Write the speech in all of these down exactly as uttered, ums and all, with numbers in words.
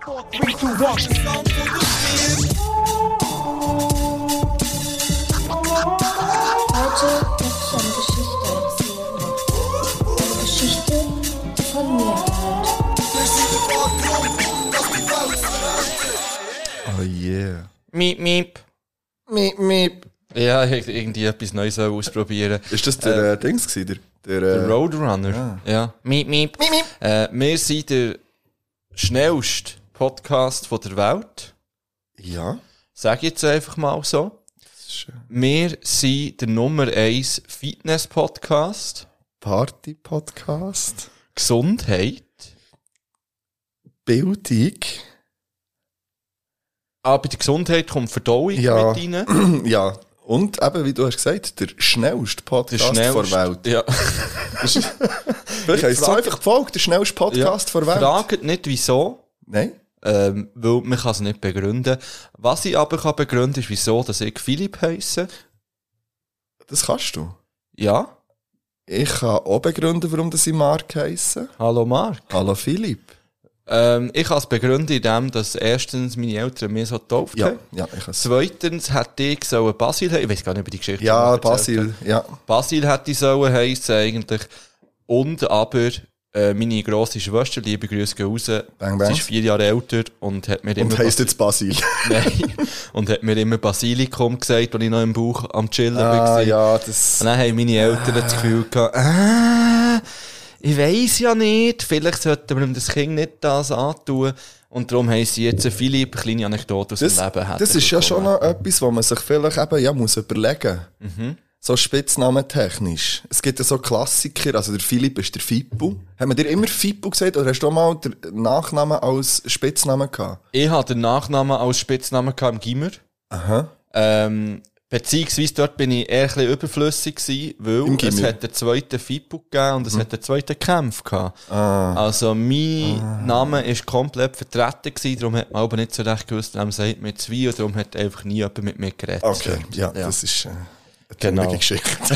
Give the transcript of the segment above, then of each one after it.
three, two, one. Heute möchte ich eine Geschichte erzählen. Eine Geschichte von mir halt. Oh yeah. Miep, miep. Miep, miep. Ja, ich irgendwie etwas Neues ausprobieren. Ist das der äh, äh, Dings gewesen? Der, der, der äh, Roadrunner? Ja. Ja. Miep, miep. Miep, miep. Äh, wir sind der schnellste Podcast von der Welt. Ja. Sag ich jetzt einfach mal so. Das ist schön. Wir sind der Nummer eins Fitness-Podcast. Party-Podcast. Gesundheit. Bildung. Ah, bei der Gesundheit kommt Verdauung Ja. mit rein. Ja. Und eben, wie du hast gesagt, der schnellste Podcast Der schnellste. der Welt. Ja. Vielleicht heisst es frage- einfach gefolgt, der schnellste Podcast ja. der Welt. Fragt nicht, wieso. Nein? Ähm, weil man kann es nicht begründen. Was ich aber kann begründen ist, wieso, dass ich Philipp heisse. Das kannst du. Ja. Ich kann auch begründen, warum das ich Mark heisse. Hallo Marc. Hallo Philipp. Ähm, ich kann es begründen, indem dass erstens meine Eltern mir so getauft Ja, haben. ja, ich kann Zweitens hätte ich sollen Basil heissen. Ich weiß gar nicht, ob ich die Geschichte Ja, schon mal erzählt Basil, habe. ja. Basil hätte ich sollen heissen eigentlich. Und aber äh, meine grosse Schwester, liebe Grüße gehen raus, Bang, bang. sie ist vier Jahre älter und hat mir Und immer heisst jetzt Basil. Nein. Und hat mir immer Basilikum gesagt, als ich noch im Bauch am Chillen Ah, war. ja, das... Und dann haben meine Eltern das Gefühl gehabt, äh, ich weiss ja nicht, vielleicht sollten wir ihm das Kind nicht das antun. Und darum haben sie jetzt Philipp, eine kleine Anekdote aus Das, dem Leben. das ist ja schon noch etwas, wo man sich vielleicht eben, ja, muss überlegen muss. Mhm. So spitznamentechnisch. Es gibt ja so Klassiker, also der Philipp ist der Fippo. Haben wir dir immer Fippo gesagt oder hast du auch mal den Nachnamen als Spitznamen gehabt? Ich hatte den Nachnamen als Spitznamen gehabt im Gimmer. Aha. Ähm, beziehungsweise dort bin ich eher ein bisschen überflüssig gewesen, weil Im es Gimmer? hat den zweiten Fippo gegeben und es hat den zweiten Kampf gehabt. Ah. Also mein ah. Name ist komplett vertreten gewesen, darum hat man aber nicht so recht gewusst, wem sagt mir zwei, und darum hat einfach nie jemand mit mir geredet. Okay, ja, Ja. das ist äh, eine Genau. traurige Geschichte.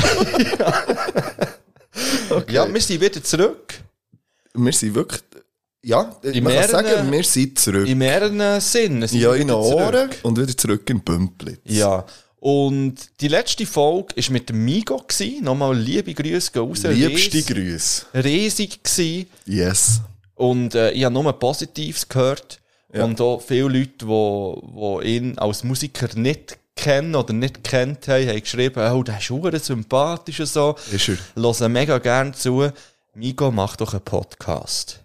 Okay. Ja, wir sind wieder zurück. Wir sind wirklich, ja, In man kann mehreren- sagen, wir sind zurück. In mehreren Sinnen sind Ja, wir in den wieder zurück. Ohren und wieder zurück in Bümplitz. Ja. Und die letzte Folge war mit dem Migo gewesen. Nochmal liebe Grüße gehen raus. Liebste Ries- Grüße. Riesig gewesen. Yes. Und äh, ich habe nur Positives gehört. Ja. Und auch viele Leute, die, die ihn als Musiker nicht kennen oder nicht kennt haben, haben geschrieben, oh, der ist verdammt sympathisch und so. Ist er. Hören mega gerne zu. Migo macht doch einen Podcast.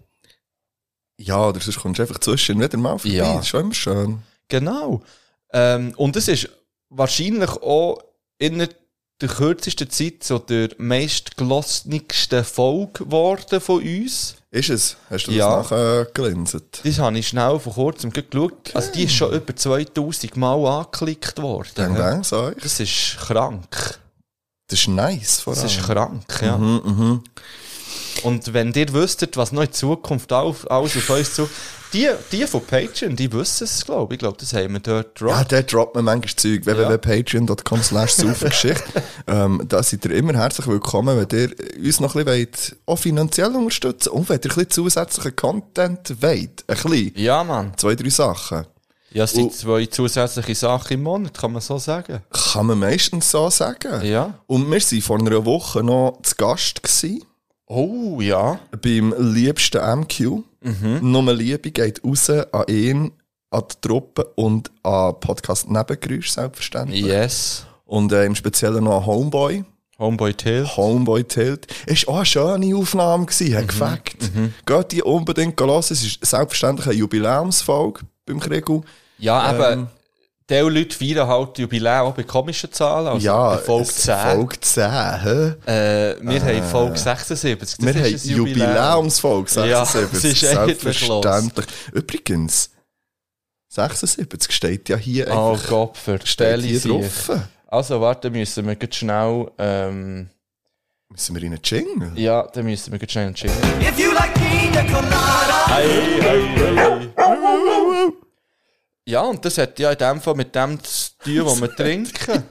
Ja, oder sonst kommst du einfach zwischen wieder mal vorbei. Ja. Das ist schon immer schön. Genau. Ähm, und es ist wahrscheinlich auch in der kürzesten Zeit so der meistgelassenste Folge geworden von uns. Ist es? Hast du Ja. das nachgelinset? Das habe ich schnell vor kurzem geschaut. Also die ist schon über zweitausend Mal angeklickt worden. Bang, bang, sag ich. Das ist krank. Das ist nice, vor Das allem. ist krank, ja. Mhm, mhm. Und wenn ihr wüsstet, was noch in Zukunft auf, alles auf uns zu... Die, die von Patreon, die wissen es, glaube ich. Ich glaube, das haben wir dort drauf. Ja, der droppt mir manchmal Zeug. w w w punkt patreon punkt com slash Saufengeschichte. ähm, da seid ihr immer herzlich willkommen, wenn ihr uns noch ein bisschen wollt, auch finanziell unterstützen und wenn ihr ein bisschen zusätzlichen Content wollt. Ein bisschen. Ja, Mann. Zwei, drei Sachen. Ja, es sind Und- zwei zusätzliche Sachen im Monat, kann man so sagen. Kann man meistens so sagen. Ja. Und wir waren vor einer Woche noch zu Gast gewesen, Oh, ja. beim liebsten M Q. Mhm. Nur Liebe geht raus an ihn, an die Truppe und an Podcast Nebengeräusch selbstverständlich. Yes. Und äh, im Speziellen noch an Homeboy. Homeboy Tales. Homeboy Tilt. Es war auch eine schöne Aufnahme, gewesen, hat gefällt. Geht die unbedingt hören. Es ist selbstverständlich eine Jubiläumsfolge beim Kriegel. Ja, eben, Ähm. die Leute feiern halt Jubiläum auch bei komischen Zahlen. Also Ja, bei Folge es- zehn. Folge zehn, hä? Äh, wir haben Folge sechsundsiebzig. Das Wir haben ist ein Jubiläum. Jubiläumsfolge Ja, sechsundsiebzig. es ist echt selbstverständlich. Übrigens, sechsundsiebzig steht ja hier Oh einfach Gott, für steht Stelle hier sich. drauf. Also, warte, müssen wir jetzt schnell... Ähm, Müssen wir in einen Jingle? ja, dann müssen wir jetzt schnell einen Jingle. If you like pina colada, Hey, hey, hey. Ja, und das hat ja in dem Fall mit dem zu tun, was wir trinken.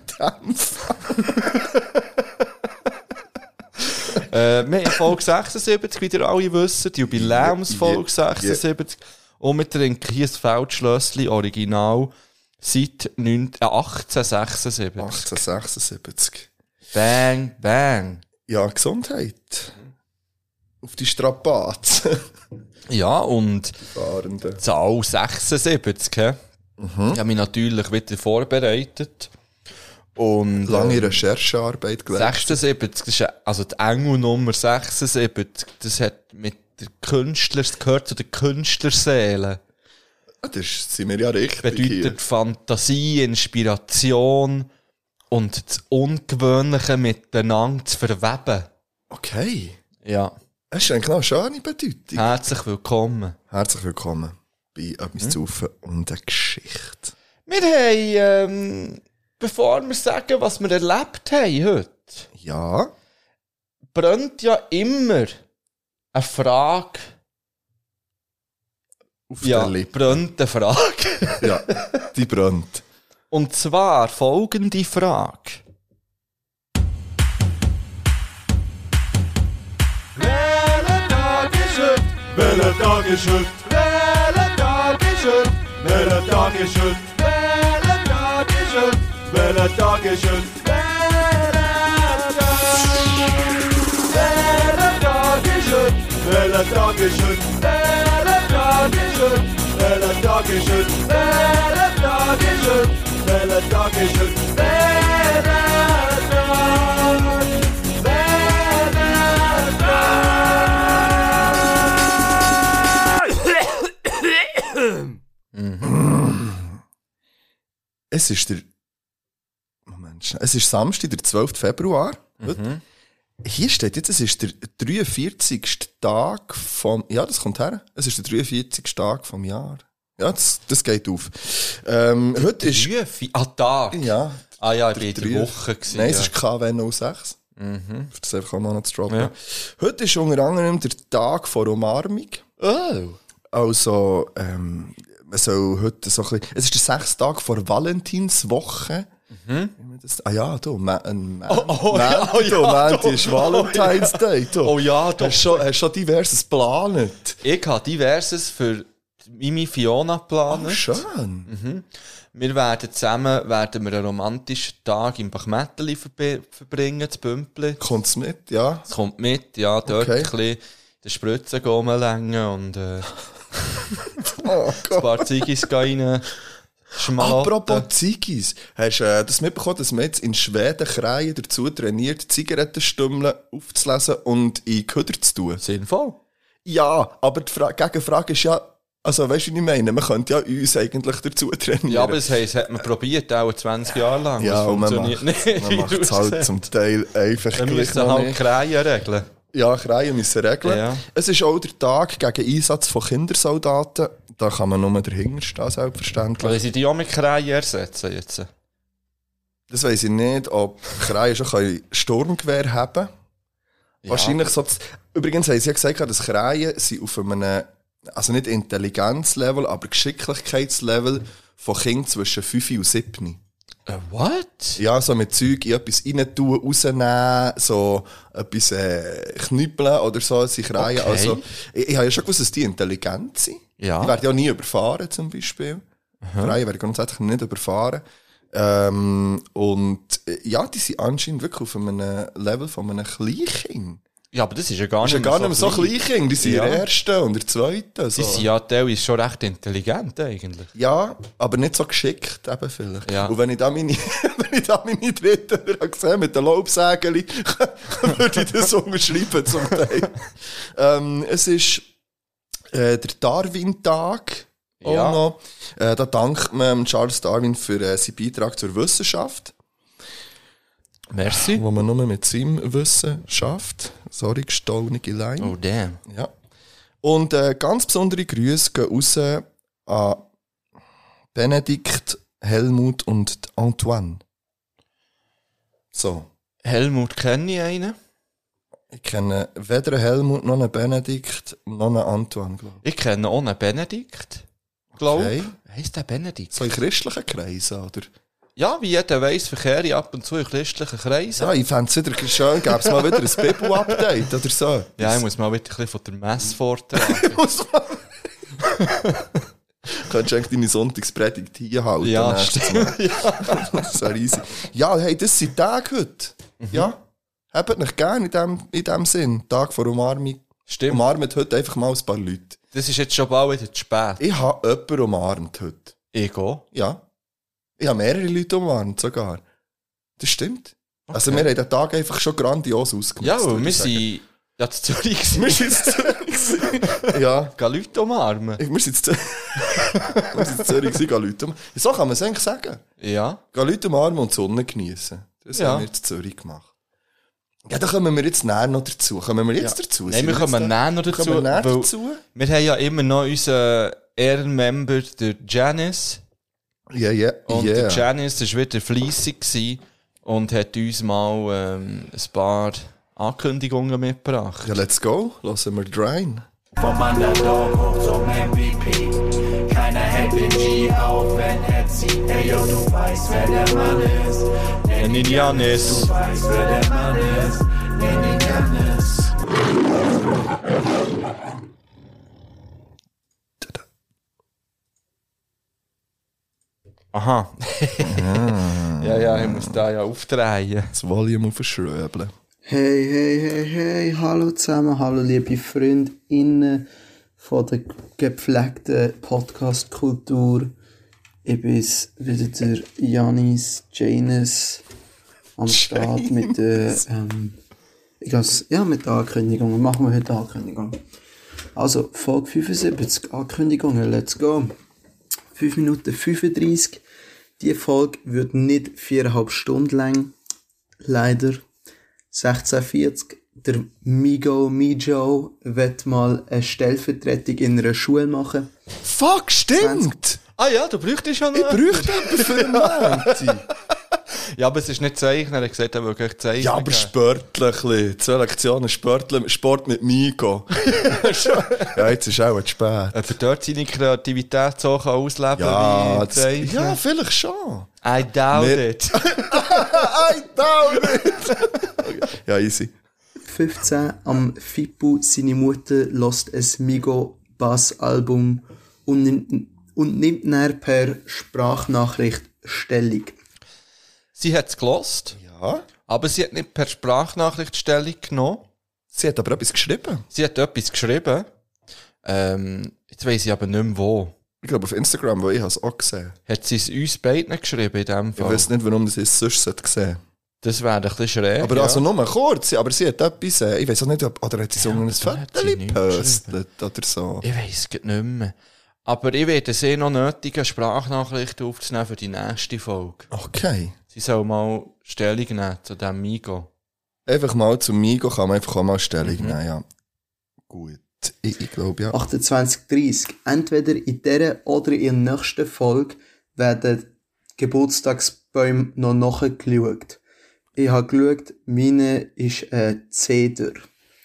äh, wir haben Folge sechsundsiebzig, wie ihr alle wisst, die Jubiläumsfolge sechsundsiebzig. Und wir trinken hier ein Feldschlössli Original seit neun- äh, achtzehnhundertsechsundsiebzig. achtzehnhundertsechsundsiebzig. Bang, bang. Ja, Gesundheit. Auf die Strapazen. Ja, und Fahrenden. Zahl sechsundsiebzig, he? Mhm. Ich habe mich natürlich wieder vorbereitet. Und, Lange ähm, Recherchearbeit geleistet. sechsundsiebzig, das ist also die Engelnummer sechsundsiebzig, das hat mit der Künstler, das gehört zu der Künstlerseele. Ah, das sind wir ja richtig Bedeutet hier. Fantasie, Inspiration und das Ungewöhnliche miteinander zu verweben. Okay. Ja. Das ist eigentlich noch eine schöne Bedeutung. Herzlich willkommen. Herzlich willkommen bei «Etwas zu saufen und eine Geschichte». Wir haben, ähm, bevor wir sagen, was wir erlebt haben heute, Ja. brennt ja immer eine Frage. Auf Ja, der Lippe. brennt eine Frage. Ja, die brennt. Und zwar folgende Frage. Welcher Tag ist heute? Welcher Tag ist heute? Welcher Tag ist heute? Welcher Tag ist heute? Welcher Tag ist heute? Welcher Tag ist heute? Welcher Tag ist heute? Welcher Tag ist heute? Welcher Tag ist heute? Welcher Tag ist heute? Welcher Tag ist heute? Welcher Tag ist heute? Welcher Tag? Es ist der... Moment, schnell. Es ist Samstag, der zwölfte Februar. Heute. Hier steht jetzt, es ist der dreiundvierzigste Tag vom... Ja, das kommt her. Es ist der dreiundvierzigste Tag vom Jahr. Ja, das, das geht auf. Ähm, heute ist... Drei, vier, ah, Tag. Ja. Ah ja, ich war in drei- der Woche. Gewesen, Nein, ja. es ist K W null sechs. Mhm. Das einfach auch noch zu droppen. Ja. Heute ist unter anderem der Tag vor Umarmung. Oh. Also, ähm, man soll heute so ein bisschen... Es ist der sechste Tag vor Valentinswoche. Mhm. Das, ah ja, du, Ma ein Ma Oh, oh, Ma ja, oh, du, ja, Manti du. ist Valentine's Day. Du. Oh ja, du. Hast schon, hast schon diverses geplant? Ich habe diverses für Mimi Fiona geplant. Oh, schön. Wir werden zusammen werden wir einen romantischen Tag im Bachmetteli verbe- verbringen, zu Bümpli. Kommt's mit, ja? Es kommt mit, ja, dort Okay. ein bisschen den Spritzen rumlängen und äh, Oh ein Gott. paar Ziggis rein schmalotten. Apropos Ziggis, hast du äh, das mitbekommen, dass man jetzt in Schweden Kreien dazu trainiert, Zigarettenstümmeln aufzulesen und in Köder zu tun? Sinnvoll. Ja, aber die Fra Gegenfrage ist ja, also weißt du, was ich meine? Man könnte ja uns eigentlich dazu trainieren. Ja, aber das heisst, hat man probiert, auch zwanzig Jahre lang. Ja, das und man funktioniert macht nicht. man macht es halt zum Teil einfach Dann gleich müssen noch halt nicht. Kreien regeln. Ja, Kreien müssen regeln. Ja. Es ist auch der Tag gegen Einsatz von Kindersoldaten. Da kann man nur dahinter stehen, selbstverständlich. Wollen sie die auch mit Kreien ersetzen jetzt? Das weiss ich nicht, ob Kreien schon können Sturmgewehr haben können. Wahrscheinlich so. Das, übrigens haben sie ja gesagt, dass Kreien sind auf einem, also nicht Intelligenzlevel, aber Geschicklichkeitslevel von Kindern zwischen fünf und sieben. Äh, what? Ja, so mit Zeug in etwas rein tun, rausnehmen, so etwas äh, knüppeln oder so, sich Kreien. Okay. Also, ich, ich habe ja schon gewusst, dass die intelligent sind. Ja. Die werden ja nie überfahren, zum Beispiel. Kreien werden grundsätzlich nicht überfahren. Ähm, und äh, ja, die sind anscheinend wirklich auf einem Level von einem Kleinkind. Ja, aber das ist ja gar Das nicht ist ja gar nicht mehr so klein. Kleinkind, die sind Ja. der Erste und der Zweite. So. Die sind ja teilweise schon recht intelligent eigentlich. Ja, aber nicht so geschickt eben vielleicht. Ja. Und wenn ich da meine, wenn ich da meine Dritten habe gesehen mit den Laubsägeli, würde ich das unterschreiben zum Teil. ähm, es ist äh, der Darwin-Tag auch Ja. noch. Äh, da dankt man Charles Darwin für äh, seinen Beitrag zur Wissenschaft, Merci. wo man nur mit seinem Wissen schafft. Sorry, gestohlene Line. Oh, damn. Ja. Und äh, ganz besondere Grüße gehen raus an Benedikt, Helmut und Antoine. So. Helmut kenne ich einen. Ich kenne weder einen Helmut, noch einen Benedikt, noch einen Antoine, glaube Ich kenne auch einen Benedikt. Glaube Okay. ich. Heisst der Benedikt? ich. So in christlichen Kreisen, oder? Ja, wie jeder weiss, verkehre ich ab und zu in christlichen Kreisen. Ja, ich fände es wieder schön, gäbe es mal wieder ein Bibel-Update oder so. Ja, ich muss mal wieder ein bisschen von der Messe vortragen. Muss man- Könntest du eigentlich deine Sonntagspredigt hier halten? Ja, nächstes stimmt. Mal. Das wäre easy. Ja, hey, das sind Tage heute. Mhm. Ja. Habt mich gerne in dem, in dem Sinn. Tag vor Umarmung. Stimmt. Umarmt heute einfach mal ein paar Leute. Das ist jetzt schon bald wieder zu spät. Ich habe jemanden umarmt heute. Ich gehe. Ja. Ich habe mehrere Leute umarmt sogar. Das stimmt. Also wir haben den Tag einfach schon grandios ausgemacht. Ja, weil würde wir ich sagen. sind ja zu Zürich gewesen. Wir sind in Zürich. Ja. Gehen Leute umarmen. Ich, wir sind in Zürich. Wir sind in Zürich gewesen, gehen Leute umarmen. So kann man es eigentlich sagen. Ja. Gehen Leute umarmen und die Sonne genießen. Das Ja. haben wir in Zürich gemacht. Ja, da kommen wir jetzt näher noch dazu. Kommen wir jetzt Ja. dazu? Nein, Sind wir jetzt kommen da? näher noch dazu. Kommen wir näher weil dazu? Wir haben ja immer noch unseren Ehrenmember, der Janice. Ja, ja, Und ja. der Janice war wieder fleissig gewesen und hat uns mal ähm, ein paar Ankündigungen mitgebracht. Ja, let's go. Lassen wir rein. Vom Underdog hoch zum M V P. Keiner hält den G auf, wenn er zieht. Hey yo, du weißt, wer der Mann ist. Nenn ihn Janis. Du weißt, wer der Mann ist. Nenn ihn Janis. Aha. ja, ja, ich muss da ja aufdrehen. Das Volume aufschröbeln. Hey, hey, hey, hey, hallo zusammen, hallo liebe FreundInnen von der gepflegten Podcast-Kultur. Ich bin wieder der Janis Janus am Start mit der, ähm, ich glaub's, ja, mit der Ankündigung. Machen wir heute Ankündigung. Also, Folge fünfundsiebzig, Ankündigungen, let's go. fünf Minuten fünfunddreissig. Die Folge wird nicht viereinhalb Stunden lang. Leider. sechzehn vierzig. Der Migo Mijo wird mal eine Stellvertretung in einer Schule machen. Fuck, stimmt! Ah ja, du bräuchtest schon noch. Ich bräuchte jemanden für den Menti. Ja, aber es ist nicht Zeichnen. Er hat gesagt, er will gleich zeichnen. Ja, aber Sportlich. Zwei Lektionen Sportli, Sport mit Migo. Ja, jetzt ist auch zu spät. Ob er dort seine Kreativität so kann ausleben Ja, wie das, Zeichnen? ja, vielleicht schon. I doubt Wir- it. I doubt it. Ja, easy. fünfzehn. Am Fipu seine Mutter lässt ein Migo Bass Album und nimmt, und nimmt dann per Sprachnachricht Stellung. Sie hat es gelost, Ja. aber sie hat nicht per Sprachnachricht Stellung genommen. Sie hat aber etwas geschrieben. Sie hat etwas geschrieben. Ähm, jetzt weiss ich aber nicht mehr wo. Ich glaube auf Instagram, weil ich es auch gesehen. Hat sie es uns beiden geschrieben in dem Ich Fall? weiß nicht, warum sie es sonst gesehen hat. Das wäre ein bisschen schräg. Aber ja. also nur kurz, aber sie hat etwas, äh, ich weiß auch nicht, ob, oder hat sie so ein hat sie Foto nicht gepostet oder so. Ich weiss es nicht mehr. Aber ich werde sie noch nötigen, Sprachnachrichten aufzunehmen für die nächste Folge. Okay. Sie soll mal Stellung nehmen zu diesem Migo. Einfach mal zum Migo kann man einfach auch mal Stellung Mhm. nehmen, ja. Gut. Ich, ich glaube, ja. achtundzwanzig dreißig. Entweder in dieser oder in der nächsten Folge werden die Geburtstagsbäume noch nachgeschaut. Ich habe geschaut, meine ist ein Zeder.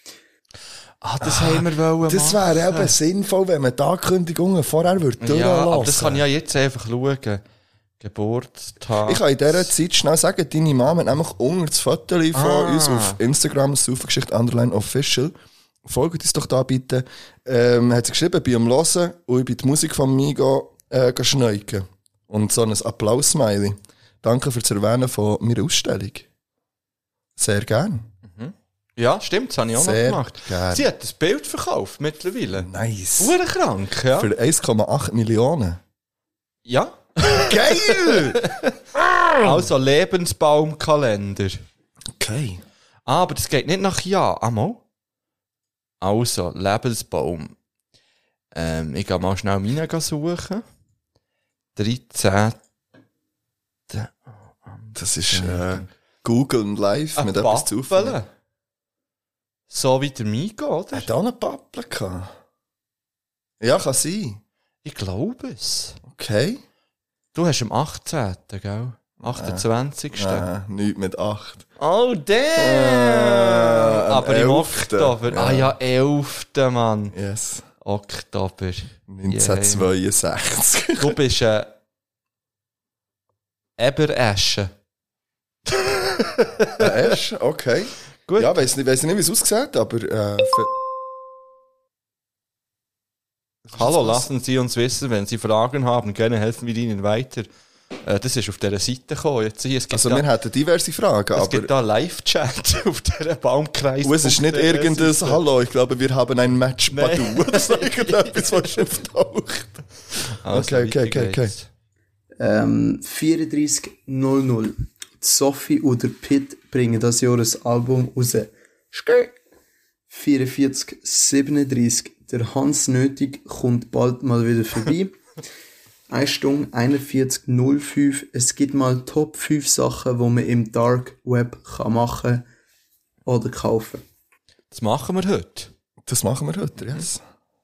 Ah, das haben wir wollen Das machen. wäre eben sinnvoll, wenn man die Ankündigungen vorher würde durchlassen. Ja, aber das kann ich ja jetzt einfach schauen. Geburtstag. Ich kann in dieser Zeit schnell sagen, deine Mama hat nämlich unter das Foto von Ah. uns auf Instagram, Saufengeschichte Underline Official, folgt uns doch da bitte, ähm, hat sie geschrieben, bei am Hören und ich bin die Musik von Migo äh, schneuken. Und so ein Applaus-Smiley. Danke für das Erwähnen von meiner Ausstellung. Sehr gern. Ja, stimmt, das habe ich auch Sehr noch gemacht. gern. Sie hat das Bild verkauft mittlerweile. Nice. Ure krank, ja. Für eins Komma acht Millionen. Ja. Geil! Also Lebensbaumkalender. Okay. Ah, aber das geht nicht nach Jahr. Ah, mal. Also, Lebensbaum. Ähm, ich gehe mal schnell meinen suchen. dreizehn. Das ist äh, Google und Live mit Ein etwas zu Pappele. So wie der Migo, oder? Hat auch einen Pappel gehabt? Ja, kann sein. Ich glaube es. Okay. Du hast am achtzehnten gell? achtundzwanzigsten Nein, nichts mit acht. Oh, damn! Äh, am Aber im elften. Oktober. Ja. Ah ja, elften Mann. Yes. Oktober. neunzehnhundertzweiundsechzig. Yeah. Du bist ein Eberesche. Äh, Ash, okay. Gut. Ja, weiss nicht, weiss nicht, wie es aussieht, aber äh, für Hallo, lassen Sie uns wissen, wenn Sie Fragen haben, gerne helfen wir Ihnen weiter. Äh, das ist auf dieser Seite gekommen. Jetzt hier, es gibt Also da, wir hätten diverse Fragen, es aber... gibt da Live-Chat auf dieser Baumkreis. Und es ist nicht irgendein «Hallo, ich glaube, wir haben ein Match, Nein. Badu» oder so irgendetwas, was auftaucht. Also, Okay, okay, weiter okay, okay. geht's. Ähm, vierunddreißig null null. Sophie oder Pitt bringen das Jahr ein Album raus. Skr. vierundvierzig siebenunddreißig. Der Hans Nötig kommt bald mal wieder vorbei. eine Stunde einundvierzig null fünf. Es gibt mal Top fünf Sachen, die man im Dark Web kann machen oder kaufen. Das machen wir heute. Das machen wir heute, yes.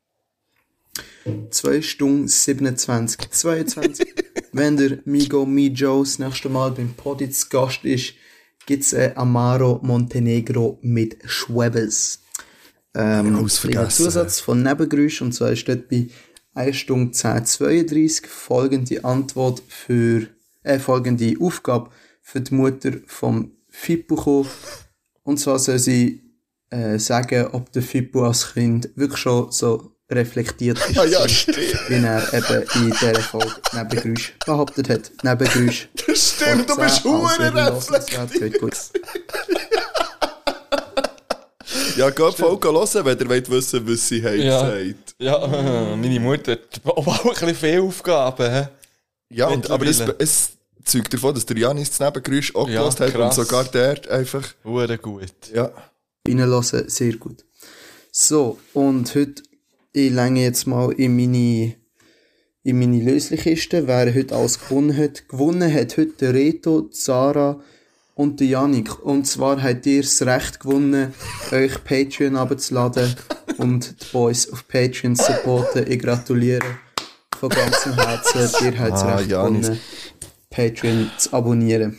zwei Stunden siebenundzwanzig zweiundzwanzig. Wenn der Migo Mijo das nächste Mal beim Podi zu Gast ist, gibt es ein Amaro Montenegro mit Schwebes. Ähm, alles kleiner vergessen. Zusatz von Nebengeräusch, und zwar ist dort bei eine Stunde zehn zweiunddreißig folgende Antwort für, äh, folgende Aufgabe für die Mutter vom Fippo kommen. Und zwar soll sie äh, sagen, ob der Fippo als Kind wirklich schon so reflektiert ist, Ah ja, stimmt. wie er eben in dieser Folge Nebengeräusch behauptet hat. Nebengeräusch. Das stimmt, du bist verdammt reflektiert. Gut. Ja, geht Folge hören, wenn ihr wollt wissen, was sie hat Ja. gesagt. Ja, meine Mutter hat auch ein bisschen viele Aufgaben. He? Ja, und, aber es, Mittlerweile. es zeugt davon, dass der Janis das Nebengeräusch auch Ja, gehört hat und krass. sogar der einfach... Hure gut. Ja. Reinlassen, sehr gut. So, und heute, ich länge jetzt mal in meine, in meine Löslichkiste, wer heute alles gewonnen hat. Gewonnen hat heute der Reto, die Sarah und der Yannick. Und zwar habt ihr das Recht gewonnen, euch Patreon abzuladen und die Boys auf Patreon zu supporten. Ich gratuliere von ganzem Herzen. Ihr habt das Ah, Recht Janis. gewonnen, Patreon zu abonnieren.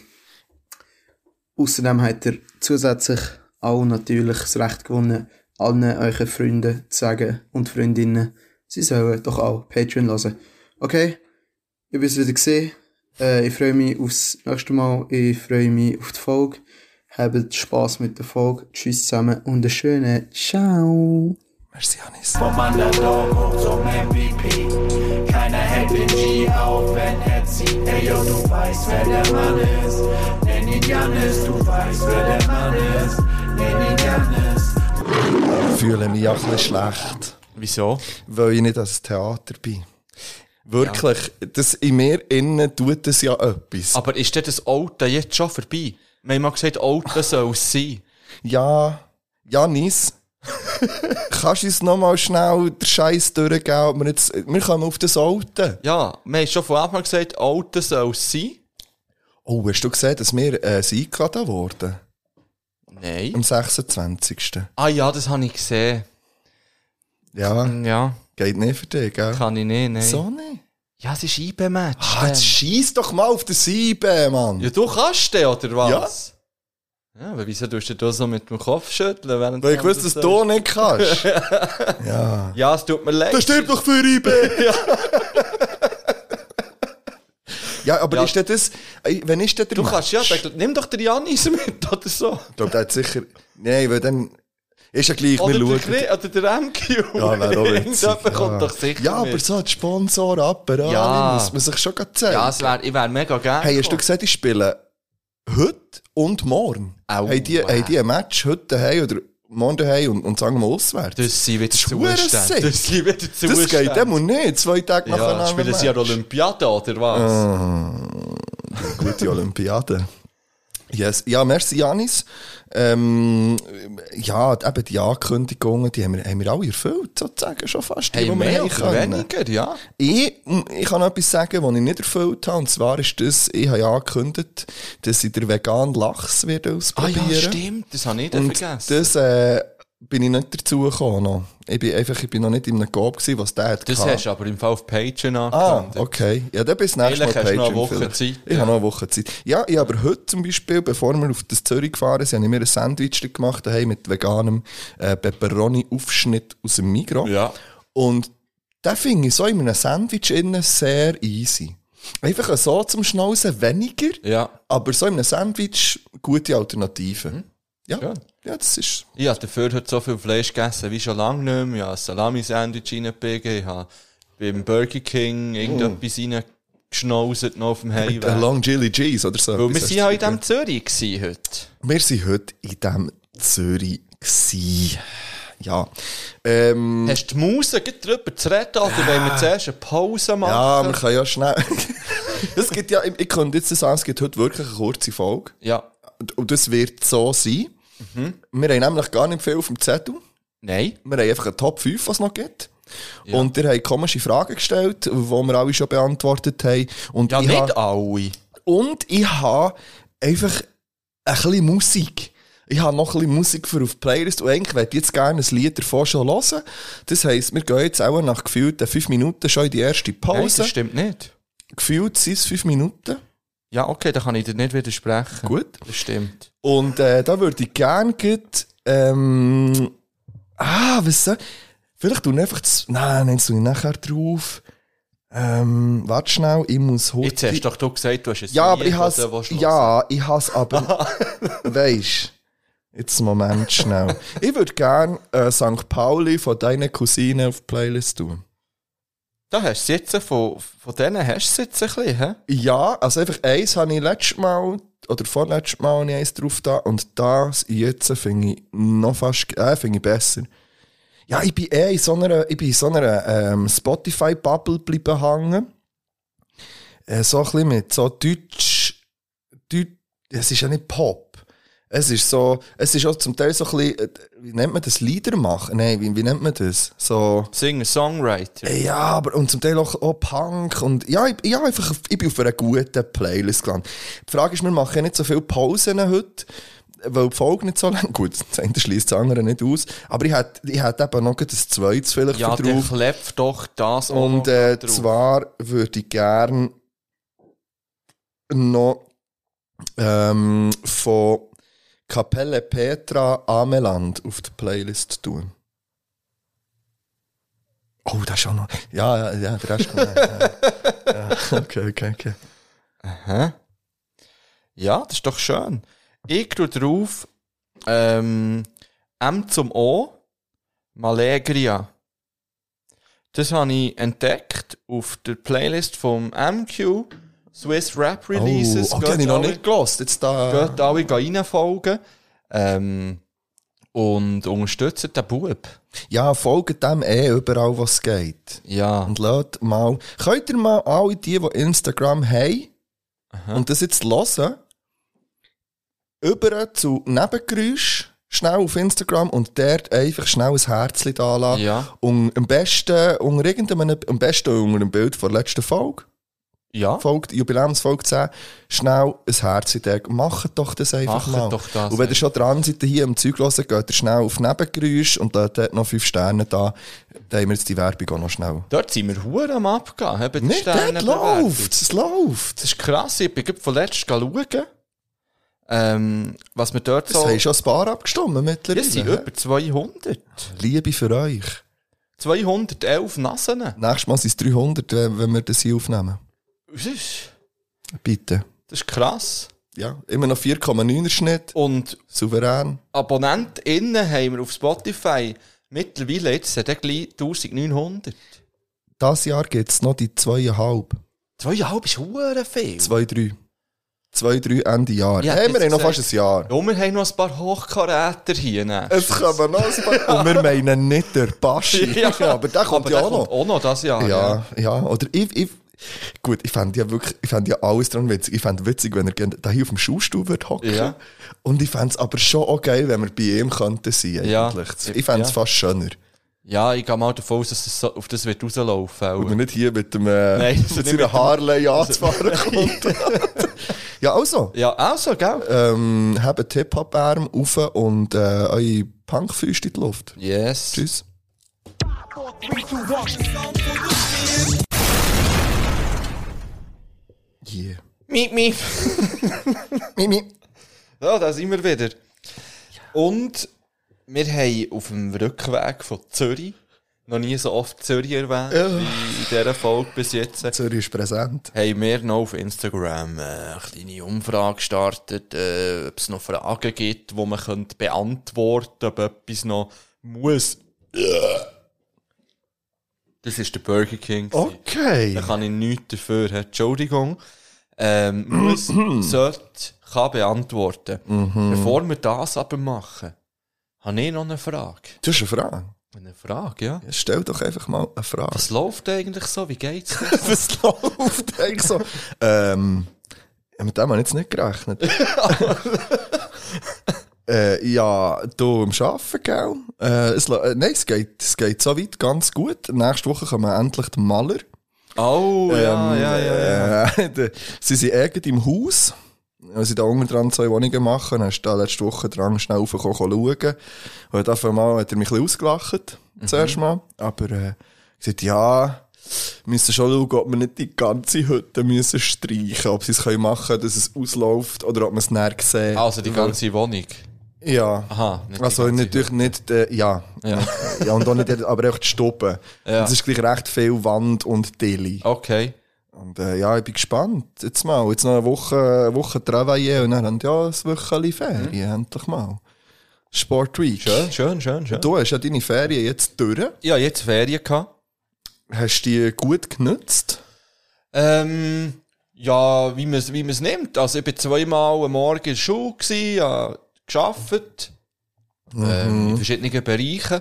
Außerdem habt ihr zusätzlich auch natürlich das Recht gewonnen, allen euren Freunden zu sagen und Freundinnen, sie sollen doch auch Patreon hören. Okay, ich bin es wieder gesehen. Äh, ich freue mich aufs nächste Mal. Ich freue mich auf die Folge. Habt Spass mit der Folge. Tschüss zusammen und einen schönen Ciao. Merci, Janis. Vom Underdog hoch zum M V P. Keiner hält den G auf, wenn er zieht. Ey, yo, du weißt, wer der Mann ist. Nenn ihn Janis, du weißt, wer der Mann ist. Nenn ihn Janis. Ich fühle mich auch ein bisschen schlecht, Wieso? weil ich nicht ans Theater bin. Wirklich, das in mir innen tut das ja etwas. Aber ist denn das Auto jetzt schon vorbei? Wir haben mal gesagt, Auto soll es sein. Ja, Janis, kannst du uns noch mal schnell den Scheiß durchgeben? Wir, jetzt, wir kommen auf das Auto. Ja, wir haben schon von Anfang an gesagt, Auto soll es sein. Oh, hast du gesehen, dass wir äh, eingeladen wurden? Nein. Am sechsundzwanzigsten Ah ja, das habe ich gesehen. Ja, Ja, geht nicht für dich, gell? kann ich nicht, nein. So nicht? Ja, es ist I B-Match. Ah, jetzt schieß doch mal auf den Sieben, Mann. Ja, du kannst den, oder was? Ja, aber wieso tust du da so mit dem Kopf schütteln? Während Weil ich wusste, dass du nicht kannst. Ja. Ja, es tut mir leid. Das stimmt doch für I B. Ja, aber Ja. ist denn das... ey, Wenn ist denn der Du kannst ja, Match? dann, nimm doch den Janis mit, oder so. Ich glaube, der hat sicher... Nein, weil dann... Ist ja gleich, Oder wir der, schauen... Kle- oder der M Q. Ja, wäre auch witzig. Irgendjemand kommt doch sicher Ja, aber mit. so die Sponsoren, Apparat, Ja. muss man sich schon gerade zeigen. Ja, es wär, ich wäre mega gerne. Hey, hast du gesehen, die spielen heute und morgen? Au, haben, die, äh. haben die ein Match heute daheim oder morgen daheim und, und sagen wir auswärts? Das sind wieder Das ist verdammt Zustände. sick. Das sind wieder Zustände. Das geht dem und nicht, zwei Tage Ja, nacheinander. spielen sie ja Match. Olympiade, oder was? Ah, gute Olympiade. Yes. Ja, merci Janis. Ähm, ja, eben die Ankündigungen, die haben wir, haben wir alle erfüllt, sozusagen, schon fast. Die, Hey, die wir mehr haben oder können. weniger, ja. Ich, ich kann noch etwas sagen, was ich nicht erfüllt habe, und zwar ist das, ich habe ja angekündigt, dass ich den veganen Lachs werde Ah ausprobieren. ja, stimmt, das habe ich nicht Und vergessen. das äh, bin ich nicht dazu gekommen noch. Ich bin einfach, ich bin noch nicht in einem Coop gewesen, was der hat Das gehabt. hast du aber im Fall auf Patreon Ah, angekündigt. okay. Ja, dann bis nächstes Mal Eigentlich hast du noch eine Patreon Woche vielleicht. Zeit, Ich ja. habe noch eine Woche Zeit. Ja, ich habe aber heute zum Beispiel, bevor wir auf das Zürich gefahren sind, habe ich mir ein Sandwich gemacht, daheim mit veganem äh, Pepperoni-Aufschnitt aus dem Migros. Ja. Und den finde ich so in einem Sandwich innen sehr easy. Einfach so zum Schnauzen weniger, Ja. aber so in einem Sandwich gute Alternative. Ja, Schön. Ja, das ist... Ich habe dafür heute so viel Fleisch gegessen wie schon lange nicht mehr. Ich habe ein Salami-Sandwich reingepegen. Ich habe beim Burger King irgendetwas reingeschnauset noch auf dem Heimweg. Ein Long Chili Cheese oder so. Weil wir Was waren ja in hast du diesem Zürich gewesen heute. Wir waren heute in diesem Zürich gewesen. Ja. Ähm, Hast du die Muse drüber zu reden oder wollen wir zuerst eine Pause machen? ja, wir können ja schnell... Es gibt ja, ich, ich könnte jetzt sagen, es gibt heute wirklich eine kurze Folge. Ja. Und, und das wird so sein. Mhm. Wir haben nämlich gar nicht viel auf dem Zettel. Nein. Wir haben einfach eine Top fünf, was es noch gibt. Ja. Und ihr habt komische Fragen gestellt, die wir alle schon beantwortet haben. Und Ja, ich nicht ha, alle. Und ich habe einfach ein bisschen Musik. Ich habe noch ein bisschen Musik für auf die Playlist und eigentlich möchte ich jetzt gerne ein Lied davon schon hören. Das heisst, wir gehen jetzt auch nach gefühlten fünf Minuten schon in die erste Pause. Nein, das stimmt nicht. Gefühlt sind es fünf Minuten. Ja, okay, da kann ich dir nicht widersprechen. Gut. Das stimmt. Und äh, da würde ich gerne gleich, ähm, ah, was soll, vielleicht tun einfach das, nein, nennst du ihn nachher drauf. Ähm, warte schnell, ich muss heute... Jetzt hast doch du gesagt, du hast ein Ja, aber Lied, ich has, das du willst hören. ja, ich has aber, weisst, jetzt einen Moment schnell. Ich würde gerne äh, Sankt Pauli von deinen Cousinen auf die Playlist tun. Da hast du jetzt, von, von denen hast du jetzt ein bisschen, hä? Ja, also einfach eins habe ich letztes Mal, oder vorletztes Mal habe ich eins drauf da, und das jetzt finde ich noch fast, äh, finde ich besser. Ja, ich bin eh in so einer, ich bin in so einer ähm, Spotify-Bubble geblieben hängen. Äh, so ein bisschen mit so Deutsch, Deutsch, es ist ja nicht Pop. Es ist so, es ist auch zum Teil so ein bisschen, wie nennt man das, Lieder machen? Nein, wie, wie nennt man das? So... Singer-Songwriter. Ja, aber und zum Teil auch, auch Punk und ja, ich, ja einfach, ich bin auf einer guten Playlist gelandet. Die Frage ist, wir machen ja nicht so viele Pausen heute, weil die Folge nicht so lang, gut, das eine schließt das andere nicht aus, aber ich hätte, ich hätte eben noch ein zweites vielleicht Ja, der drauf. klebt doch das auch Und noch äh, drauf. zwar würde ich gerne noch ähm, von Kapelle Petra Ameland auf die Playlist tun. Oh, das ist schon noch. Ja, ja, ja, der Rest kommt. Ja, ja. Okay, okay, okay. Aha. Ja, das ist doch schön. Ich tue drauf ähm, M zum O, Malegria. Das habe ich entdeckt auf der Playlist vom M Q, Swiss Rap Releases. Oh, oh die habe ich noch alle- nicht gelost. Jetzt da. Geht alle reinfolgen. Ähm, und unterstützen den Bub. Ja, folgt dem eh überall, was geht. Ja. Und lasst mal. Könnt ihr mal alle die, die Instagram haben, und das jetzt hören, über zu Nebengeräusch, schnell auf Instagram und dort einfach schnell ein Herzchen da lassen. Ja. Und am besten unter irgendeinem, am besten unter einem Bild von der letzten Folge. Ja. Folge, Jubiläumsfolge zehn, schnell ein Herzchen da. Macht doch das einfach Macht mal. doch das und wenn ihr schon dran seid, hier am Zeug hören, geht ihr schnell auf Nebengeräusch und da hat noch fünf Sterne da. Da haben wir jetzt die Werbung auch noch schnell. Dort sind wir hure am Abgehen. Haben die Nicht, dort Sternebewertung. läuft es, läuft. Das ist krass. Ich bin gerade von letztem schauen, ähm, was wir dort Das so... haben schon ein paar abgestimmt mittlerweile. Das sind über zweihundert. Liebe für euch. zweihundertelf Nasen. Nächstes Mal sind es dreihundert, wenn wenn wir das hier aufnehmen. Das ist, Bitte. das ist krass. Ja, immer noch vier Komma neun Schnitt. Und Souverän. AbonnentInnen haben wir auf Spotify mittlerweile jetzt hat er gleich neunzehnhundert. Dieses Jahr gibt es noch die zweieinhalb. Zweieinhalb ist hure viel. Zwei, drei. Zwei, drei Ende Jahr. Ja, hey, wir jetzt haben noch gesagt- fast ein Jahr. Ja, wir haben noch ein paar Hochkaräter hier. Es kommen noch ein paar. Und wir meinen nicht der Baschi. Ja, aber der kommt aber ja der auch noch. kommt auch noch das Jahr. Ja, ja. Oder ich, ich, gut, ich fände ja wirklich, ich fände ja alles dran witzig. Ich fände witzig, wenn er gerne da hier auf dem Schulstuhl würde hocken. Ja. Und ich fände es aber schon auch geil, wenn wir bei ihm könnten sein, Ja. eigentlich. Ich fände es Ja. fast schöner. Ja, ich gehe mal davon aus, dass es so, auf das wird rauslaufen. Und auch. er nicht hier mit dem, äh, Nein, mit also nicht seiner mit dem- Harley anzufahren kommt. Ja, also, Ja, also, gell? ähm, habt Hip-Hop-Arm auf und äh, eure Punkfüße in die Luft. Yes. Tschüss. Yeah. Miep, miep. Mimi. Ja, da sind wir wieder. Und wir haben auf dem Rückweg von Zürich noch nie so oft Zürich erwähnt, Ja. wie in dieser Folge bis jetzt. Zürich ist präsent. Haben wir noch auf Instagram äh, eine kleine Umfrage gestartet, äh, ob es noch Fragen gibt, die man könnte beantworten könnte, ob etwas noch muss. Das ist der Burger King. gewesen. Okay. Da kann ich nichts dafür. he. Entschuldigung. Ähm, muss, sollte, kann beantworten. Bevor wir das aber machen, habe ich noch eine Frage. Du hast eine Frage. Eine Frage, ja. Ja, stell doch einfach mal eine Frage. Was läuft eigentlich so? Wie geht's dir? Was läuft eigentlich so? ähm, ja, mit dem habe ich jetzt nicht gerechnet. äh, ja, du am Arbeiten, gell? Äh, es, la- äh, nein, es geht, es geht so weit ganz gut. Nächste Woche kommen endlich die Maler. Oh, ja, Ähm, ja, ja, ja. Äh, de- sie sind irgendwie im Haus. Als sie da unten dran zwei Wohnungen machen, dann ist da letzte Woche dran schnell raufgekommen, schauen. Und auf einmal hat er mich ein bisschen ausgelacht, zuerst mal. Aber, äh, gesagt, ja, wir müssen schon schauen, ob wir nicht die ganze Hütte müssen streichen, ob sie es können machen, dass es ausläuft, oder ob man es näher sieht. Also die ganze Wohnung. Ja. Aha, nicht die Also ganze natürlich nicht, äh, ja. Ja. ja. Und auch nicht, aber auch die Stube. Ja. Es ist gleich recht viel Wand und Deli. Okay. Und äh, ja, ich bin gespannt. Jetzt mal, jetzt noch eine Woche, eine Woche Travailler und dann haben ja ein Wöchchen Ferien, endlich mal. Sportweek. Schön, schön, schön, schön. Du hast ja deine Ferien jetzt durch. Ja, jetzt Ferien gehabt. Hast du die gut genutzt? Ähm, ja, wie man es wie man's nimmt. Also ich bin zweimal am Morgen in der Schule gewesen, habe gearbeitet, ähm, in verschiedenen Bereichen.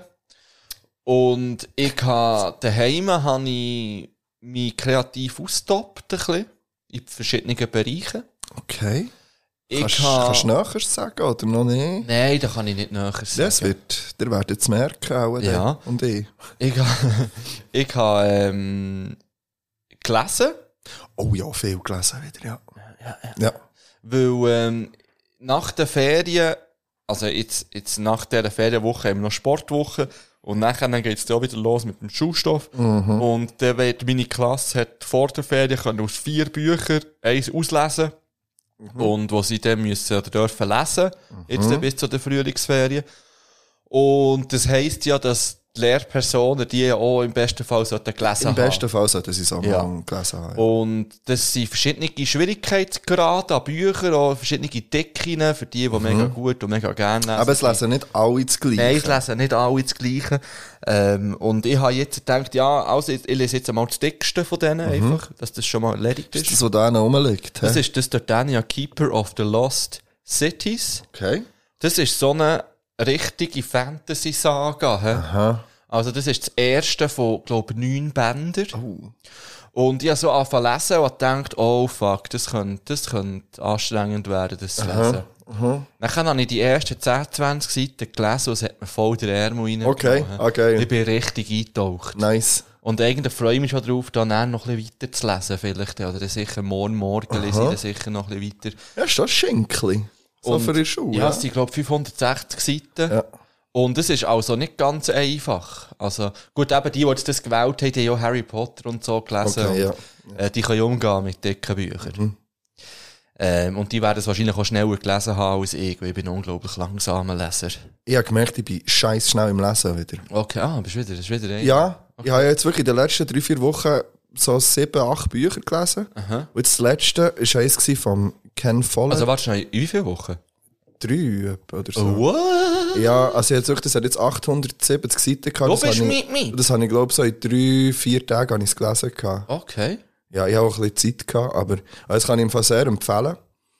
Und ich habe daheim habe ich mich kreativ ausgetoppt, ein bisschen, in verschiedenen Bereichen. Okay. Ich Kannst habe- kannst du nachher sagen oder noch nicht? Nein, da kann ich nicht näher sagen. Das wird, der werdet es merken, auch der Ja. und ich. Ich habe ich ha, ähm, gelesen, Oh ja, viel gelesen wieder, ja. Ja, ja. weil ähm, nach der Ferien, also jetzt, jetzt nach dieser Ferienwoche haben wir noch Sportwoche und nachher geht es auch wieder los mit dem Schulstoff. Und dann wird meine Klasse hat vor der Ferien können aus vier Büchern eins auslesen. Und wo sie dann müssen oder dürfen lesen, jetzt dann bis zu der Frühlingsferien. Und das heisst ja, dass die Lehrpersonen, die ja auch im besten Fall sollten gelesen Im haben. besten Fall sollten sie es auch Ja. mal gelesen haben. Und das sind verschiedene Schwierigkeitsgrade an Büchern, auch verschiedene Decken für die, die mega gut und mega gerne lesen. Aber es lesen nicht alle das Gleiche. Nein, es lesen nicht alle das Gleiche. Ähm, und ich habe jetzt gedacht, ja, also ich, ich lese jetzt einmal das dickste von denen einfach, dass das schon mal erledigt ist. Ist das, was da rumliegt? hä? Das ist das Dardania Keeper of the Lost Cities. Okay. Das ist so eine richtige Fantasy-Saga. hä? Aha. Also das ist das erste von, glaube ich, neun Bändern. Oh. Und ich habe so angefangen zu lesen und gedacht, oh fuck, das könnte, das könnte anstrengend werden, das zu lesen. Dann habe ich die ersten zehn, zwanzig Seiten gelesen und es hat mir voll den Ärmel reingenommen. Okay, okay. Ich bin richtig eingetaucht. Nice. Und eigentlich freue ich mich schon darauf, dann auch noch ein bisschen weiter zu lesen vielleicht. Oder dann sicher morgen, morgen lese ich dann sicher noch ein bisschen weiter. Ja, ist das Schinkli. So Und- für die Schule. Ja, es sind, glaube ich, fünfhundertsechzig Seiten. Ja. Und es ist also nicht ganz einfach. Also, gut, eben die, die jetzt das gewählt haben, die haben ja Harry Potter und so gelesen. Okay, und, äh, die können umgehen mit dicken Büchern. Mhm. Ähm, und die werden es wahrscheinlich auch schneller gelesen haben als ich, weil ich bin ein unglaublich langsamer Leser. Ich habe gemerkt, ich bin scheiß schnell im Lesen wieder. Okay, ah, bist du wieder, bist du wieder ein? Ja, ich habe jetzt wirklich in den letzten drei, vier Wochen so sieben, acht Bücher gelesen. Aha. Und das letzte war eins gewesen von Ken Follett. Also, warte schnell, in wie viele Wochen? drei etwa oder so. Oh, what? Ja, also jetzt wirklich, das hat jetzt achthundertsiebzig Seiten gehabt. Du Das bist habe mit ich, mir. das habe ich, glaube ich, so in drei, vier Tagen habe ich es gelesen gehabt. Okay. Ja, ich habe auch ein bisschen Zeit gehabt, aber das kann ich im Fall sehr empfehlen.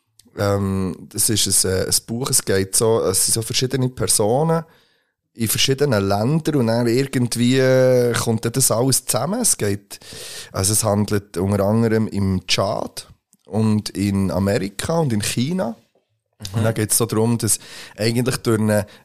Ähm, das ist ein, äh, ein Buch, es geht so, es sind so verschiedene Personen in verschiedenen Ländern und dann irgendwie äh, kommt dann das alles zusammen. Es geht, also es handelt unter anderem im Tschad und in Amerika und in China. Und dann geht es so darum, dass eigentlich durch einen äh,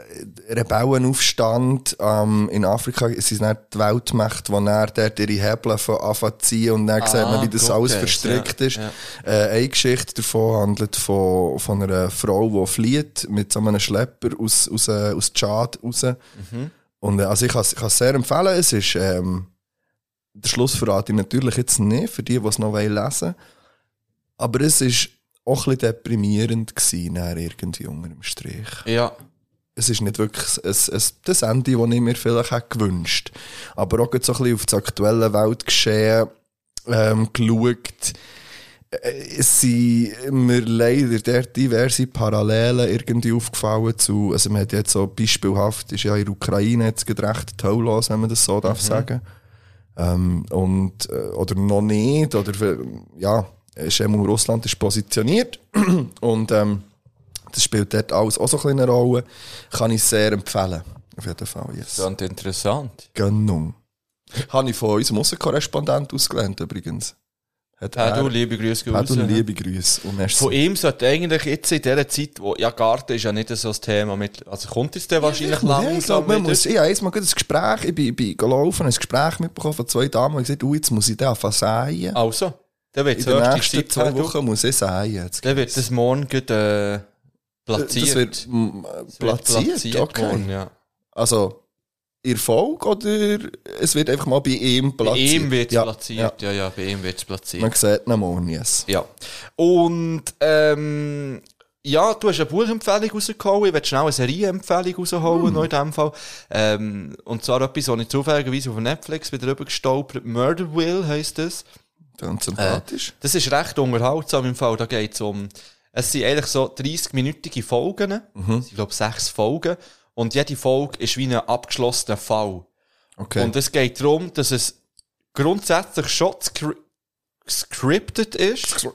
Rebellenaufstand ähm, in Afrika es ist nicht die Weltmacht, die dann dort ihre Hebel von anfangen zu ziehen und dann Ah, sieht man, wie das gut, alles ja, verstrickt ja, ist. ja. Äh, eine Geschichte davon handelt von, von einer Frau, die flieht mit so einem Schlepper aus, aus, äh, aus Tschad raus. Mhm. Und äh, also ich kann es ich kann es sehr empfehlen. Es ist, ähm, der Schluss verrate ich natürlich jetzt nicht, für die, die es noch lesen wollen. Aber es ist auch ein bisschen deprimierend gewesen, dann irgendwie unter dem Strich. Ja. es ist nicht wirklich ein, ein, das Ende, das ich mir vielleicht hätte gewünscht. Aber auch so ein bisschen auf das aktuelle Weltgeschehen ähm, geschaut. Es sind mir leider dort diverse Parallelen irgendwie aufgefallen zu, also man hat jetzt so beispielhaft, ist ja in der Ukraine jetzt gerade recht toll los, wenn man das so darf mhm. sagen. Ähm, und, äh, oder noch nicht, oder ja, ist eben Russland ist positioniert und ähm, das spielt dort alles auch so eine kleine Rolle. Kann ich sehr empfehlen. Auf jeden Fall, yes. Das ist interessant. Genau. Habe ich von unserem Aussenkorrespondent ausgelernt übrigens. Hat ja, er, du, liebe Grüße. Hat du liebe Grüße. Von ihm sollte eigentlich jetzt in dieser Zeit, wo, ja, Garten ist ja nicht so das Thema mit, also kommt es dann wahrscheinlich ja, langsam. Ich glaube, man muss, ich habe einmal ein Gespräch, ich bin, bin gelaufen, ein Gespräch mitbekommen von zwei Damen, und gesagt, oh, jetzt muss ich den anfangen säen. Also, dann wird es in den nächsten Zeit zwei Wochen muss ich säen. Dann wird das morgen gut, äh, platziert. Das wird, m- das platziert, wird platziert, okay. Morgen, ja. Also, Erfolg oder es wird einfach mal bei ihm platziert? Bei ihm wird es ja. platziert, ja. ja, ja, bei ihm wird es platziert. Man sieht ihn morgen, yes. Ja. Und, ähm, ja, du hast eine Buchempfehlung rausgehauen, ich will schnell eine Serienempfehlung rausholen, mm. noch in dem Fall. Ähm, und zwar etwas, was ich zufälligerweise auf Netflix wieder drüber gestolpert, Murder Will heisst das. Ganz sympathisch. Äh, das ist recht unterhaltsam im Fall, da geht es um, es sind eigentlich so dreißig-minütige Folgen, mhm. ich glaube sechs Folgen. Und jede Folge ist wie ein abgeschlossener Fall. Okay. Und es geht darum, dass es grundsätzlich schon skri- scripted ist.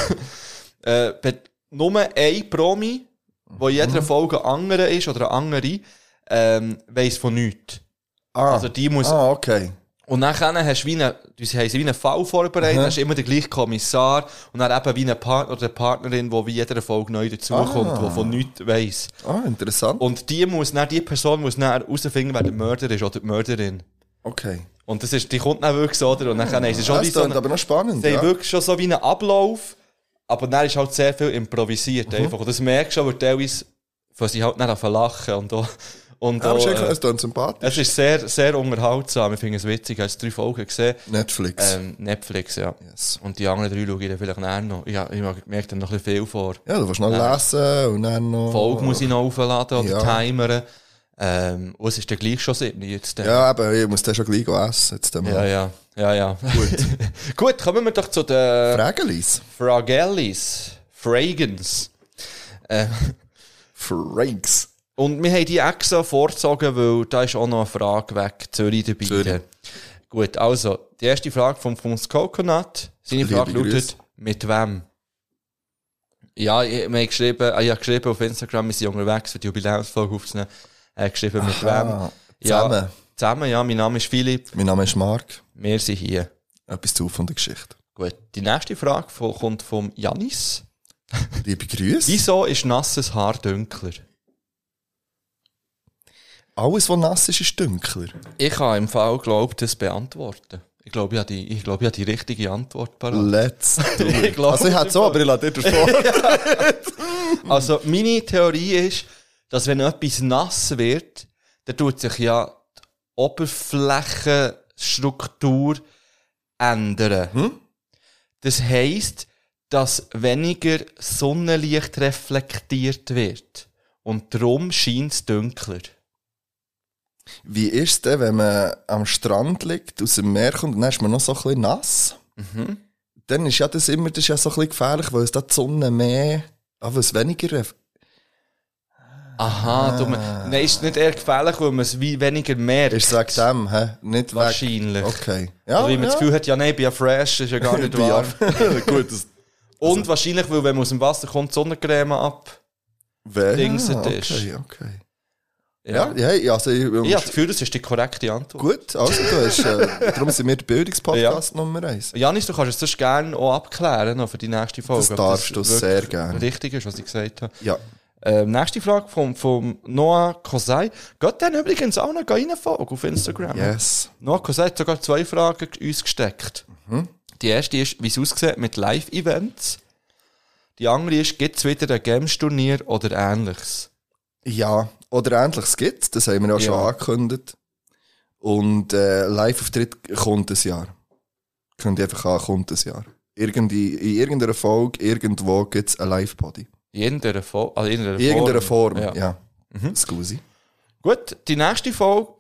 äh, nur ein Promi, wo in jeder Folge ein anderer ist oder eine andere, ähm, weiss von nichts. Ah. Also die muss... Ah, okay. Und dann hast du wie einen, du hast wie einen Fall vorbereitet, dann hast immer der gleiche Kommissar und dann eben wie ein Partner oder eine Partnerin, die wie jeder Folge neu dazukommt, ah. die von nichts weiss. Ah, interessant. Und die muss dann, die Person muss dann herausfinden, wer der Mörder ist oder die Mörderin. Okay. Und das ist, die kommt dann wirklich so, oder? Und dann haben sie schon das wie so... Eine, aber noch spannend, sie ja. haben wirklich schon so wie einen Ablauf, aber dann ist halt sehr viel improvisiert mhm. einfach. Und das merkst du schon, weil teilweise, weil sie halt nicht lachen und auch... Und ja, auch, äh, es ist sympathisch. Es ist sehr, sehr unterhaltsam. Ich finde es witzig. Ich habe drei Folgen gesehen. Netflix. Ähm, Netflix, ja. Yes. Und die anderen drei schaue ich dann vielleicht näher noch. Ich, ich merke dann noch ein bisschen viel vor. Ja, du willst noch äh, lesen und dann noch... Folge muss ich noch aufladen oder ja. timern. Ähm, und es ist dann gleich schon sieben jetzt. Dann. Ja, aber ich muss dann schon gleich essen. Jetzt ja, ja, ja, ja. Gut. Gut, kommen wir doch zu den... Fragelis. Fragelis. Fragens. Äh, Franks. Und wir haben die extra vorgezogen, weil da ist auch noch eine Frage weg, Zürich dabei. Zürich. Gut, also, die erste Frage vom Fums Coconut. Seine Liebe Frage Grüße. lautet, mit wem? Ja, ich, wir haben geschrieben, ich habe geschrieben auf Instagram, wir sind unterwegs, für die Jubiläumsfolge aufzunehmen. Er hat geschrieben, mit Aha, wem? Ja, zusammen. Zusammen, ja. Mein Name ist Philipp. Mein Name ist Marc. Wir sind hier. Etwas zu von der Geschichte. Gut, die nächste Frage von, kommt vom Janis. Liebe Grüße. Wieso ist nasses Haar dunkler? Alles, was nass ist, ist dunkler. Ich habe im Fall geglaubt, das beantworten. Ich glaube, ich habe die, ich glaube, ich habe die richtige Antwort parat. Let's do it. ich glaub, also ich hätte so, aber ich lasse dir davor. Also meine Theorie ist, dass wenn etwas nass wird, dann tut sich ja die Oberflächenstruktur ändern. Hm? Das heisst, dass weniger Sonnenlicht reflektiert wird. Und darum scheint es dunkler. Wie ist es denn, wenn man am Strand liegt, aus dem Meer kommt und dann ist man noch so ein bisschen nass? Mhm. Dann ist ja das immer das ist ja so ein bisschen gefährlich, weil es da die Sonne mehr, aber es weniger... Aha, du, ah. nein, ist nicht eher gefährlich, weil man es wie weniger merkt. Ist es wegen dem, hä? Nicht wahrscheinlich. Weg. Okay. Ja, oder wie man ja. das Gefühl hat, ja nein, ich bin ja fresh, ist ja gar nicht warm. Gut. Das, und also. wahrscheinlich, weil wenn man aus dem Wasser kommt, die Sonnencreme ab. Wer? Dingset okay, ist. okay. Ja, ja, ja also ich, ich habe das Gefühl, das ist die korrekte Antwort. Gut, also du hast, äh, darum sind wir der Bildungspodcast ja. Nummer eins. Janis, du kannst es sonst gerne auch abklären noch für die nächste Folge. Das darfst du sehr gerne. Richtig ist, was ich gesagt habe. Ja. Ähm, nächste Frage vom, vom Noah Kosei. Geht dann übrigens auch noch reinfolgen auf Instagram? Yes. Noah Kosei hat sogar zwei Fragen uns gesteckt. Mhm. Die erste ist, wie es aussieht mit Live-Events. Die andere ist, gibt es wieder ein Games-Turnier oder Ähnliches? Ja, oder Ähnliches gibt es. Das haben wir ja, ja. schon angekündigt. Und äh, Live-Auftritt kommt ein Jahr. Könnt ihr einfach an, kommt ein Jahr. Irgendwie, in irgendeiner Folge, irgendwo gibt es ein Live-Body. In irgendeiner, Fo- also in irgendeiner In irgendeiner Form, Form, ja. ja. Mhm. Scusi. Gut, die nächste Folge...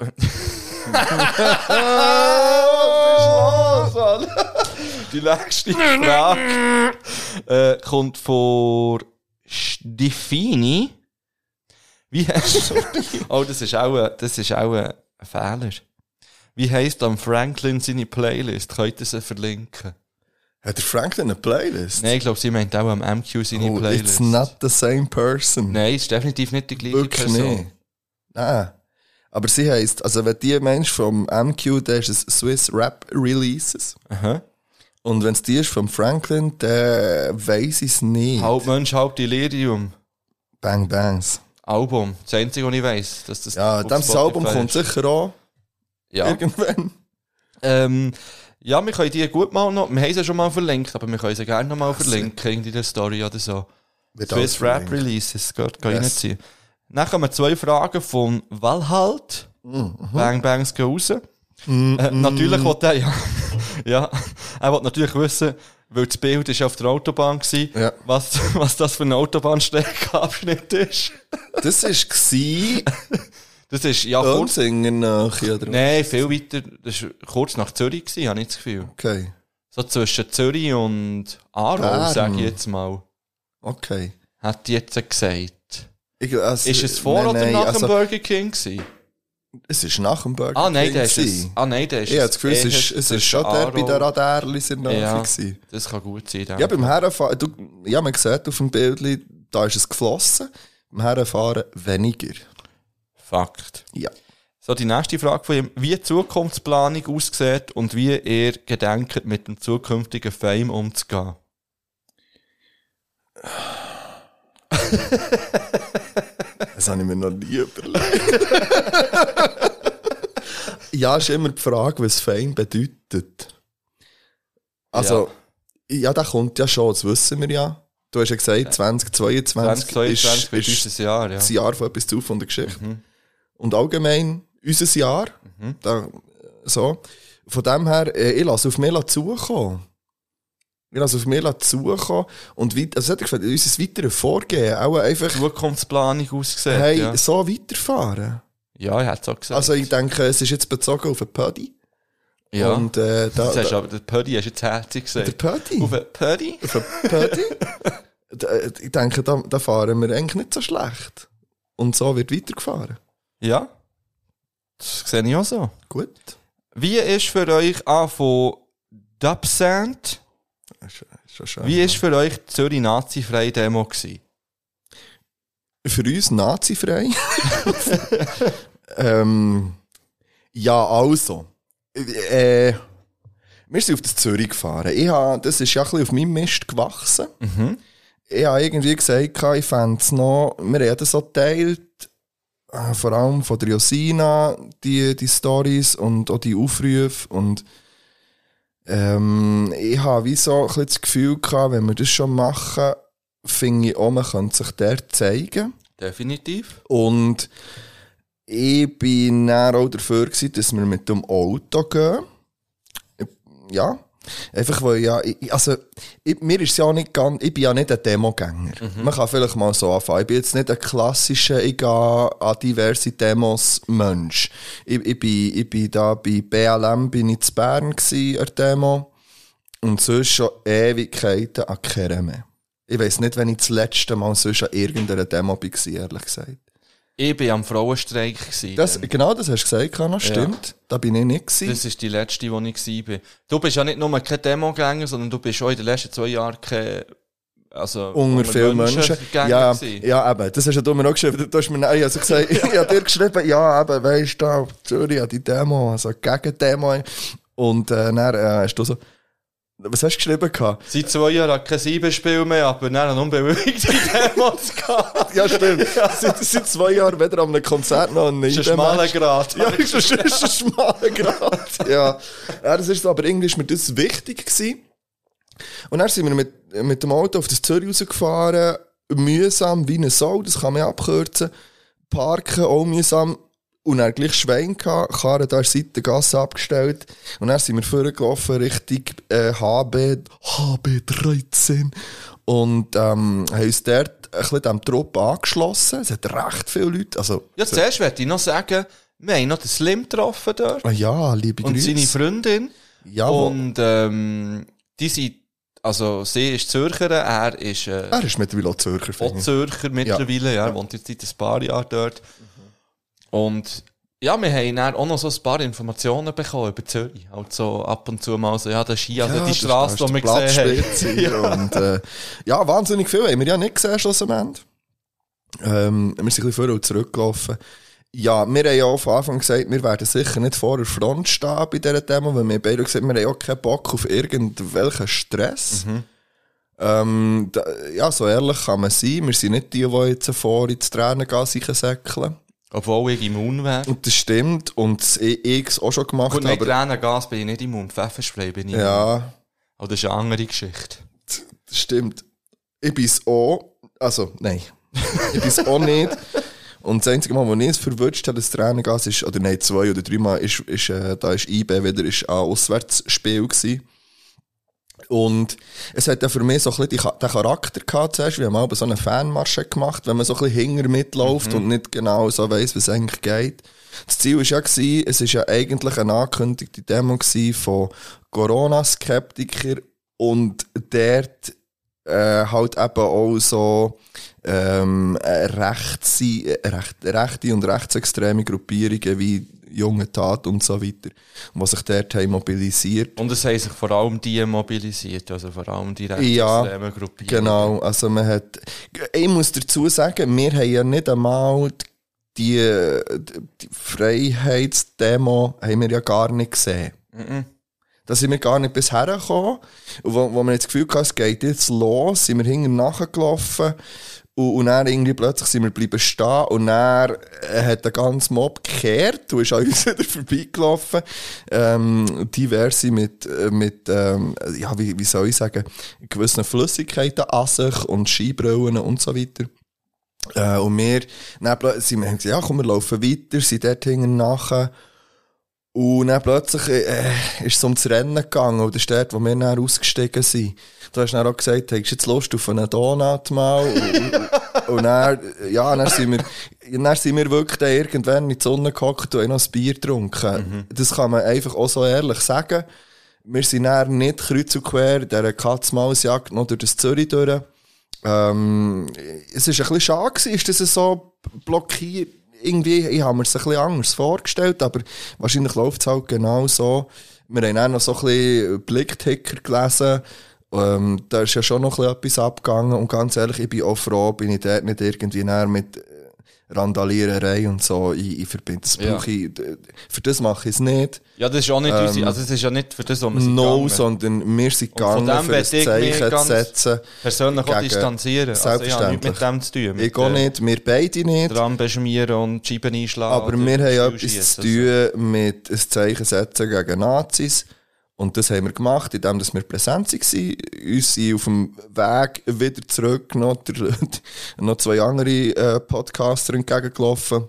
Die nächste Frage äh, kommt von Stifini. Wie heißt... Oh, das ist auch ein, das ist auch ein Fehler. Wie heisst am Franklin seine Playlist? Könnt ihr sie verlinken? Hat der Franklin eine Playlist? Nein, ich glaube, sie meint auch am M Q seine Oh, Playlist. it's not the same person. Nein, es ist definitiv nicht die gleiche Wirklich Person. nicht. Nein. Aber sie heisst, also wenn die Mensch vom M Q, der ist es Swiss Rap Releases. Aha. Und wenn es die ist vom Franklin, dann weiss ich es nicht. Halb Mensch, halb Delirium. Bang Bangs. Album. Das Einzige, was ich weiss. Dass das Ja, auf das Spotify Album ist. kommt sicher auch. Ja. Irgendwann. Ähm, ja, wir können die gut mal noch, wir haben sie schon mal verlinkt, aber wir können sie gerne noch mal verlinken, in der Story oder so. Wird Swiss alles Rap verlinkt. Releases, geht, geht Yes. reinziehen. Dann kommen zwei Fragen von Walhalt. Mhm. Bang Bangs gehen raus. Äh, natürlich will er, ja, ja, er will natürlich wissen, weil das Bild ist auf der Autobahn war, Ja. was, was das für ein Autobahnstreckenabschnitt ist. Das war Das ist, ja, kurz, Unsingen nachher, oder? nein, viel weiter, das war kurz nach Zürich gewesen, habe ich das Gefühl. Okay. So zwischen Zürich und Aarau, Bern. sage ich jetzt mal. Okay. Hat die jetzt gesagt. Ich, also, Ist es vor nein, oder nein, nach also, dem Burger King gewesen? Es ist nach dem Burger Ah, nein, King der ist es. gewesen. Ah, nein, der ist Ich habe das Gefühl, es eher ist, es ist zwischen schon der bei der Aarau- Radarlis in der Nähe Ja, gewesen. das kann gut sein. Ja, beim Herrenfahren, du, ja, man sieht auf dem Bild, da ist es geflossen. Beim Herrenfahren weniger. Fakt. Ja. So, die nächste Frage von ihm. Wie die Zukunftsplanung aussieht und wie ihr gedenkt, mit dem zukünftigen Fame umzugehen? Das habe ich mir noch nie überlegt. Ja, ist immer die Frage, was Fame bedeutet. Also, ja, der kommt ja schon, das wissen wir ja. Du hast ja gesagt, zwanzig zweiundzwanzig, zwanzig zweiundzwanzig ist, wird ist unser Jahr, ja. das Jahr von etwas zu von der Geschichte. Und allgemein unser Jahr. Da, so. Von dem her, äh, ich lasse auf mich zukommen. Ich lasse auf mich zukommen. Und weit, also hat er gesagt, unser weiteres Vorgehen auch einfach Zukunftsplanung aussieht, hey, ja. so weiterfahren. Ja, er hat es auch gesagt. Also ich denke, es ist jetzt bezogen auf den Pödi. ja. Und äh, da, Jetzt hast du da, aber, der Pödi hast du jetzt herzig der gesagt. Pödi. Auf den Pödi? Auf den Pödi. Da, ich denke, da, da fahren wir eigentlich nicht so schlecht. Und so wird weitergefahren. Ja. Das sehe ich auch so. Gut. Wie ist für euch ah, von Dubsand? Das ist, ist schon schön. Wie ist für euch die Zürich Nazi-freie Demo gewesen? Für uns nazifrei? ähm, ja, also. Äh, wir sind auf das Zürich gefahren. Ich hab, das ist ja ein bisschen auf meinem Mist gewachsen. Mhm. Ich habe irgendwie gesagt, ich fände es noch, wir haben das so geteilt, äh, vor allem von der Josina, die, die Storys und auch die Aufrufe. Und ähm, ich habe wie so ein bisschen das Gefühl gehabt, wenn wir das schon machen, finde ich auch, man könnte sich dort zeigen. Definitiv. Und ich bin dann auch dafür gewesen, dass wir mit dem Auto gehen. Ja. Einfach weil ja, ich, also, ich, mir ist ja auch nicht ganz, ich bin ja nicht ein Demogänger. Man kann vielleicht mal so anfangen. Ich bin jetzt nicht ein klassischer, ich gehe an diverse Demos Mensch. Ich, ich, bin, ich bin da bei B L M, bin ich in Bern gsi, an der Demo. Und sonst schon Ewigkeiten an keiner mehr. Ich weiss nicht, wenn ich das letzte Mal sonst an irgendeiner Demo war, ehrlich gesagt. Ich war am Frauenstreik. Gewesen, Das, dann. genau, das hast du gesagt, Kana, stimmt. Ja. Da bin ich nicht gewesen. Das ist die letzte, wo ich war. Du bist ja nicht nur kein Demogänger, sondern du bist auch in den letzten zwei Jahren kein, also, unter vielen Menschen. Ja, ja, eben, das hast ja du mir auch geschrieben. Du hast mir nein, also gesagt, ich habe dir geschrieben, ja, eben, weisst du, da, Zürich, die Demo, also gegen Demo. Und äh, dann äh, hast du so, was hast du geschrieben gehabt? Seit zwei Jahren hat kein Siebenspiel mehr, aber dann eine unbewegte Demos gehabt. Ja, stimmt. Seit, seit zwei Jahren weder an einem Konzert noch an einem Das ist ein schmaler Grad. Ja, das ist ein, ist ein schmaler Grad. Ja. Ja, das ist so, aber irgendwie ist mir das wichtig gewesen. Und dann sind wir mit, mit dem Auto auf das Zürich rausgefahren, mühsam wie eine Sau, das kann man abkürzen. Parken auch mühsam. Und dann gleich Schwein gehabt, Karre da ist Seite der Gasse abgestellt. Und dann sind wir vorgelaufen Richtung äh, H B, H B dreizehn. Und ähm, haben uns dort ein bisschen dem Trupp angeschlossen. Es hat recht viele Leute. Also, Ja, zuerst möchte ich noch sagen, wir haben noch den Slim getroffen dort. Ah ja, liebe Und Grüße. seine Freundin. Ja, wo- Und ähm, die sind, also sie ist Zürcher, er ist äh, er ist mittlerweile auch Zürcher. auch finde ich. Zürcher mittlerweile, ja. Er wohnt jetzt seit ein paar Jahren dort. Und ja, wir haben dann auch noch so ein paar Informationen bekommen über Zürich. Halt so ab und zu mal so, ja, das ist hier, also die das Straße, ist die wir der gesehen Platzspitze. haben. Und, äh, ja, wahnsinnig viel haben wir ja nicht gesehen, schlussendlich. Ähm, wir sind ein bisschen vor und zurückgelaufen. Ja, wir haben ja auch von Anfang gesagt, wir werden sicher nicht vor der Front stehen bei dieser Demo, weil wir beide gesagt haben, wir haben auch keinen Bock auf irgendwelchen Stress. Mhm. Ähm, da, ja, so ehrlich kann man sein. Wir sind nicht die, die jetzt vor ins Tränengas säckeln. Obwohl ich immun wäre. Und das stimmt. Und ich, ich es auch schon gemacht Gut, mit aber Tränengas bin ich nicht immun. Pfefferspray bin ich immun. ja, Aber das ist eine andere Geschichte. das stimmt. Ich bin es auch. Also, nein. Ich bin es auch nicht. Und das einzige Mal, wo ich es verwünscht habe, das Tränengas ist, oder nein, zwei oder drei Mal, ist, ist, äh, da ist I B wieder ist ein Auswärtsspiel gewesen. Und es hat ja für mich so ein bisschen die- den Charakter gehabt zuerst, wie man mal so eine Fanmasche gemacht, wenn man so ein bisschen hinter mitläuft und nicht genau so weiss, was eigentlich geht. Das Ziel war ja, gewesen, es ist ja eigentlich eine angekündigte Demo gewesen von Corona-Skeptikern und dort äh, halt eben auch so ähm, äh, rechts, äh, recht, rechte und rechtsextreme Gruppierungen wie Junge Tat und so weiter, die sich dort haben mobilisiert. Und es haben sich vor allem die mobilisiert, also vor allem die Ja, rechtsextremen Gruppierungen. genau. Also man hat, ich muss dazu sagen, wir haben ja nicht einmal die, die Freiheitsdemo haben wir ja gar nicht gesehen. Mhm. Da sind wir gar nicht bisher gekommen. Und wo, wo wir jetzt das Gefühl hatten, es geht jetzt los, sind wir hinten nachgelaufen. Und, und dann irgendwie plötzlich sind wir bleiben stehen. Und dann äh, hat der ganze Mob gekehrt und ist an uns wieder vorbeigelaufen. Ähm, diverse mit, äh, mit ähm, ja, wie, wie soll ich sagen, gewissen Flüssigkeiten an sich und Skibrillen und so weiter. Äh, und wir, dann plö- sind wir haben gesagt, ja komm, wir laufen weiter, sind dort hinten nachher. Und dann plötzlich äh, ist es ums Rennen gegangen, und das ist dort, wo wir dann ausgestiegen sind. Du hast dann auch gesagt, hast du jetzt Lust auf einen Donut mal? und, und dann, ja, dann sind wir, dann sind wir wirklich dann irgendwann in die Sonne gehockt und haben noch ein Bier getrunken. Mhm. Das kann man einfach auch so ehrlich sagen. Wir sind dann nicht kreuz und quer in dieser Katz-Maus-Jagd noch durch das Zürich durch. Ähm, es war ein bisschen schade gewesen, ist das so blockiert. Irgendwie, ich habe mir es ein bisschen anders vorgestellt, aber wahrscheinlich läuft es halt genau so. Wir haben auch noch so ein bisschen Blickticker gelesen. Ähm, da ist ja schon noch ein bisschen etwas abgegangen. Und ganz ehrlich, ich bin auch froh, bin ich dort nicht irgendwie näher mit Randaliererei und so. Ich, ich verbinde das Ja. brauche ich, für das mache ich es nicht. Ja, das ist auch nicht Ähm, unsere, also es ist ja nicht für das, was wir sind No, gegangen. sondern wir sind Und von gegangen, dem für ein möchte ich mich Zeichen ganz zu setzen. persönlich auch gegen- distanzieren. Also ich habe nichts Selbstverständlich. mit dem zu tun. Mit, Ich auch äh, nicht, wir beide nicht. Dran beschmieren und Scheiben einschlagen. Aber oder wir haben ja Spiel etwas zu schiessen. tun mit ein Zeichen setzen gegen Nazis. Und das haben wir gemacht, indem dass wir präsent waren. Uns sind auf dem Weg wieder zurück noch, der, noch zwei andere äh, Podcaster entgegengelaufen.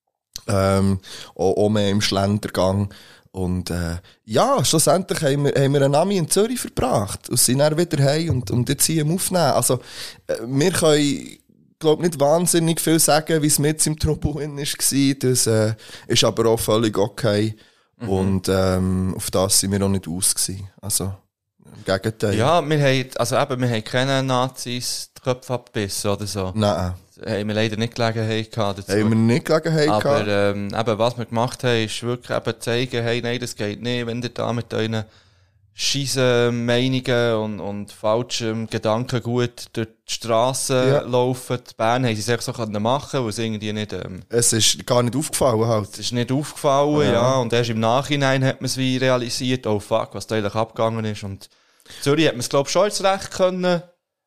Ähm, auch, auch mehr im Schlendergang. Und äh, ja, schlussendlich haben wir, haben wir einen Ami in Zürich verbracht. Und sind dann wieder heim und, und jetzt hier aufnehmen. Also, äh, wir können, glaube nicht wahnsinnig viel sagen, wie es mit im Trubulin war. Das äh, ist aber auch völlig okay. Mhm. Und ähm, auf das sind wir auch nicht aus gewesen. Also, im Gegenteil. Ja, wir haben, also eben, wir haben keine Nazis die Köpfe abgebissen oder so. Nein, Da haben wir leider nicht Gelegenheit gehabt dazu. haben wir nicht Gelegenheit Aber gehabt. ähm, eben, was wir gemacht haben, ist wirklich eben zeigen, hey, nein, das geht nicht, wenn ihr da mit euren scheisse Meinungen und, und falschem Gedankengut durch die Straße Ja. laufen. In Bern haben sie es echt so können machen, weil es irgendwie nicht, ähm, Es ist gar nicht aufgefallen halt. es ist nicht aufgefallen, ja. Ja. Und erst im Nachhinein hat man es wie realisiert, oh fuck, was da eigentlich abgegangen ist. Und in Zürich hat man es, glaube ich, schon als Recht können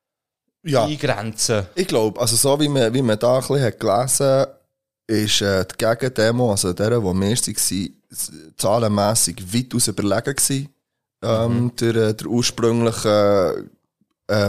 Ja. eingrenzen. Ich glaube, also so wie man, wie man da ein bisschen hat gelesen, ist äh, die Gegendemo, also der, wo wir waren, zahlenmässig weitaus überlegen gewesen. Ähm, Mhm. der, äh, der ursprüngliche äh,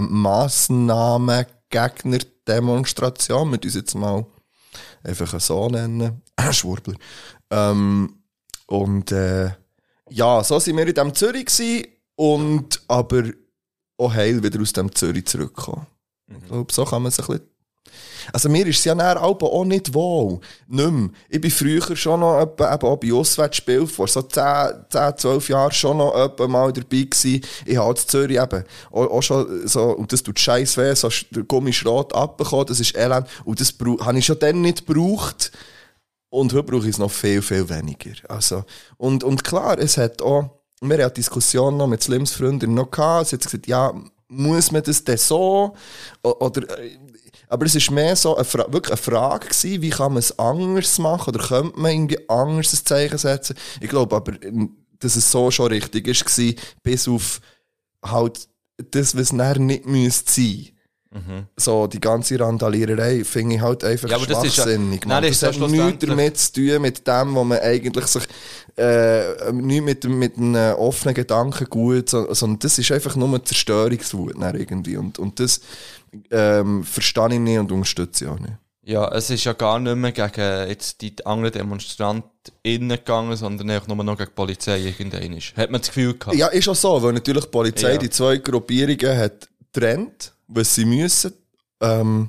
Massnahmen-Gegner-Demonstration, wir uns jetzt mal einfach so nennen, Schwurbler. Ähm, und äh, ja, so sind wir in diesem Zürich gewesen, und aber auch heil wieder aus dem Zürich zurückgekommen. Ich glaube, so kann man es ein bisschen Also mir ist es ja nachher auch nicht wohl. Nicht mehr. Ich bin früher schon noch etwa, eben auch bei Auswärtsspielen vor so zehn, zwölf Jahren schon noch etwa mal dabei gewesen. Ich habe in Zürich eben auch, auch schon so, und das tut scheiß weh, so der Gummischrot abbekommen, das ist elend. Und das habe ich schon dann nicht gebraucht. Und heute brauche ich es noch viel, viel weniger. Also, und, und klar, es hat auch, wir hatten eine Diskussion noch mit Slims Freundin noch gehabt. Sie hat gesagt, ja, muss man das denn so? Oder, aber es war mehr so eine, Fra- wirklich eine Frage gewesen, wie kann man es anders machen oder könnte man irgendwie anders ein Zeichen setzen? Ich glaube aber, dass es so schon richtig war, bis auf halt das, was nachher nicht müsste sein. Mhm. So, die ganze Randaliererei finde ich halt einfach ja, schwachsinnig. Ja, nein, das, das hat nichts damit zu tun, mit dem, wo man eigentlich sich äh, nicht mit, mit einem offenen Gedanken gut, sondern das ist einfach nur eine Zerstörungswut irgendwie. Und, und das ähm, verstehe ich nicht und unterstütze ich auch nicht. Ja, es ist ja gar nicht mehr gegen jetzt die anderen DemonstrantInnen gegangen, sondern einfach nur noch gegen die Polizei irgendwann. Hat man das Gefühl gehabt? Ja, ist auch so, weil natürlich die Polizei ja. die zwei Gruppierungen hat getrennt, was sie müssen. Ähm,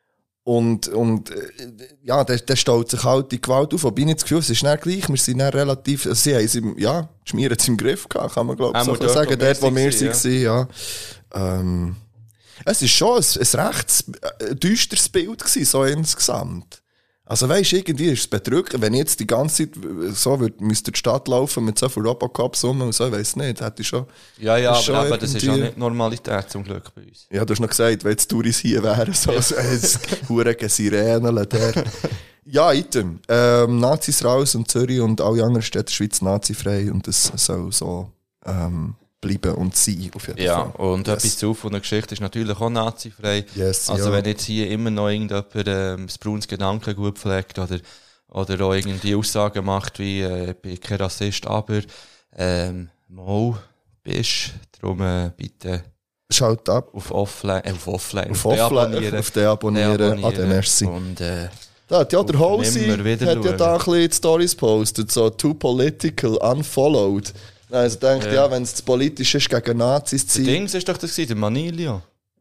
und und äh, ja, der, der staut sich halt die Gewalt auf. Wobei ich das Gefühl, es ist nicht gleich. Wir sind dann relativ, also sie haben es im, ja, schmieren es im Griff gehabt, kann man glaube ich so dort, sagen. Dort, wo wir waren, ja. ja. Ähm, es war schon ein, ein recht äh, düsteres Bild gewesen, so insgesamt. Also weisst du, irgendwie ist es bedrückend, wenn ich jetzt die ganze Zeit so würd, müsste die Stadt laufen mit so viel Robocops rum und so, ich weiss nicht, hätte ich schon... Ja, ja, aber, aber das ist ja nicht Normalität zum Glück bei uns. Ja, du hast noch gesagt, wenn jetzt Touris hier wären, so, so hure Sirenen der. Ja, item. Ähm, Nazis raus und Zürich und alle anderen Städte der Schweiz nazifrei und das soll so ähm, bleiben und sein, auf jeden ja, Fall. Und yes. etwas zu von der Geschichte ist natürlich auch nazifrei. Yes, also ja. wenn jetzt hier immer noch irgendjemand ähm, das Bruns Gedankengut pflegt oder, oder auch irgendwie Aussagen macht wie äh, ich bin kein Rassist, aber ähm, mal bist, darum äh, bitte schaut ab. Auf Offline, äh, auf Offline, auf, auf Offline, auf deabonnieren, deabonnieren. Ade, merci. Und äh, da hat ja der Hosi hat ja da ein bisschen die Stories postet, so too political, unfollowed. Also denkt, ja, ja wenn es politisch ist, gegen Nazis zu sein. Der Dings ist doch das, der Manilio.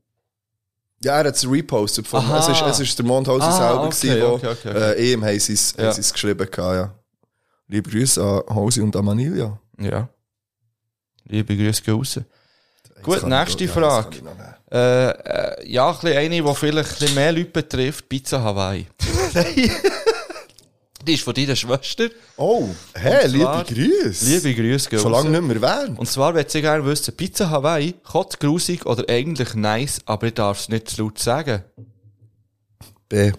Ja, er hat es repostet. Von, es ist, es ist der Mondhauser ah, selber, okay, gewesen, wo okay, okay, okay. Äh, ihm haben sie es ja. geschrieben. Ja. Liebe Grüße an Hosi und an Manilio. Ja. Liebe Grüße gehen raus. Gut, nächste doch, Frage. Ja, äh, äh, ja, ein bisschen eine, die vielleicht ein bisschen mehr Leute betrifft. Pizza Hawaii. Die ist von deiner Schwester. Oh, hey, liebe Grüße. Liebe Grüße, gell. Schon lange nicht mehr erwähnt. Und zwar möchte ich gerne wissen, Pizza Hawaii, kotzgrusig oder eigentlich nice, aber ich darf es nicht zu laut sagen. B.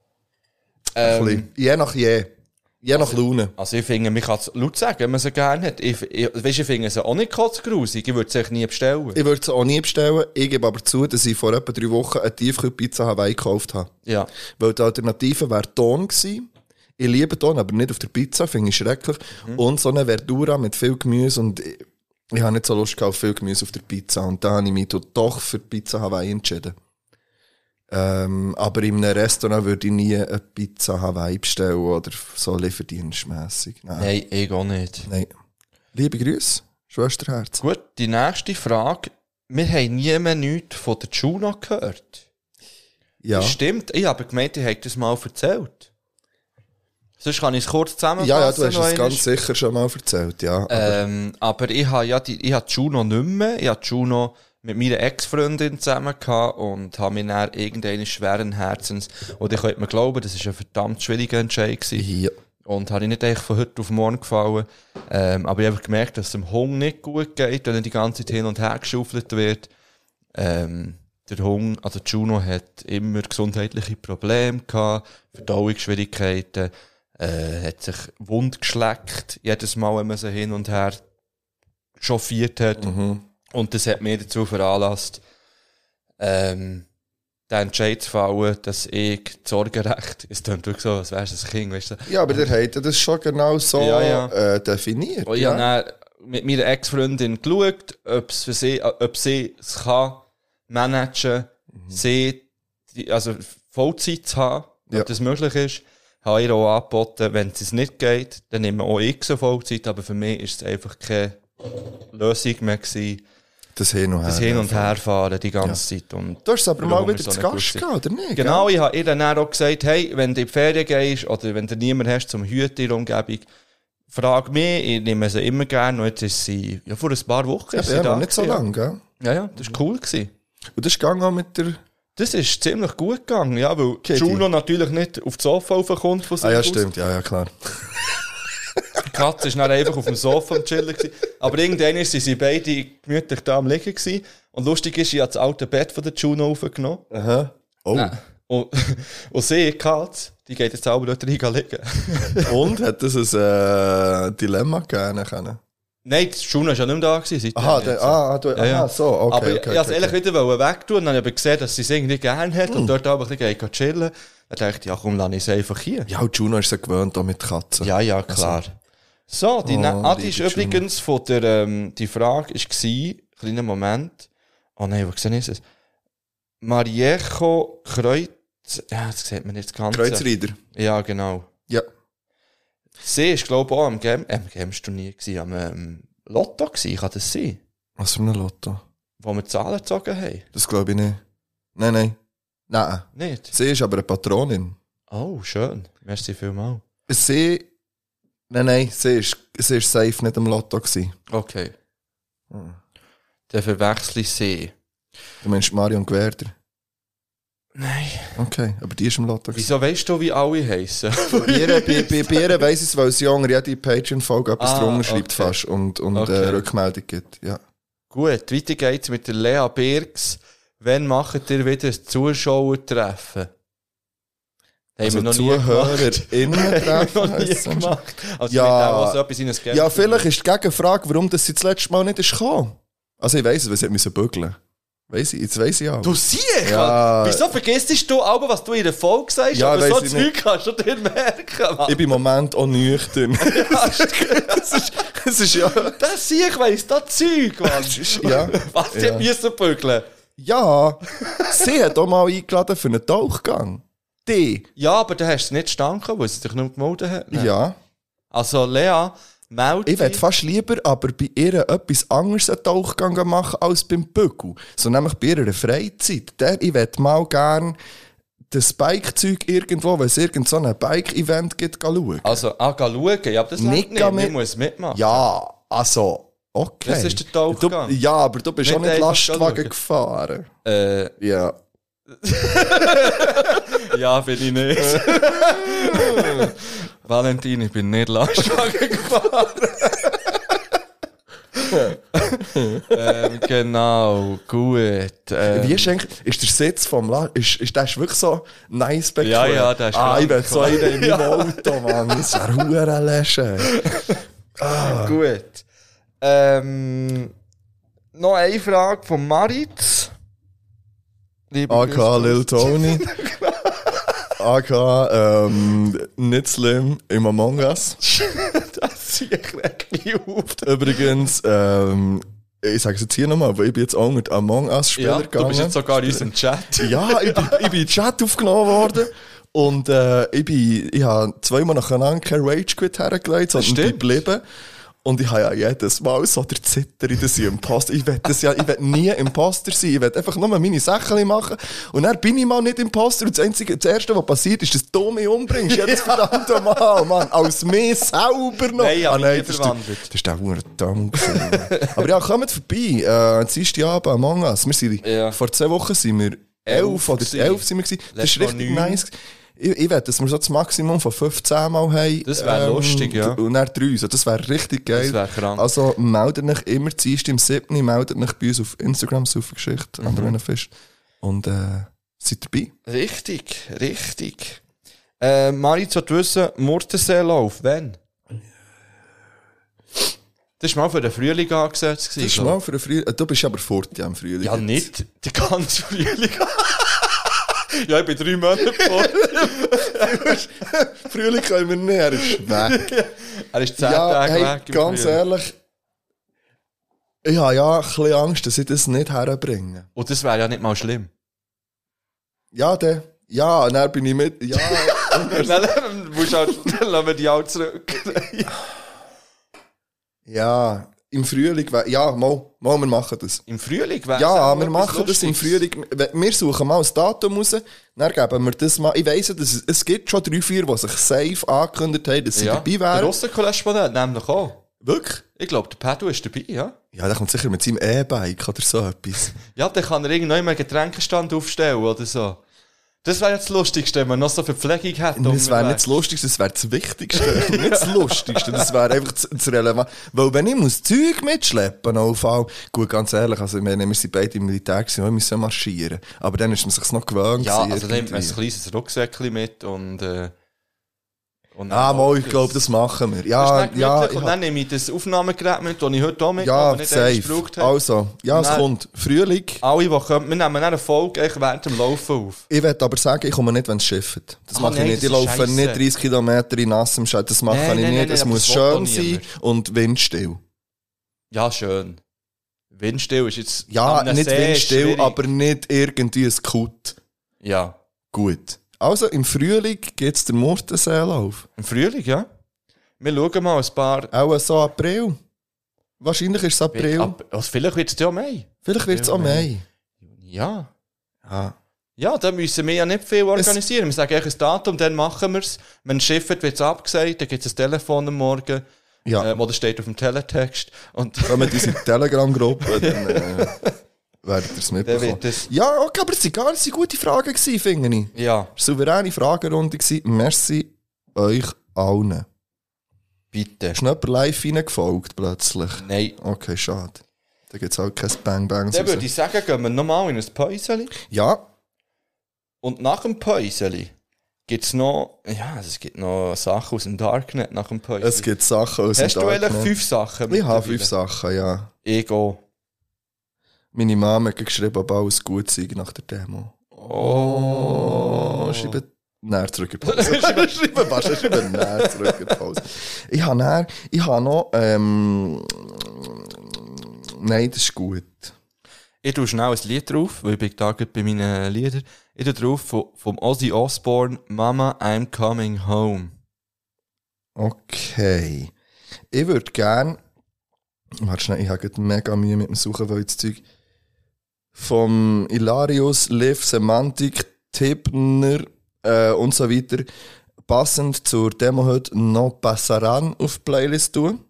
Ähm, je nach je. Je nach Laune. Also ich finde, man kann es laut sagen, wenn man sie gerne hat. Ich, ich, weißt, ich finde sie auch nicht kotzgrusig, ich würde sie nie bestellen. Ich würde sie auch nie bestellen. Ich gebe aber zu, dass ich vor etwa drei Wochen eine Tiefkühlpizza Hawaii gekauft habe. Ja. Weil die Alternative wäre Ton gewesen. Ich liebe Ton, aber nicht auf der Pizza, finde ich schrecklich. Mhm. Und so eine Verdura mit viel Gemüse. Und ich, ich habe nicht so Lust auf viel Gemüse auf der Pizza. Und da habe ich mich doch für Pizza Hawaii entschieden. Ähm, aber in einem Restaurant würde ich nie eine Pizza Hawaii bestellen oder so lieferdienstmässig. Nein. Nein, ich auch nicht. Nein. Liebe Grüße, Schwesterherz. Gut, die nächste Frage. Wir haben nie mehr nichts von der Juno gehört. Ja. Das stimmt, ich habe gemeint, ich hätte das mal erzählt. Sonst kann ich es kurz zusammenfassen. Ja, ja, du hast es ganz sicher schon mal erzählt, ja. Aber, ähm, aber ich habe ja die, ich habe die Juno nicht mehr. Ich habe die Juno mit meiner Ex-Freundin zusammen gehabt und habe mir dann irgendeinen schweren Herzens, und ich könnte mir glauben, das war ein verdammt schwieriger Entscheid gewesen. Ja. Und habe ich nicht eigentlich von heute auf morgen gefallen. Ähm, aber ich habe gemerkt, dass es dem Hund nicht gut geht, wenn er die ganze Zeit hin und her geschaufelt wird. Ähm, der Hund, also die Juno hat immer gesundheitliche Probleme gehabt, Verdauungsschwierigkeiten, äh, hat sich wund geschleckt, jedes Mal, wenn man sie hin und her chauffiert hat. Mhm. Und das hat mich dazu veranlasst, ähm, den Entscheid zu fallen, dass ich das Sorgerecht, es klingt wirklich so, als wärst du ein Kind, weißt du? Ja, aber der hat das schon genau so ja, ja. Äh, definiert. Und ich ja. habe dann mit meiner Ex-Freundin geschaut, ob sie, sie, ob sie es kann managen, mhm. sie, die, also Vollzeit zu haben, ob ja. das möglich ist. Habe ich ihr auch angeboten, wenn es nicht geht, dann nehme auch ich so Vollzeit, aber für mich ist es einfach keine Lösung mehr gewesen. Das Hin und Her. Das Hin- und ja, Herfahren die ganze Zeit. Und Du hast aber mal warum wieder wir so zu eine Gast gute- gehabt, oder nicht? Genau, ich habe ihr dann auch gesagt, hey, wenn du in die Ferien gehst oder wenn du niemanden hast zum Hüten in der Umgebung, frag mich, ich nehme sie immer gerne. Und jetzt ist sie, ja, vor ein paar Wochen Ja, ist sie ja, da. nicht so gewesen, lange, gell? Ja, ja, das war cool gewesen. Und das ist gegangen auch mit der... Das ist ziemlich gut gegangen, ja, weil Katie. Juno natürlich nicht auf das Sofa raufkommt von sich Ah ja, aus. stimmt, ja, ja, klar. Die Katze war dann einfach auf dem Sofa am Chillen gewesen. Aber irgendwann waren sie beide gemütlich da am Liegen gewesen. Und lustig ist, ich habe das alte Bett von der Juno aufgenommen. Aha. Oh. Nein. Und, und sie, die Katze, die geht jetzt selber dort rein liegen. Und? Hat das ein äh, Dilemma gegeben? Können? Nein, die Juno war ja nicht mehr da gewesen. seitdem Aha, jetzt. der, ah, du, Ja, ja. aha, so, okay, aber okay. ich okay, wollte es okay. ehrlich wieder wegtun und dann habe ich aber gesehen, dass sie es irgendwie gerne hat und dort aber ein bisschen chillen. Dann dachte ich, ja komm, lass ich es einfach hier. Ja, und Juno ist so gewöhnt, auch mit Katzen. Ja, ja, klar. So, die Oh, oh, Adi ist liebe übrigens von der, ähm, die Frage war, kleiner Moment. Oh nein, wo gesehen ist es? Mariecho Kreuz, ja, jetzt sieht man nicht das Ganze. Kreuzrieder. Ja, genau. Ja. Sie ist, glaube ich, auch am Game, äh, am Games-Turnier gewesen, am ähm, Lotto gewesen, kann das sein? Was für ein Lotto? Wo wir Zahlen gezogen haben. Das glaube ich nicht. Nein, nein. Nein. Nicht? Sie ist aber eine Patronin. Oh, schön. Merci vielmals. Sie... Nein, nein, sie ist, sie ist safe nicht im Lotto gewesen. Okay. Dann verwechsel ich sie. Du meinst Marion Gwerder? Nein. Okay, aber die ist im Lotto gewesen. Wieso weißt du, wie alle heissen? Bei ihr, bei, bei, bei ihr weiss ich es, weil sie unter jede Patreon-Folge etwas Ah, drunter schreibt okay. fast und, und Okay. äh, Rückmeldung gibt. Ja. Gut, weiter geht's mit der Lea Birks. Wann macht ihr wieder ein Zuschauertreffen? Also nie gemacht. ZuhörerInnen Haben wir treffen. noch nie heisst es. gemacht. Also Ja. ja, auch so etwas in ein Geld. Ja, vielleicht ist die Gegenfrage, warum das sie das letzte Mal nicht ist gekommen. Also ich weiss es, weil sie hat müssen bügeln. Weiss ich, jetzt weiss ich auch. Du siehst, Ja. wieso vergisst du aber, was du in der Folge sagst? Ja, aber weiss so ich Zeug nicht. kannst du dir merken, Mann. Ich bin im Moment auch nüchtern. Es ist, es ist ja... Das sehe ich, weiss, das Zeug, Mann. Ja. Was, die Ja. müssen bügeln? Ja, sie hat auch mal eingeladen für einen Tauchgang. Die. Ja, aber du hast es nicht gestanden, weil sie dich nicht gemeldet hat. Nein. Ja. Also, Lea, melde Ich würde dich. fast lieber aber bei ihr etwas anderes einen Tauchgang machen als beim Bügel. So nämlich bei ihrer Freizeit. Der, ich würde mal gerne das Bike-Zeug irgendwo, wenn es irgend so ein Bike-Event gibt, schauen. Also, ah, geh schauen. Ja, aber das Nicht nicht, nicht. gehen mit- Ich muss mitmachen. Ja, also, okay. Das ist der Tauchgang. Du, ja, aber du bist Nicht auch nicht einfach Lastwagen schauen. gefahren. Äh, Ja. ja, bin ich nicht. Valentin, ich bin nicht Lastwagen gefahren. ähm, genau, gut. Ähm, Wie ist eigentlich, ist der Sitz vom La ist, ist der ist wirklich so nice bequem? Ja, ja, der ist Ah, ich ganz will so einen in meinem Auto, Mann. Das wäre hure läschen. Gut. Ähm, noch eine Frage von Maritz. Lieber A K Lil Tony. A K ähm, nicht slim im Among Us. Das ziehe ich wirklich auf. Übrigens, ähm, ich sage es jetzt hier nochmal, weil ich bin jetzt auch mit Among Us-Spieler Ja, gegangen. du bist jetzt sogar in unserem Chat. Ja, ich bin, ich bin in den Chat aufgenommen worden. Und äh, ich, bin, ich habe zweimal nacheinander kein Rage Quit hergelegt, sondern bin Stimmt. geblieben. Und ich habe ja jedes Mal so der Zitter, dass ich Imposter... Ich will das ja, ich will nie Imposter sein. Ich will einfach nur meine Sachen machen. Und dann bin ich mal nicht Imposter. Und das Einzige, das Erste, was passiert, ist, dass du mich umbringst. Jedes verdammte Mal, Mann. Als mich selber noch. Nein, ich habe mich nie das ist der- verwandelt. Das ist der Hunger dumm gewesen. Aber ja, kommt vorbei. Äh, Dienstag Abend Among Us. Wir sind, Ja. Vor zwei Wochen sind wir elf, Elf oder gewesen. elf sind wir gewesen. Das ist Letztes Mal richtig neun. nice. Ich, ich will, dass wir so das Maximum von fünfzehn Mal haben. Das wär lustig, ja. Und dann drei. So, das wäre richtig geil. Das wär krank. Also meldet euch immer Dienstag im siebten meldet euch bei uns auf Instagram, Saufengeschichte, mhm. André Fisch. Und äh, seid dabei. Richtig, richtig. Äh, Maritz hat wissen, Murtenseelauf, wann? Das war mal für den Frühling angesetzt. Das ist mal für den Frühling. Äh, Du bist aber fort ja, im Frühling. Ja, nicht die ganze Frühling. Ja, ich bin drei Monate vor. Frühling können wir nicht, er ist weg. Er ist zehn Ja, Tage hey, weg. im ganz Frühling. ehrlich, ich habe ja ein bisschen Angst, dass ich das nicht herbringe. Und das wäre ja nicht mal schlimm. Ja, der. Ja, und dann bin ich mit. Ja, Dann musst du halt, dann lassen wir die auch zurück. ja. im Frühling, wär- ja, mal, mal, wir machen das. Im Frühling wäre Ja, wir machen das im Frühling. Wir suchen mal ein Datum raus, dann geben wir das mal. Ich weiss ja, dass es, es gibt schon drei, vier, die sich safe angekündigt haben, dass sie Ja, dabei der wären. Russenkorrespondent nämlich auch. Wirklich? Ich glaube, der Pedro ist dabei, ja. Ja, der kommt sicher mit seinem E-Bike oder so etwas. Ja, dann kann er irgendwann einen Getränkestand aufstellen oder so. Das wäre jetzt das Lustigste, wenn man noch so Verpflegung hätte. Das wäre nicht das Lustigste, das wäre das Wichtigste. Nicht das Lustigste, das wäre einfach das, das Relevant. Weil wenn ich muss Zeug mitschleppen auf all, gut, ganz ehrlich, also ich meine, wir sind beide im Militär gewesen, wir müssen marschieren. Aber dann ist man sich noch gewöhnt. Ja, gewesen, also dann nimmt man ein irgendwie. kleines Rucksäckchen mit und... Äh, und dann Ah, mal, ich das. glaube, das machen wir. Das ist Ja, dann ja, gemütlich ich und dann nehme ich das Aufnahmegerät mit, das ich heute auch mit ja, habe, das ich nicht einmal safe. gebraucht habe. Also, ja, es Nein. kommt. Frühling. Alle, die kommen, wir nehmen eine Folge echt während dem Laufen auf. Ich will aber sagen, ich komme nicht, wenn es schifft. Das Ah, mache nein, ich nicht. das Ich ist laufe scheisse. nicht dreißig Kilometer in nassem Scheiß. Das mache Nein, ich nein, nicht. nein, Es nein, muss aber das will schön doch sein niemand. und windstill. Ja, schön. Windstill ist jetzt... Ja, an einem nicht See windstill, schwierig. aber nicht irgendwie ein Kut. Ja. Gut. Also, im Frühling geht es der Murtenseelauf. Im Frühling, ja. Wir schauen mal ein paar... Auch so April. Wahrscheinlich ist es April. Ab, also vielleicht wird es ja Mai. Vielleicht wird es auch Mai. Ja. Ja. Ja, da müssen wir ja nicht viel organisieren. Wir sagen eigentlich ein Datum, dann machen wir es. Wenn es schifft, wird es abgesagt, dann gibt es ein Telefon am Morgen, Ja. äh, wo das steht auf dem Teletext. Und Kommen in unsere Telegram-Gruppe, dann äh, werdet ihr es dann mitbekommen. wird das... Ja, okay, aber es waren gar nicht so gute Fragen, gewesen, finde ich. Ja, Souveräne Fragerunde gewesen. Merci euch allen. bitte. Ist jemand live reingefolgt plötzlich? Nein. Okay, schade. Da gibt es halt kein Bang-Bang. Dann würde ich sagen, gehen wir nochmal in ein Päuseli. Ja, Und nach dem Päuseli gibt es noch... Ja, es gibt noch Sachen aus dem Darknet nach dem Päuseli. es gibt Sachen aus Hast dem du eigentlich Darknet. fünf Sachen? Ich habe mittlerweile? fünf Sachen, ja. Ego. Meine Mama hat geschrieben, ob alles gut sei nach der Demo. Oh, schreibe näher zurück in die Pause. schreibe was, schreibe näher zurück in die Pause. Ich habe näher, ich habe noch, ähm, nein, das ist gut. Ich tue schnell ein Lied drauf, weil ich bin da gerade bei meinen Liedern. Ich tue drauf vom, vom Ozzy Osbourne, Mama, I'm Coming Home. Okay. Ich würde gern, warte schnell, ich habe gerade mega Mühe mit dem Suchen, weil das Zeug vom Hilarius, Liv, Semantik, Tippner äh, und so weiter passend zur Demo heute No Passaran auf die Playlist tun.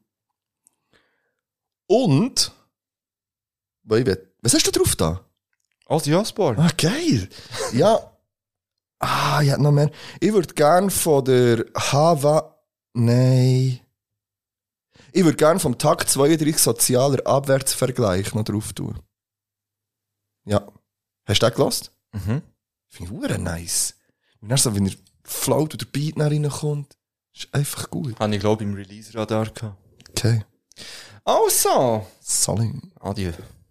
Und, weil ich will, was hast du drauf da? Ozzy Osbourne? Ah, geil. Ja. Ah, ich hätte noch mehr. Ich würde gern von der Hava... Nein. Ich würde gern vom Takt zweiunddreißig sozialer Abwärtsvergleich noch drauf tun. Ja. Hast du den gehört? Mhm. Finde ich verdammt nice. Und dann so, wenn er flaut oder Beat nach reinkommt, ist einfach gut. Habe ich, glaube ich, im Release-Radar gehabt. Okay. Also, Solid. adieu.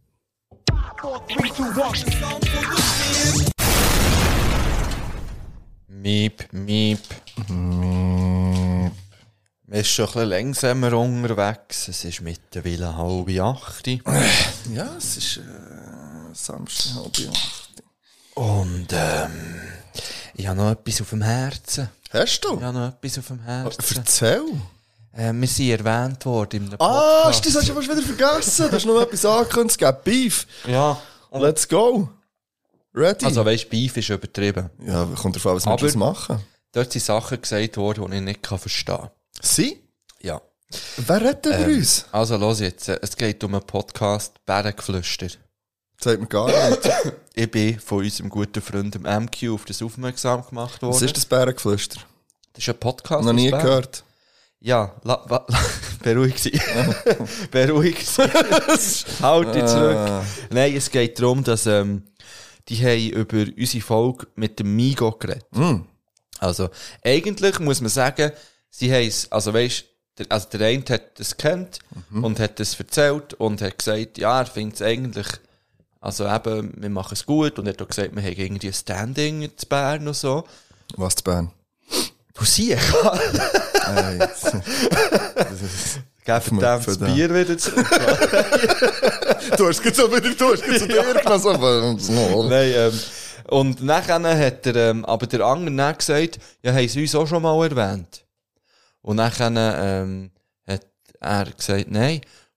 Miep, miep. Mm, Wir sind schon ein bisschen langsamer unterwegs. Es ist mittlerweile halb acht. ja, es ist äh, Samstag, halb acht. Und ähm, ich habe noch etwas auf dem Herzen. Hast du? Ich habe noch etwas auf dem Herzen. Erzähl. Äh, wir sind erwähnt worden in einem Ah, Podcast. das hast du fast wieder vergessen. Du hast noch etwas angekündigt. Es gibt Beef. Ja. Let's go. Ready? Also weißt, Beef ist übertrieben. ja, kommt drauf an, was wir Aber- das machen. Dort sind Sachen gesagt worden, die ich nicht verstehen kann. Sie? Ja. Wer redet über Ähm, uns? Also los jetzt, äh, es geht um einen Podcast Bärengeflüster. Sagt mir gar nicht. Ich bin von unserem guten Freund dem M Q auf das aufmerksam gemacht worden. Was ist das Bärengeflüster? Das ist ein Podcast. Noch nie aus Bern. gehört. Ja, la, la, la, beruhig sie. beruhig sie. Halt dich zurück. Ah. Nein, es geht darum, dass ähm, die haben über unsere Folge mit dem Migo geredet. Mm. Also, eigentlich muss man sagen, sie haben es, also weisst, der, also der eine hat das kennt Mhm. und hat das erzählt und hat gesagt, ja, er findet es eigentlich, also eben, wir machen es gut und er hat auch gesagt, wir haben irgendwie ein Standing in Bern und so. Was zu Bern? Du siehst, Ey, jetzt- gib Für- dem für das den. Bier wieder zurück. du hast es so wieder, du hast es zu dir genommen. Nein, ähm, und nachher hat er, ähm, aber der andere dann gesagt, ja, haben sie uns auch schon mal erwähnt. Und nachher, ähm, hat er gesagt, nein.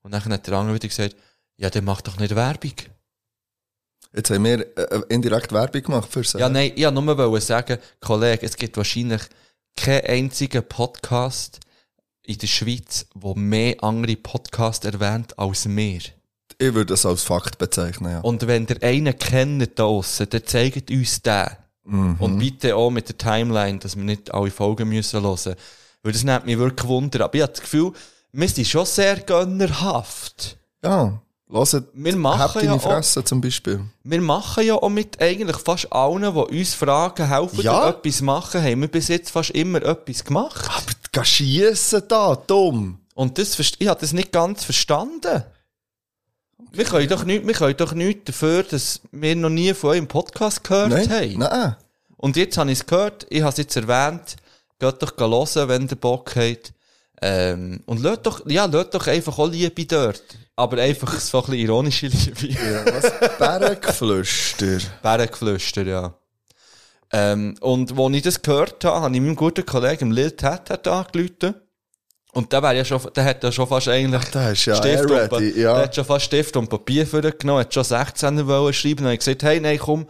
Und dann hat der andere wieder gesagt, ja, der macht doch nicht Werbung. Jetzt haben wir äh, indirekt Werbung gemacht für sie. Ja, nein, ich wollte nur sagen, Kollege, es gibt wahrscheinlich keinen einzigen Podcast in der Schweiz, der mehr andere Podcasts erwähnt als wir. Ich würde das als Fakt bezeichnen, ja. Und wenn ihr einen kennt da draussen, dann zeigt uns den. Mhm. Und bitte auch mit der Timeline, dass wir nicht alle Folgen müssen hören. Weil das nimmt mich wirklich Wunder. Aber ich habe das Gefühl, wir sind schon sehr gönnerhaft. Ja, hört, Wir machen habt deine ja auch- Fresse zum Beispiel. Wir machen ja auch mit eigentlich fast allen, die uns fragen, helfen Ja. oder etwas machen, haben wir bis jetzt fast immer etwas gemacht. Aber geh schiessen da, dumm. Und das, verst- ich habe das nicht ganz verstanden. Wir können doch nicht, wir können doch nicht dafür, dass wir noch nie von eurem Podcast gehört Nein, haben. nein. Und jetzt habe ich es gehört, ich habe es jetzt erwähnt, geht doch hören, wenn ihr Bock habt. Ähm, und lasst doch, ja, lasst doch einfach auch Liebe dort. Aber einfach so ein bisschen ironische Liebe. Ja, was? Bärengeflüster. Bärengeflüster, ja. Ähm, und als ich das gehört habe, habe ich meinem guten Kollegen Lil Tat angerufen. Und der wäre ja schon, der hat ja schon fast eigentlich der ist ja Stift eh und Pa- ready, ja. Der hat schon fast Stift und Papier für ihn genommen, hat schon sechzehner wollen schreiben und hat gesagt, hey, nein, komm,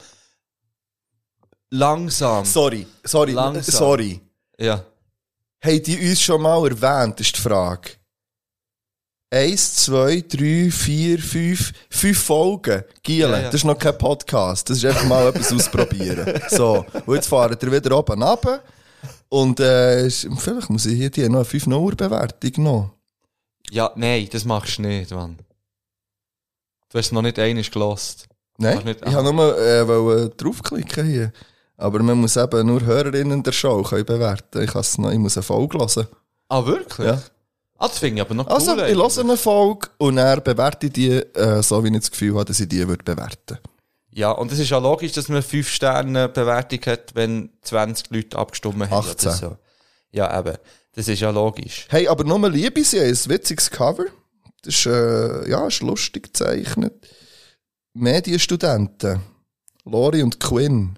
langsam. Sorry, sorry, Langsam. sorry. Ja. Haben die uns schon mal erwähnt, ist die Frage. Eins, zwei, drei, vier, fünf, fünf Folgen. Giele, Ja, ja. das ist noch kein Podcast. Das ist einfach mal etwas ausprobieren. So, und jetzt fahren wir wieder oben runter. Und äh, ist- vielleicht muss ich hier die noch eine fünf null Bewertung noch. Ja, nein, das machst du nicht, Mann. Du hast noch nicht einiges gelost. Nein, Kannst nicht- ich habe nur äh, wollte draufklicken hier. Aber man muss eben nur Hörerinnen der Show können bewerten. Ich, kann's noch, ich muss eine Folge hören. Ah, wirklich? Ja. Ah, das finde ich aber noch cool. Also, ich eigentlich. höre eine Folge und dann bewerte ich die, äh, so wie ich das Gefühl habe, dass ich die würde bewerten. Ja, und es ist ja logisch, dass man fünf Sterne Bewertung hat, wenn zwanzig Leute abgestimmt haben. achtzehn. Oder so. Ja, eben. Das ist ja logisch. Hey, aber nur Liebe, sie haben ein witziges Cover. Das ist, äh, ja, ist lustig gezeichnet. Medienstudenten. Lori und Quinn.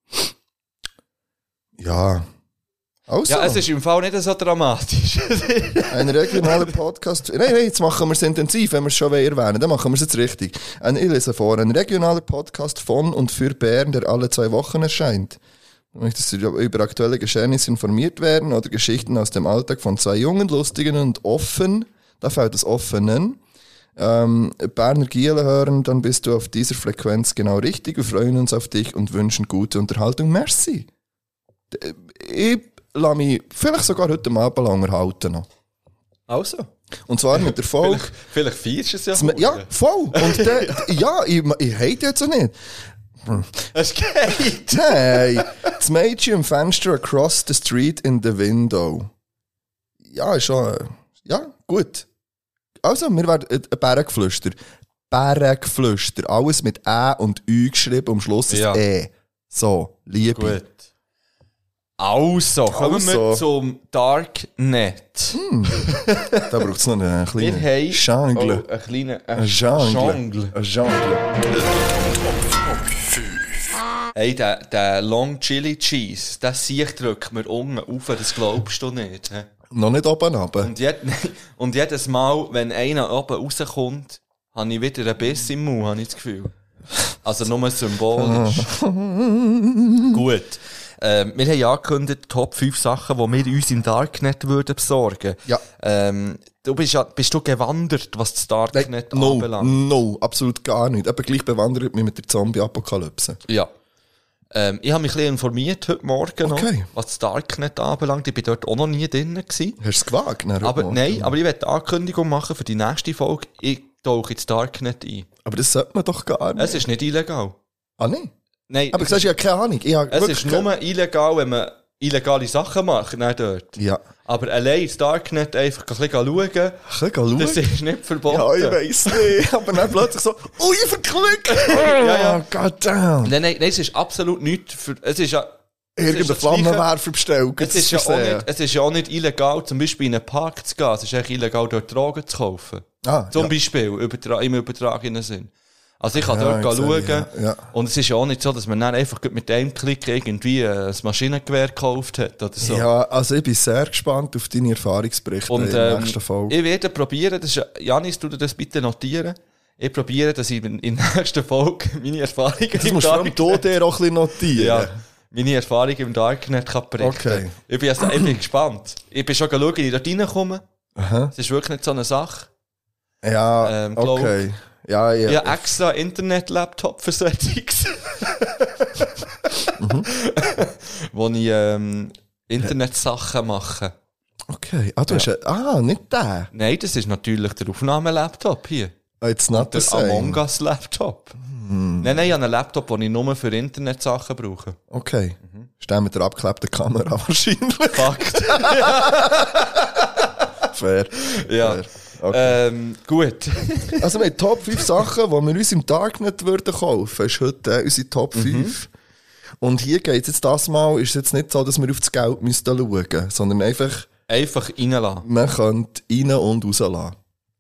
Ja. Also, Ja, es ist im Fall nicht so dramatisch. ein regionaler Podcast. Nein, nein, jetzt machen wir es intensiv, wenn wir es schon erwähnen. Dann machen wir es jetzt richtig. Ein, ich lese vor. Ein regionaler Podcast von und für Bern, der alle zwei Wochen erscheint. Du möchtest über aktuelle Geschehnisse informiert werden oder Geschichten aus dem Alltag von zwei jungen, lustigen und offen, da fällt das Offenen, ähm, Berner Giele hören, dann bist du auf dieser Frequenz genau richtig. Wir freuen uns auf dich und wünschen gute Unterhaltung. Merci. D- Ich lasse mich vielleicht sogar heute Abend lang erhalten noch. Also. Und zwar mit der Folge... Vielleicht, vielleicht feierst du es ja. Zum- Ja, voll. Und der, ja, ich, ich hate jetzt auch nicht. Es geht. Nein, das Mädchen im Fenster across the street in the window. Ja, ist schon, äh, ja, gut. Also, wir werden ein Bärengeflüster. Bärengeflüster. Alles mit Ä und Ü geschrieben, am Schluss ist Ja. E. So, Liebe. Gut. Also, kommen Also. wir zum Darknet. Da braucht es noch einen Wir kleinen haben Jungle. oh, einen kleinen Ein ein Jungle. Jungle. Ein Jungle. Hey, der, der Long Chili Cheese, der Sieg drückt mir unten auf, das glaubst du nicht. He? Noch nicht oben runter. Und, jed und jedes Mal, wenn einer oben rauskommt, habe ich wieder einen Biss im Mund, habe ich das Gefühl. Also nur symbolisch. Gut. Ähm, wir haben ja angekündigt, Top fünf Sachen, die wir uns im Darknet würden besorgen. Ja. Ähm, du bist, ja, bist du gewandert, was das Darknet no, anbelangt? no, absolut gar nicht. Aber gleich bewandert mich mit der Zombie-Apokalypse. Ja. Ähm, ich habe mich ein bisschen informiert heute Morgen Okay. noch, was das Darknet anbelangt. Ich bin dort auch noch nie drin gewesen. Hast du es gewagt? Dann Aber heute nein, Morgen? aber ich werde eine Ankündigung machen für die nächste Folge. Ich tauche ins Darknet ein. Aber das sollte man doch gar nicht. Es ist nicht illegal. Ah, nein. Nein, Aber es, du hast ja keine Ahnung. Ich habe es wirklich ist nur illegal, wenn man illegale Sachen macht, nicht dort. Ja. Aber allein ins Darknet einfach ein bisschen schauen, Ich kann schauen. das ist nicht verboten. Ja, ich weiss nicht. Aber dann plötzlich so, ui, verklickt! Ja, ja. Oh, goddamn. Nein, nein, nein, es ist absolut nichts für, es ist ja, Irgendeinen das Gleiche. Flammenwerfer bestellt. es ist ja auch nicht, es ist ja auch nicht illegal, zum Beispiel in einen Park zu gehen. Es ist eigentlich illegal, dort Drogen zu kaufen. Ah, Zum ja. Beispiel, übertra im übertragenen Sinn. Also ich kann Ja, dort ich schauen. sehe, ja, ja. Und es ist ja auch nicht so, dass man dann einfach mit einem Klick irgendwie ein Maschinengewehr gekauft hat oder so. Ja, also ich bin sehr gespannt auf deine Erfahrungsberichte Und in der ähm, nächsten Folge. ich werde probieren, das ist, Janis, du das bitte notieren. Ich probiere, dass ich in in der nächsten Folge meine Erfahrungen Das musst vor allem du dir auch ein bisschen notieren. ja, meine Erfahrungen im Darknet kann berichten. Okay. Ich bin, also, ich bin gespannt. Ich bin schon geschaut, wie ich dort reinkomme. Aha. Es ist wirklich nicht so eine Sache. Ja, Ähm, glaub- okay. Ja, ja. Ich habe extra Internet-Laptop für Settings. Mhm. Wo ich ähm, Internetsachen mache. Okay. Ah, du hast einen, ah, nicht den. Nein, das ist natürlich der Aufnahmelaptop hier. Ah, It's not the Der same. Among Us Laptop. Nein, nein, ich habe einen Laptop, den ich nur für Internetsachen brauche. Okay. Mhm. Stell mit der abgeklebten Kamera wahrscheinlich. Fakt. Fair. Ja. Fair. Okay. Ähm, gut. Also wir haben Top fünf Sachen, die wir uns im Darknet würden kaufen. Das ist heute äh, unsere Top fünf. Und hier geht es jetzt das Mal, ist es jetzt nicht so, dass wir auf das Geld müssten schauen, sondern einfach, Einfach reinlassen. man könnte rein und rauslassen.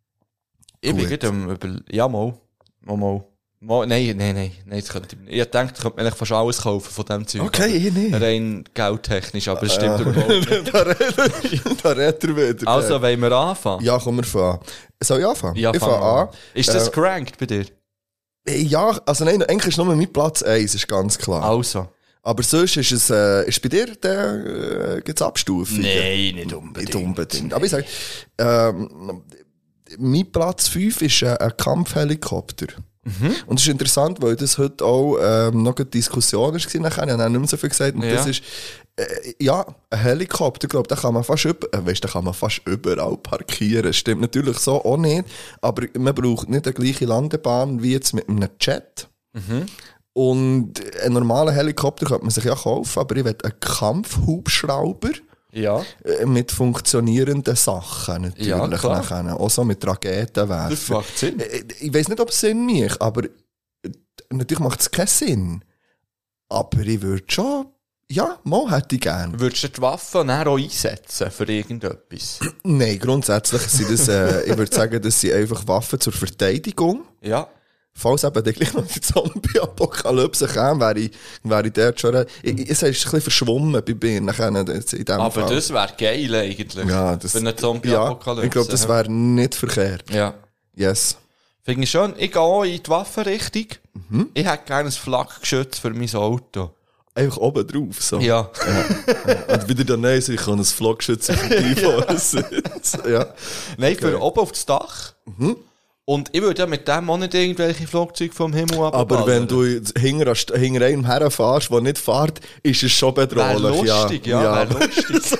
Ich bin Gut. gerade am über... Ja, mal. Mal, mal. mal. Nein, nein, nein. nein das könnte ich nicht. Ich dachte, ich könnte mir eigentlich fast alles kaufen von diesem Zeug. Okay, ich nicht. Rein geldtechnisch, aber es stimmt überhaupt nicht. da redet da redet er wieder. Also, wollen wir anfangen? Ja, komm, wir fangen an. Soll ich anfangen? Ja, ich fang fange an. Ist das Äh, cranked bei dir? Ja, also nein, eigentlich ist nur mein Platz eins, ist ganz klar. Also. Aber sonst ist es, äh, ist bei dir der, äh, gibt's Abstufungen? Nein, nicht unbedingt. Nicht unbedingt. Aber ich sage, ähm, mein Platz fünf ist äh, ein Kampfhelikopter. Mhm. Und es ist interessant, weil das heute auch ähm, noch eine Diskussion war. Nachher. Ich habe auch nicht mehr so viel gesagt. Und Ja. das ist, äh, ja, ein Helikopter, glaube da kann man fast über, äh, weißt, da kann man fast überall parkieren. Stimmt natürlich so auch nicht. Aber man braucht nicht eine gleiche Landebahn wie jetzt mit einem Jet. Mhm. Und einen normalen Helikopter könnte man sich ja kaufen, aber ich will einen Kampfhubschrauber Ja. äh, mit funktionierenden Sachen natürlich. Ja, klar. Nachher. Auch so mit Raketenwerfer. Das macht Sinn. Äh, Ich weiß nicht, ob es Sinn macht, aber äh, natürlich macht es keinen Sinn. Aber ich würde schon, ja, mal hätte ich gern. Würdest du die Waffen dann auch einsetzen für irgendetwas? Nein, grundsätzlich sind das, äh, ich würde sagen, das sind einfach Waffen zur Verteidigung. Ja. Falls eben dann gleich noch die Zombie-Apokalypse käme, wäre ich, wäre ich dort schon... Ich, ich, es ist ein bisschen verschwommen bei mir nachher in dem Aber Fall. das wäre geil eigentlich. Ja, das- für eine Zombie-Apokalypse. Ja, ich glaube, das wäre nicht verkehrt. Ja. Yes. Finde ich schön. Ich gehe auch in die Waffenrichtung. Mhm. Ich hätte gerne ein Flakgeschütz für mein Auto. Einfach oben drauf, so. Ja. Und wieder daneben, so, ich kann ein Flakgeschütz vorbeifahren. Ja. Nein, für Okay. oben auf das Dach. Und ich würde ja mit dem auch nicht irgendwelche Flugzeuge vom Himmel Aber abballern. wenn du hinter, hinter einem herfährst, der nicht fährt, ist es schon Wäre bedrohlich. lustig, ja. ja. Wäre lustig.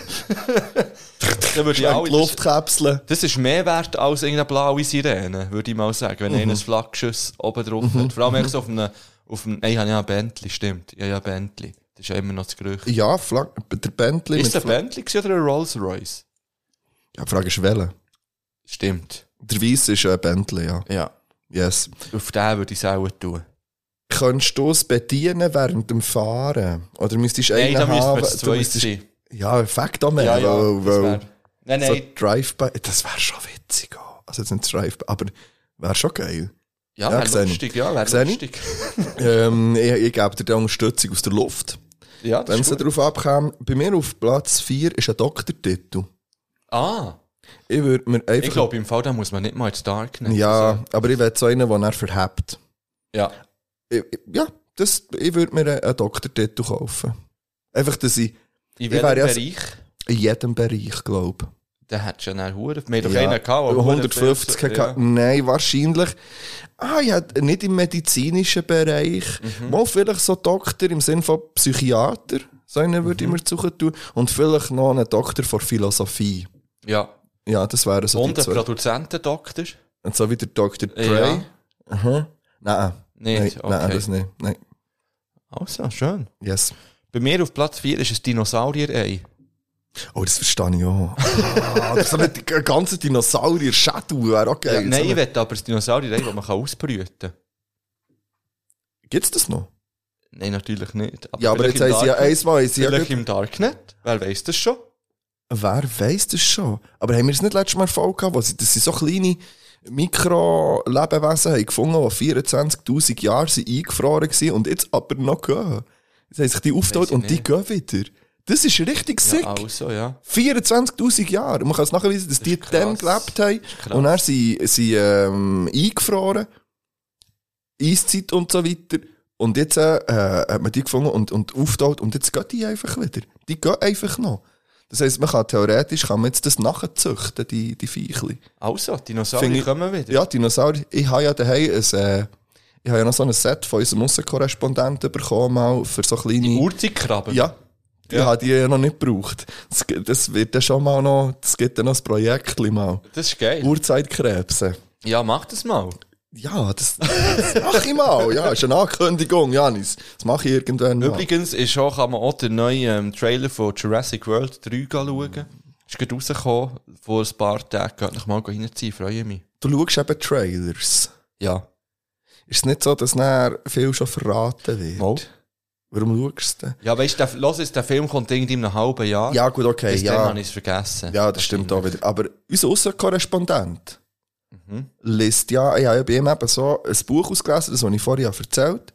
Dann würde ich auch Die Luftkapseln. Das ist mehr wert als irgendeine blaue Sirene, würde ich mal sagen, wenn Mhm. einer ein Flakgeschuss oben drauf hat. Vor allem echt so auf einem, auf einem, nein, ich habe ja ein Bentley, stimmt. Ja, ja, Bentley. Das ist ja immer noch das Gerücht. Ja, Flak der Bentley. Ist es mit ein Fla- Bentley gewesen oder ein Rolls Royce? Ja, die Frage ist, welcher? Stimmt. Der Weiss ist ein Bentley, ja. Ja. Yes. Auf den würde ich es auch tun. Könntest du es bedienen während dem Fahren? Oder müsstest du Nein, einen da müsste haben? man zu du zweit müsstest- sein. Ja, Effekt auch mehr. Ja, ja. weil, das weil wär, nein, so nein. Drive-by, das wäre schon witzig. Auch. Also jetzt nicht Drive-by, aber wäre schon geil. Ja, Ja, wäre sehe ich. lustig, ja, wäre Sehe ich. lustig. ähm, ich, ich gebe dir die Unterstützung aus der Luft. Ja, das Wenn ist es gut. darauf abkommt, bei mir auf Platz vier ist ein Doktortitel. Ah, Ich würde mir einfach... ich glaube, im Fall, da muss man nicht mal ins Darknet. Ja, aber ich will so einen, den er verhebt. Ja. Ich, ich- ja, das, ich würde mir einen, einen Doktortitel kaufen. Einfach, dass ich In Ich welchem wäre ja- Bereich? in jedem Bereich, glaube Der hat schon eine Hure. Wir haben doch Ja, einen gehabt. der hundertfünfzig Hure- gehabt. Nein, wahrscheinlich. Ah, ja, nicht im medizinischen Bereich. Mhm. Mal vielleicht so Doktor im Sinne von Psychiater. So einen würde Mhm. ich mir suchen tun. Und vielleicht noch einen Doktor von Philosophie. Ja. Ja, das wären so Und die ein zwei. Produzentendoktor? Und so wie der Doktor Ja. Dre. Aha. Nein. Nicht? Nein, Okay. nein, das nicht. Nein. Also, schön. Yes. Bei mir auf Platz vier ist ein Dinosaurier-Ei. Oh, das verstehe ich auch. Ah, das ist nicht der ganze Dinosaurier-Schädel wäre auch Ja, geil. nein, So ich eine- will aber ein Dinosaurier-Ei, das man ausbrüten kann. Gibt's das noch? Nein, natürlich nicht. Ja, aber vielleicht jetzt im haben sie ja Darknet- eins Mal. Sie ja Vielleicht gut- im Darknet? Wer weiss das schon? Wer weiss das schon? Aber haben wir es nicht letztes Mal voll gehabt, wo sie, das sind so kleine, Mikrolebewesen haben gefunden, die vierundzwanzigtausend Jahre sind eingefroren waren und jetzt aber noch gehen. Jetzt haben sich die aufgetaucht und die gehen wieder. Das ist richtig sick. Ja, also, ja. vierundzwanzigtausend Jahre. Und man kann es nachweisen, dass Das die ist dann krass. gelebt haben. krass. Und dann sind sie ähm, eingefroren. Eiszeit und so weiter. Und jetzt äh, hat man die gefunden und, und aufgetaucht. Und jetzt gehen die einfach wieder. Die gehen einfach noch. Das heisst, man kann theoretisch kann man jetzt das nachzüchten, die, die Viechli. Also, Finde Dinosaurier ich- kommen wieder. Ja, Dinosaurier. Ich habe ja daheim ein, äh, ich habe ja noch so ein Set von unserem Aussenkorrespondenten bekommen, mal für so kleine... Urzeikrabben. Ja, die Ja. habe ich ja noch nicht gebraucht. Das, ge- das wird dann schon mal noch, das gibt dann noch ein Projekt mal. Das ist geil. Urzeitkrebse. Ja, mach das mal. Ja, das, das mache ich mal. Ja, ist eine Ankündigung, Janis. Das mache ich irgendwann mal. Übrigens ist auch, kann man auch den neuen ähm, Trailer von Jurassic World drei schauen. Ist gerade rausgekommen, vor ein paar Tagen. Geht noch mal reinziehen, freue mich. Du schaust eben Trailers. Ja. Ist es nicht so, dass nachher viel schon verraten wird? Mal. Warum schaust du denn? Ja, weißt du, der- los jetzt, der Film kommt irgendwie in einem halben Jahr. Ja, gut, okay. Bis dann Ja, habe ich es vergessen. ja das stimmt auch wieder. Aber unser Aussenkorrespondent Mhm. liest ja, ich habe ja bei ihm eben so ein Buch ausgelesen, das, was ich vorher erzählt habe.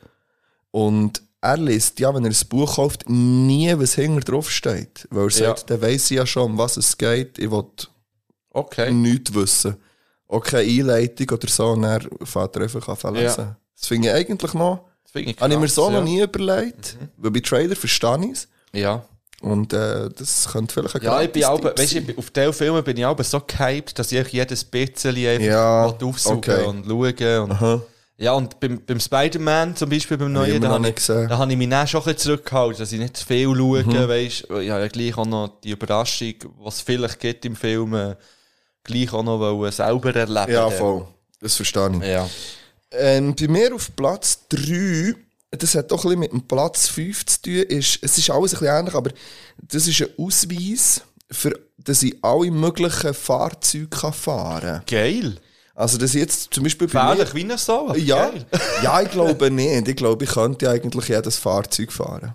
Und er liest ja, wenn er ein Buch kauft, nie, was hinten drauf steht. Weil er Ja. sagt, dann weiss ich ja schon, um was es geht. Ich will Okay. nichts wissen. Auch keine Einleitung oder so. Und dann fährt er einfach an zu lesen. Ja. Das finde ich eigentlich noch, Das finde ich habe ich mir krass, so ja. noch nie überlegt. Weil bei Trailer verstehe ich es. Ja. Und äh, das könnte vielleicht ein Ja, ich bin auch, Gratis-Tipp weißt du, sein. ich bin- auf diesen Filmen bin ich auch so gehypt, dass ich jedes bisschen einfach Ja, will aufsaugen okay. und schauen. Und, Aha. ja, und beim, beim Spider-Man zum Beispiel, beim Habe ich neuen, immer da noch habe nicht ich, gesehen. da habe ich mich dann schon ein bisschen zurückgehalten, dass ich nicht zu viel schaue, Mhm. weißt du. Ich habe ja gleich auch noch die Überraschung, was es vielleicht gibt im Film, äh, gleich auch noch wollen selber erleben. Ja, voll. Das verstehe ich. Ja. Ähm, bei mir auf Platz drei, das hat doch ein bisschen mit dem Platz fünf zu tun, ist, es ist alles ein bisschen ähnlich, aber das ist ein Ausweis, für, dass ich alle möglichen Fahrzeuge kann fahren kann. Geil. Also, dass ich jetzt zum Beispiel bei Gefährlich wie ein Sau. aber Ja, Geil. ja, ich glaube nicht. Ich glaube, ich könnte eigentlich jedes Fahrzeug fahren.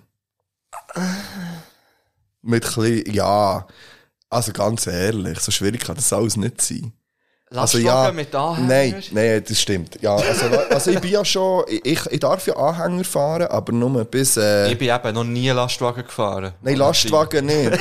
Mit ein bisschen, ja, also ganz ehrlich, so schwierig kann das alles nicht sein. Also ja, mit Anhängern. nein, nein, das stimmt. Ja, also, also ich bin ja schon, ich, ich darf ja Anhänger fahren, aber nur bis, äh, Ich bin eben noch nie Lastwagen gefahren. nein, Lastwagen nicht.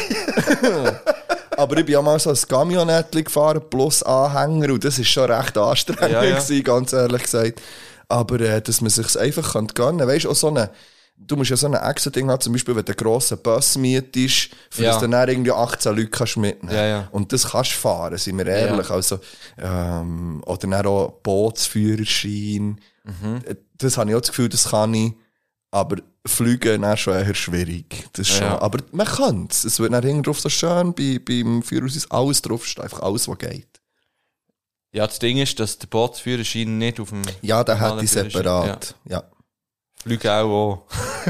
Aber ich bin ja mal so ein Camionettchen gefahren, plus Anhänger, und das ist schon recht anstrengend Ja, ja. gewesen, ganz ehrlich gesagt. Aber äh, dass man sich einfach gönnen kann, weißt du, auch so eine, du musst ja so ein extra Ding haben, zum Beispiel, wenn du einen grossen Bus mietest, für Ja. das du dann irgendwie achtzehn Leute kannst mitnehmen. Ja, ja. Und das kannst du fahren, sind wir ehrlich. Ja. Also, ähm, oder dann auch Bootsführerschein. Mhm. Das habe ich auch das Gefühl, das kann ich. Aber Fliegen ist schon eher schwierig. Das ist schon, Ja. aber man kann es. Es wird dann hinten drauf so schön, bei, beim Führerausweis alles draufsteht, einfach alles, was geht. Ja, das Ding ist, dass der Bootsführerschein nicht auf dem Ja, den normalen hätte ich Führerschein- separat. Ja. Flüge auch.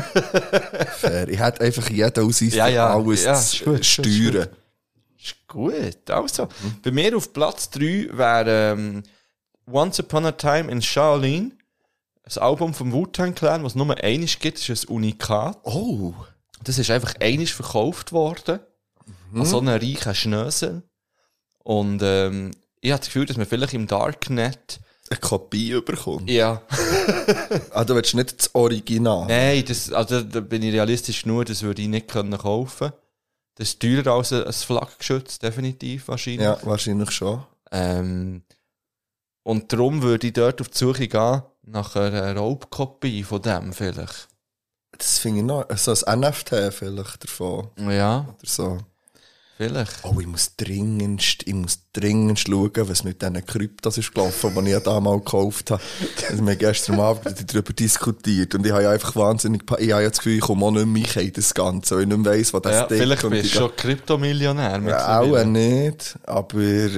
Fair. Ich hätte einfach jeden Ausweis Ja, für ja. alles Ja, zu ist gut, ist steuern. Ist gut. Also, bei mir auf Platz drei wäre ähm, Once Upon a Time in Shaolin. Ein Album vom Wu-Tang Clan, was es nur einiges gibt, ist ein Unikat. Oh. Das ist einfach einiges verkauft worden. An so einen reichen Schnösel. Und ähm, ich habe das Gefühl, dass man vielleicht im Darknet. Eine Kopie bekommt. Ja. Ah, du willst nicht das Original. Nein, das, also, da bin ich realistisch genug, das würde ich nicht können kaufen. Das ist teurer als ein ein Flaggengeschütz, definitiv wahrscheinlich. Ja, wahrscheinlich schon. Ähm, und darum würde ich dort auf die Suche gehen nach einer Raubkopie von dem vielleicht. Das finde ich noch. So ein N F T vielleicht davon. Ja, Oder so. vielleicht. Oh, ich muss dringendst, ich muss dringendst schauen, was mit diesen Kryptos ist gelaufen, die ich ja damals gekauft habe. Also wir haben gestern Abend darüber diskutiert und ich habe ja einfach wahnsinnig, pa- ich habe ja das Gefühl, ich komme auch nicht mehr in das Ganze, weil ich nicht mehr weiss, was das Ja, Ding vielleicht und bist ich du schon Kryptomillionär. Ja, mittlerweile. auch nicht, aber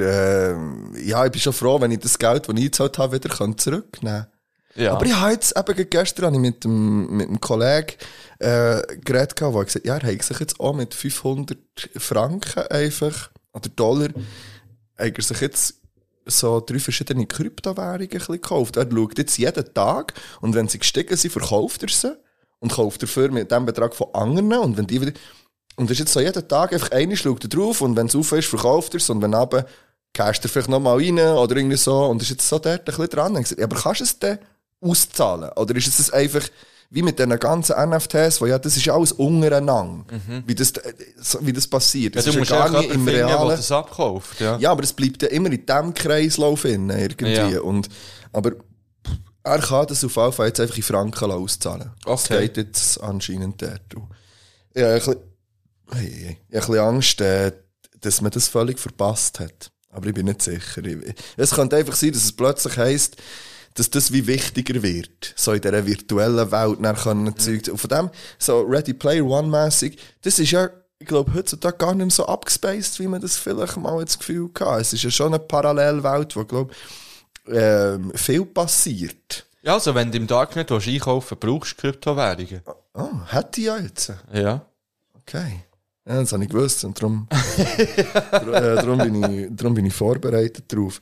ähm, ja, ich bin schon froh, wenn ich das Geld, das ich eingezahlt habe, wieder kann zurücknehmen kann. Ja. Aber ich habe jetzt eben gestern habe ich mit dem, mit dem Kollegen äh, geredet, der gesagt hat, ja, er hat sich jetzt auch mit fünfhundert Franken einfach, oder Dollar, hat er sich jetzt so drei verschiedene Kryptowährungen ein bisschen gekauft. Er schaut jetzt jeden Tag und wenn sie gestiegen sind, verkauft er sie und kauft dafür mit dem Betrag von anderen und wenn die wieder, und das ist jetzt so jeden Tag einfach eine schaut er drauf und wenn es auf ist, verkauft er es und wenn runter, gehst du vielleicht nochmal rein oder irgendwie so und ist jetzt so dort ein bisschen dran. Gesagt, aber kannst du es dann auszahlen? Oder ist es einfach wie mit diesen ganzen N F Ts, wo ja, das ist ja alles untereinander, mhm. wie, das, wie das passiert. Das ja, du ist musst ja gar nicht im Realen. Der das abkauft. Ja. ja, aber es bleibt ja immer in diesem Kreislauf innen irgendwie. Ja. Und, aber er kann das auf jeden Fall jetzt einfach in Franken auszahlen. Das okay. geht jetzt anscheinend dort. Ja, ein bisschen, hey, hey, ein bisschen Angst, äh, dass man das völlig verpasst hat. Aber ich bin nicht sicher. Es könnte einfach sein, dass es plötzlich heisst, dass das wie wichtiger wird. So in dieser virtuellen Welt. Dann können mhm. Zeug, und von dem, so Ready Player One-mässig, das ist ja, ich glaube, heutzutage gar nicht mehr so abgespaced, wie man das vielleicht mal das Gefühl hatte. Es ist ja schon eine Parallelwelt, wo, glaube ich, ähm, viel passiert. Ja, also wenn du im Darknet einkaufen brauchst du Kryptowährungen. Ah, oh, hätte ich ja jetzt. Ja. Okay. Ja, das habe ich gewusst und darum, äh, darum, bin, ich, darum bin ich vorbereitet drauf.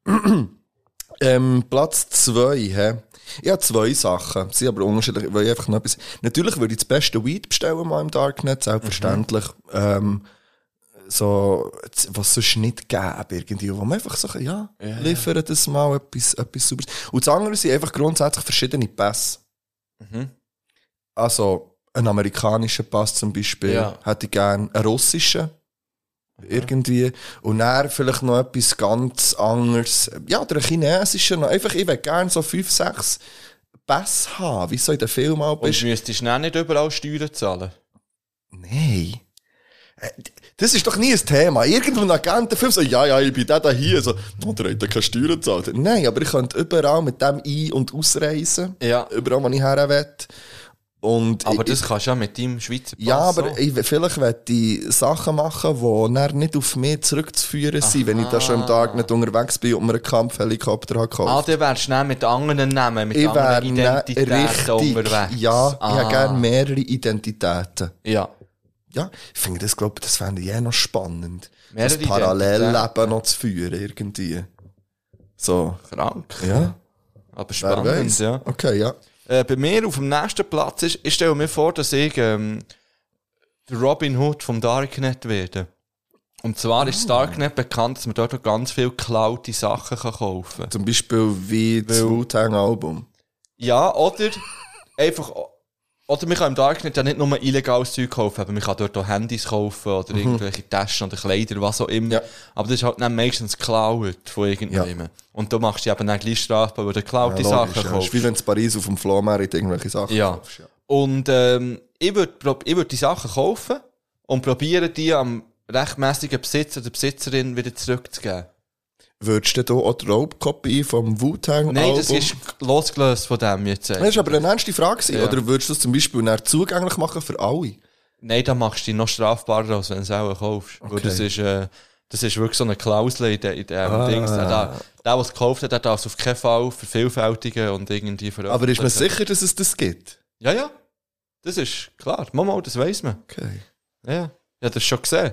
ähm, Platz zwei, hä? Ich habe zwei Sachen, sie aber unterschiedlich, weil ich einfach noch etwas... Natürlich würde ich das beste Weed bestellen mal im Darknet, selbstverständlich. Mhm. Ähm, so, was es sonst nicht gäbe, irgendwie, wo man einfach so, ja, ja liefern das mal etwas, etwas Sauberes. Und das andere sind einfach grundsätzlich verschiedene Pässe. Mhm. Also, einen amerikanischen Pass zum Beispiel, ja. hätte ich gerne einen russischen, mhm. irgendwie. Und dann vielleicht noch etwas ganz anderes, ja, oder einen chinesischen, einfach, ich würde gerne so fünf, sechs Pässe haben, wie so in den Filmen auch bist. Und müsstest du nicht überall Steuern zahlen? Nein. Das ist doch nie ein Thema. Irgendwo ein Agentenfilm so, ja, ja, ich bin der da hier. So, oh, der hat ja keine Steuern gezahlt. Nein, aber ich könnte überall mit dem ein- und ausreisen. Ja. Überall, wo ich her will. Und aber ich, das kannst du ja mit deinem Schweizer Pass. Ja, aber so. ich, vielleicht möchte ich Sachen machen, die dann nicht auf mich zurückzuführen sind, wenn ich da schon am Tag nicht unterwegs bin und mir einen Kampfhelikopter habe gekauft. Ah, dann wärst du dann mit anderen Namen, mit ich anderen Identitäten richtig, unterwegs. Ja, ah. ich habe gerne mehrere Identitäten. Ja. Ja, ich finde das, glaube ich, das fände ich eh noch spannend. Mehrere das Parallellleben noch zu führen, irgendwie. So. Krank. Ja. Aber spannend, ja. Okay, ja. Äh, bei mir auf dem nächsten Platz ist, ich stelle mir vor, dass ich ähm, der Robin Hood vom Darknet werde. Und zwar oh. ist das Darknet bekannt, dass man dort ganz viele geklaute Sachen kann kaufen kann. Zum Beispiel wie das Wu-Tang-Album. Ja, oder einfach... Oder man kann im Darknet ja nicht nur illegales Zeug kaufen, aber man kann dort auch Handys kaufen oder mhm. irgendwelche Taschen oder Kleider, was auch immer. Ja. Aber das ist halt dann meistens geklaut von irgendjemandem. Ja. Und du machst dich eben dann gleich strafbar, weil du geklaute ja, Sachen ja. kaufst. Das ist wie wenn du in Paris auf dem Flohmarkt irgendwelche Sachen ja. kaufst. Ja. Und ähm, ich würde ich würd die Sachen kaufen und probieren, die am rechtmässigen Besitzer oder Besitzerin wieder zurückzugeben. Würdest du da auch die Raubkopie vom Wu-Tang-Album? Nein, das ist losgelöst von dem jetzt. Das ist aber eine ernste Frage. Ja. Oder würdest du das zum Beispiel dann zugänglich machen für alle? Nein, dann machst du dich noch strafbarer, als wenn du es auch kaufst. Okay. Weil das ist, äh, das ist wirklich so eine Klausel in dem ah. Ding. Der, der, der, was gekauft hat, der darf es auf keinen Fall vervielfältigen und irgendwie veröffentlichen. Aber ist man sicher, dass es das gibt? Ja, ja. Das ist klar. Mama, das weiss man. Okay. Ja, ich habe das schon gesehen.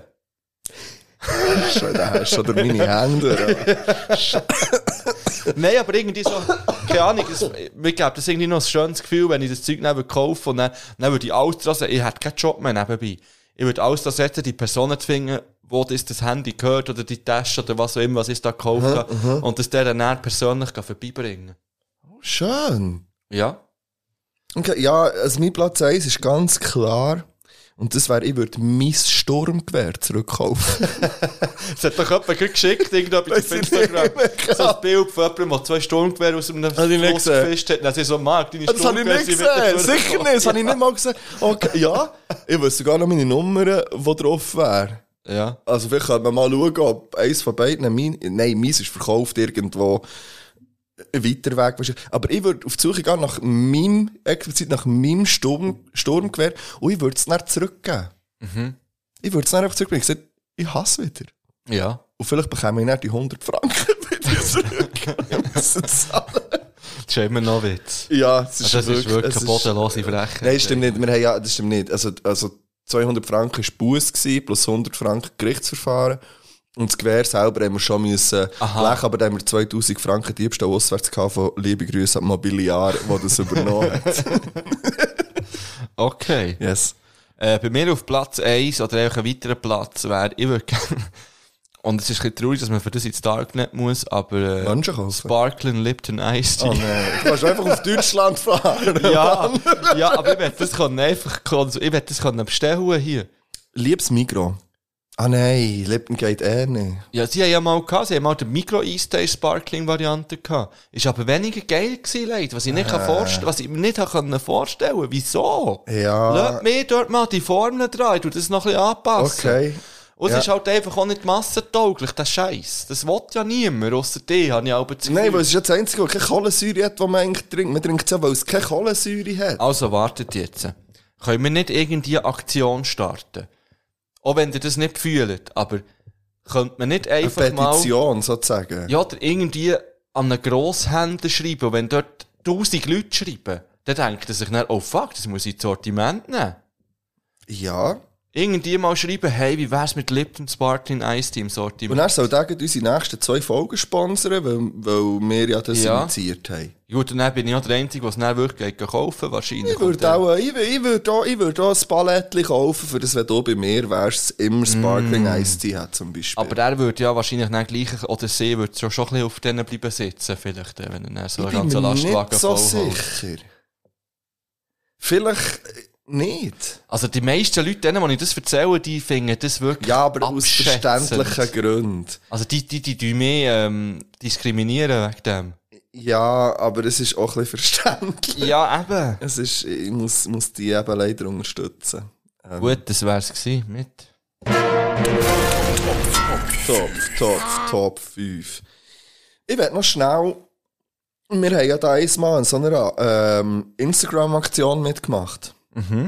Da hast du schon meine Hände. Nein, aber irgendwie so, keine Ahnung, es, mir gibt das irgendwie noch ein schönes Gefühl, wenn ich das Zeug neben kaufe und dann, dann würde ich alles dran setzen, ich hätte keinen Job mehr nebenbei. Ich würde alles dran setzen, die Personen zu finden, wo das, das Handy gehört oder die Tasche oder was auch immer, was ich da gekauft uh-huh, habe uh-huh. und das der dann persönlich vorbeibringen. Oh, schön. Ja. Okay, ja, also mein Platz eins ist ganz klar. Und das wäre, ich würde mein Sturmgewehr zurückkaufen. Es hat doch jemand geschickt, irgendetwas auf Instagram. So ein Bild von jemandem, der zwei Gefischt aus einem Fluss gefischt hat. Und dann sind so, Marc, deine das Sturmgewehre sind wieder zurückgekommen. Sicher nicht, das habe ich nicht mal gesehen. Okay, ja, ich wüsste sogar noch meine Nummer, die drauf wäre. Ja. Also vielleicht könnte man mal schauen, ob eins von beiden, mein, nein, meins ist verkauft irgendwo weiter weg. Aber ich würde auf die Suche gehen nach meinem, explizit nach meinem Sturm, Sturmgewehr und ich würde es dann zurückgeben. Mhm. Ich würde es dann einfach zurückbringen. Ich sage, ich hasse es wieder. Ja. Und vielleicht bekomme ich dann die hundert Franken wieder zurück. Ich muss zahlen. Das ist immer noch Witz. Ja, das ist, also das wirklich, ist wirklich eine bodenlose Frechheit. Nein, das stimmt nicht. Wir haben, ja, das stimmt nicht. Also, also zweihundert Franken war Buss plus hundert Franken Gerichtsverfahren. Und das Gewehr selber haben wir schon müssen blechen, aber da haben wir zweitausend Franken Diebstahl auswärts gehabt von liebe Grüße an Mobiliar, der das übernommen hat. Okay. Yes. Äh, bei mir auf Platz eins oder einfach ein weiterer Platz wäre, ich würde gerne Und es ist ein bisschen traurig, dass man für das ins Darknet muss, aber äh, Menschen kaufen. Sparkling Lipton Ice Tea. Oh nein, du kannst einfach auf Deutschland fahren. Ja, ja, aber ich werde das können einfach, ich werde das können bestellen hier. Liebes Migros. Ah nein, Lipton geht eh nicht. Ja, sie haben ja mal gehabt, sie haben mal die Micro Ice Tea Sparkling Variante gehabt. Ist aber weniger geil gewesen, Leute, was ich nicht kann vorstellen, was ich mir nicht kann vorstellen. Wieso? Ja. Lass mir dort mal die Formel dran, du das noch ein bisschen anpassen. Okay. Und es Ja. ist halt einfach auch nicht massentauglich, das Scheiß. Das will ja niemand, ausser dir, habe ich auch das Gefühl. Nein, weil es ist ja das Einzige, was keine Kohlensäure hat, was man eigentlich trinkt. Man trinkt es ja, weil es keine Kohlensäure hat. Also wartet jetzt. Können wir nicht irgendwie eine Aktion starten? Auch wenn ihr das nicht fühlt, aber könnte man nicht einfach Eine mal... Petition, sozusagen. Ja, oder irgendwie an einen Grosshändler schreiben. Und wenn dort tausend Leute schreiben, dann denkt er sich dann, oh fuck, das muss ich ins Sortiment nehmen. Ja. Irgendwie mal schreiben, hey, wie wär's mit Lipton Sparkling Ice Tea im Und Sortiment? er soll dann unsere nächsten zwei Folgen sponsern, weil, weil wir ja das Ja. initiiert haben. Gut, und dann bin ich auch der Einzige, der es dann wirklich geht kaufen wahrscheinlich. Ich würde auch, ich, wür- ich würde auch, ich würde auch ein Palettchen kaufen, für das, wenn du bei mir wärst, immer Sparkling Mm. Ice Tea hat, zum Beispiel. Aber der würde ja wahrscheinlich dann gleich, oder sie würde schon schon ein bisschen auf denen bleiben sitzen, vielleicht, äh, wenn er dann so ich einen bin ganzen mir Lastwagen nicht so voll holt. sicher. Vielleicht äh, nicht. Also die meisten Leute, denen, die ich das erzähle, die finden das wirklich Ja, aber aus abschätzend. verständlichen Gründen. Also die, die, die, die mich ähm, diskriminieren wegen dem. Ja, aber es ist auch ein bisschen verständlich. Ja, eben. Es ist, ich muss, muss die eben leider unterstützen. Ähm, Gut, das wär's gewesen, mit. Top, Top, Top fünf. Ich werde noch schnell... Wir haben ja da einmal in so einer ähm, Instagram-Aktion mitgemacht. Mhm.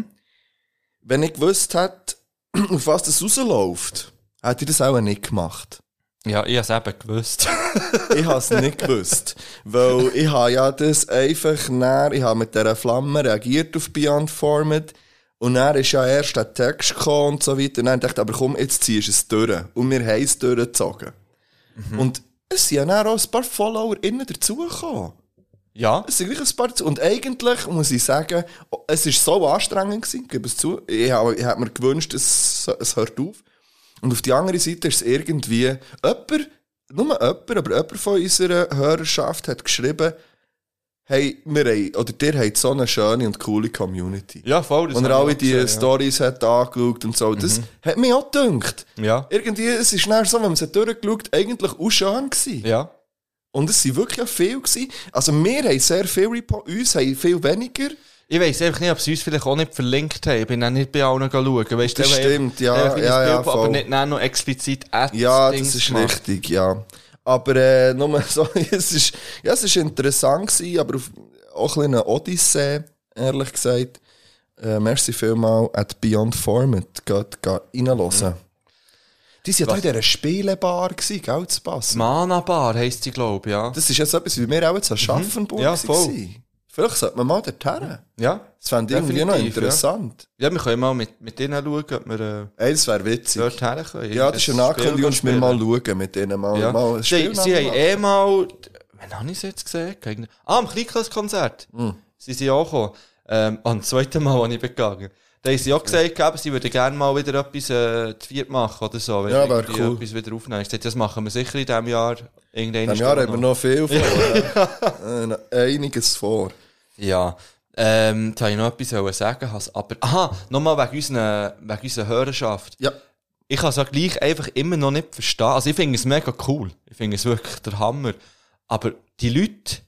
Wenn ich gewusst hätte, auf was das rausläuft, hätte ich das auch nicht gemacht. Ja, ich hab's eben gewusst. Ich habe es nicht gewusst. Weil ich habe ja das einfach näher, ich habe mit dieser Flamme reagiert auf Beyond Format. Und dann ist ja erst der Text gekommen und so weiter. Und dann dachte ich, aber komm, jetzt ziehst du es durch. Und wir haben es durchgezogen. Mhm. Und es sind ja dann auch ein paar FollowerInnen dazugekommen. Ja. Es sind wirklich ein paar dazu. Und eigentlich muss ich sagen, es war so anstrengend gewesen, ich gebe es zu. Ich habe, ich habe mir gewünscht, es, es hört auf. Und auf die andere Seite ist es irgendwie, jemand, nur jemand, aber jemand von unserer Hörerschaft hat geschrieben, hey, wir haben, oder ihr habt so eine schöne und coole Community. Ja, voll. das Und er hab ich alle auch die gesehen, Storys hat angeschaut und so. Das hat mich auch gedacht. Ja. Irgendwie, es ist nachher so, wenn man es hat durchgeschaut, eigentlich auch schön gewesen. Ja. Ja. Und es waren wirklich auch viel gewesen. Also wir haben sehr viel Report, uns haben viel weniger. Ich weiss einfach nicht, ob sie uns vielleicht auch nicht verlinkt haben. Ich bin auch nicht bei allen schauen. Weißt, Das die haben stimmt, ja, einfach ein ja, ja, Bild, aber voll. nicht dann noch explizit Ads Ja, Dings das ist gemacht. richtig, ja. Aber äh, nur so, es ist, ja, es ist interessant gewesen, aber auf, auch ein bisschen eine Odyssee, ehrlich gesagt. Äh, merci vielmal at Beyond Format. Geht, geht reinhören. Die waren ja da in dieser Spielebar, gewesen, gell, zu passen. Mana Bar heisst sie, glaube ich, ja. Das ist jetzt etwas, wie wir auch jetzt an Schaffenburg Ja, voll. waren. Vielleicht sollte man mal dorthin. Ja. Das fände ich irgendwie noch Definitiv, interessant. Ja, wir können mal mit, mit denen schauen, ob wir äh, Ey, das wäre witzig. dort her können. Ja, das ist eine Ankündigung, dass wir mal schauen mit denen. Mal, Ja. mal ein sie, Spiel sie haben machen. eh mal... Wann habe ich sie jetzt gesehen? Gegen- Ah, am Kleinklasskonzert. Hm. Sie sind auch gekommen. Ähm, am zweiten Mal, als ich bin gegangen. Da haben sie auch gesagt, eben, sie würden gerne mal wieder etwas äh, zu viert machen oder so. Wenn Ja, sie wär irgendwie cool. etwas wieder aufnehmen. Ich sagte, das machen wir sicher in diesem Jahr. In In diesem Jahr haben wir noch viel vor. ja. Äh, noch einiges vor. Ja. Ähm, da wollte ich noch etwas wollen sagen. has- Aber, aha, nochmal wegen unserer, wegen unserer Hörerschaft. Ja. Ich kann es auch gleich einfach immer noch nicht verstehen. Also ich finde es mega cool. Ich finde es wirklich der Hammer. Aber die Leute,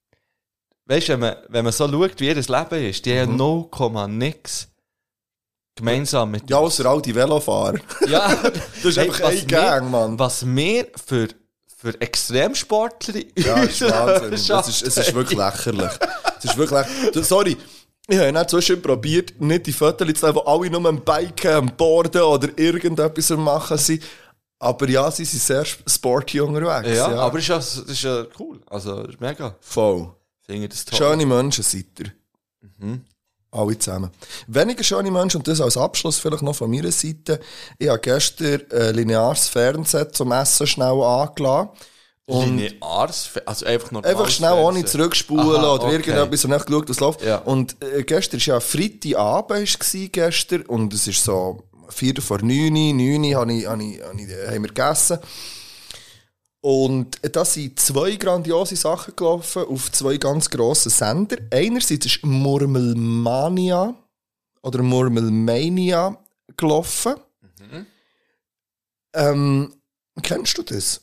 weißt du, wenn man, wenn man so schaut, wie ihr Leben ist, die haben null Komma nix gemeinsam mit Ja, außer all die Velofahrer. Ja, Das ist einfach was ein Gang, wir- Mann. Was wir für, für Extremsportler in Ja, das ist unserer Wahnsinn. Es Hörerschaft ist, es ist wirklich lächerlich. Es ist wirklich lächerlich. Sorry. Ich habe ja zwischen probiert, nicht die Fotos zu nehmen, wo alle nur am Biken, am Boarden oder irgendetwas am machen sind. Aber ja, sie sind sehr sporty unterwegs. Ja, Ja, aber das ist, ja, das ist ja cool. Also, das ist mega. voll. Ich finde das toll. Schöne Menschen seid ihr. Mhm. Alle zusammen. Weniger schöne Menschen, und das als Abschluss vielleicht noch von meiner Seite. Ich habe gestern äh, lineares Fernsehen zum Essen schnell angelassen. Und Lineares, also einfach noch einfach schnell ohne zurückspulen Aha, oder okay. irgendetwas und nicht geschaut, was läuft. Ja. Und äh, gestern war ja Freitagabend, war gestern, und es war so vier vor neun, neun habe ich, habe ich, habe ich, haben wir gegessen. Und da sind zwei grandiose Sachen gelaufen auf zwei ganz grossen Sender. Einerseits ist Murmelmania oder Murmelmania gelaufen. Mhm. Ähm, kennst du das?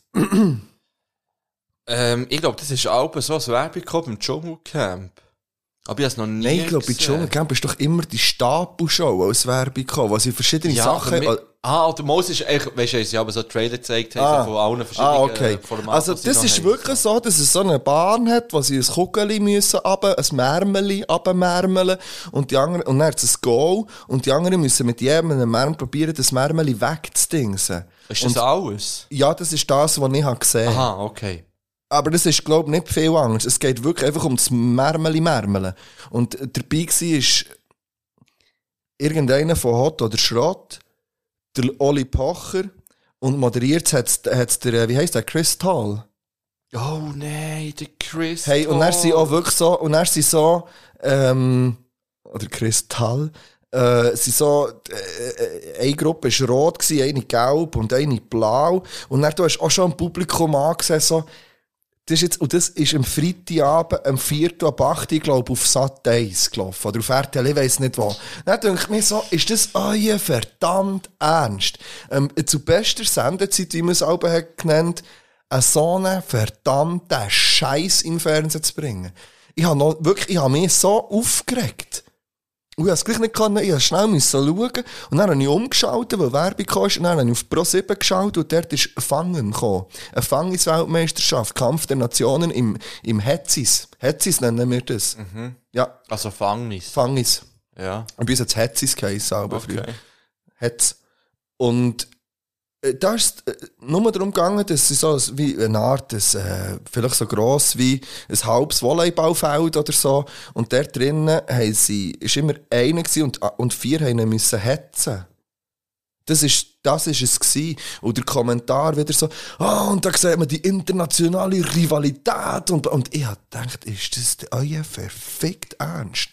ähm, ich glaube, das ist auch so ein Werbung beim Dschungelcamp. Aber ich habe es noch nie Nein, ich glaube, bei gesehen. Dschungelcamp ist doch immer die Stapelshow als Werbung gekommen, wo sie verschiedene Ja, Sachen... mit, ah, oder Moses ist eigentlich, weißt du, sie haben so einen Trailer gezeigt haben, Ah. von allen verschiedenen Ah, okay. Formaten. Also die sie das noch ist haben. wirklich so, dass es so eine Bahn hat, wo sie ein Kugeli müssen runter, ein Märmeli runtermärmeln und die anderen, und dann hat es ein Goal und die anderen müssen mit jedem einem Märmel probieren, das Märmeli wegzudingsen. Ist und, das alles? Ja, das ist das, was ich habe gesehen habe. Aha, okay. Aber das ist, glaube ich, nicht viel Angst. Es geht wirklich einfach um das Märmeli-Märmeln. Und dabei war irgendeiner von Hot oder Schrott, der Oli Pocher, und moderiert hat es der, wie heisst der, Chris Tall. Oh nein, der Chris. Hey, und dann sind auch wirklich so, und dann sind so, ähm, oder Chris Tall, äh, sind so, äh, eine Gruppe war rot gewesen, eine gelb und eine blau. Und dann, du hast auch schon im Publikum angesehen, so, das ist jetzt, und das ist am Freitagabend, am vierten ab acht, ich glaube, auf Sat eins gelaufen. Oder auf R T L, ich weiss nicht wo. Dann denke ich mir so, ist das euer verdammt ernst? Ähm, zu bester Sendezeit, wie man es auch hat genannt, einen so einen verdammten Scheiß im Fernsehen zu bringen. Ich habe noch, wirklich, ich habe mich so aufgeregt. Und ich konnte es gleich nicht können, ich musste schnell müssen schauen. Und dann habe ich umgeschaltet, weil Werbung kam. Und dann habe ich auf Pro sieben geschaut und dort ist Fangen gekommen. Eine Fangis-Weltmeisterschaft, Kampf der Nationen im, im Hetzis. Hetzis nennen wir das. Mhm. Ja, Also Fangnis. Fangis. Ja. Und bei uns hat es Hetzis geheissen, aber Okay. früher. Hetz. Und äh, da ist es äh, nur darum gegangen, dass sie so ein- wie eine Art, das, äh, vielleicht so gross wie ein halbes Volleyballfeld oder so. Und dort drinnen haben sie, ist immer einer gewesen und, und vier haben ihn müssen hetzen. Das ist, das ist es gewesen. Und der Kommentar wieder so, ah, und da sieht man die internationale Rivalität. Und, und ich hab gedacht, ist das euer verfickt Ernst?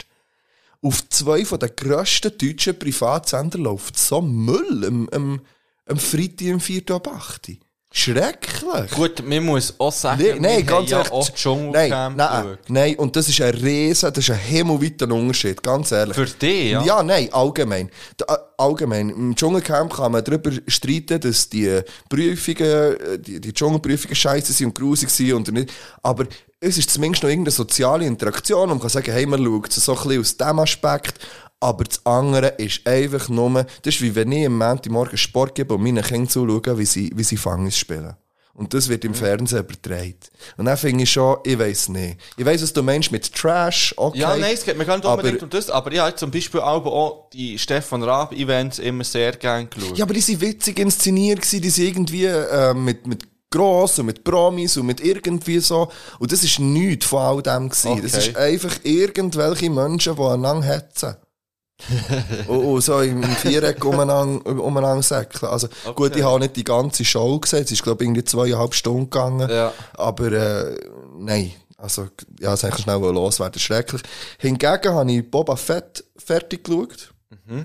Auf zwei von den grössten deutschen Privatsender läuft so Müll am, am, am Freitag im vierten ab acht. Schrecklich. Gut, man muss auch sagen, Nee, nein, wir ganz haben ehrlich. ja auch Nein, Dschungelcamp nein, geschaut. nein, und das ist ein riesen, das ist ein himmelweiter Unterschied, ganz ehrlich. Für dich, ja? Ja, nein, allgemein. Da, äh, allgemein. Im Dschungelcamp kann man darüber streiten, dass die Prüfungen, äh, die, die Dschungelprüfungen scheiße sind und grusig sind oder nicht. Aber es ist zumindest noch irgendeine soziale Interaktion und man kann sagen, hey, man schaut es so ein bisschen aus diesem Aspekt. Aber das andere ist einfach nur, das ist wie wenn ich am Montagmorgen Sport gebe und meinen Kindern zuschaue, wie sie, wie sie Fangis spielen. Und das wird im Fernsehen übertragen. Und dann finde ich schon, ich weiss nicht. Ich weiss, was du meinst mit Trash, okay. Ja, nein, es geht mir gar nicht Aber- unbedingt um das, aber ich habe zum Beispiel auch, auch die Stefan Raab-Events immer sehr gerne geschaut. Ja, aber die sind witzig inszeniert gewesen, die sind irgendwie äh, mit, mit gross und mit Promis und mit irgendwie so. Und das ist nichts von all dem gewesen. Okay. Das ist einfach irgendwelche Menschen, die einander hetzen. und, und so im Viereck umeinander, umeinander säckeln. Also, gut, ich habe nicht die ganze Show gesehen. Es ist, glaube ich, irgendwie zweieinhalb Stunden gegangen. Ja. Aber, äh, nein. Also, ja, es eigentlich schnell loswerden. Schrecklich. Hingegen habe ich Boba Fett fertig geschaut. Mhm.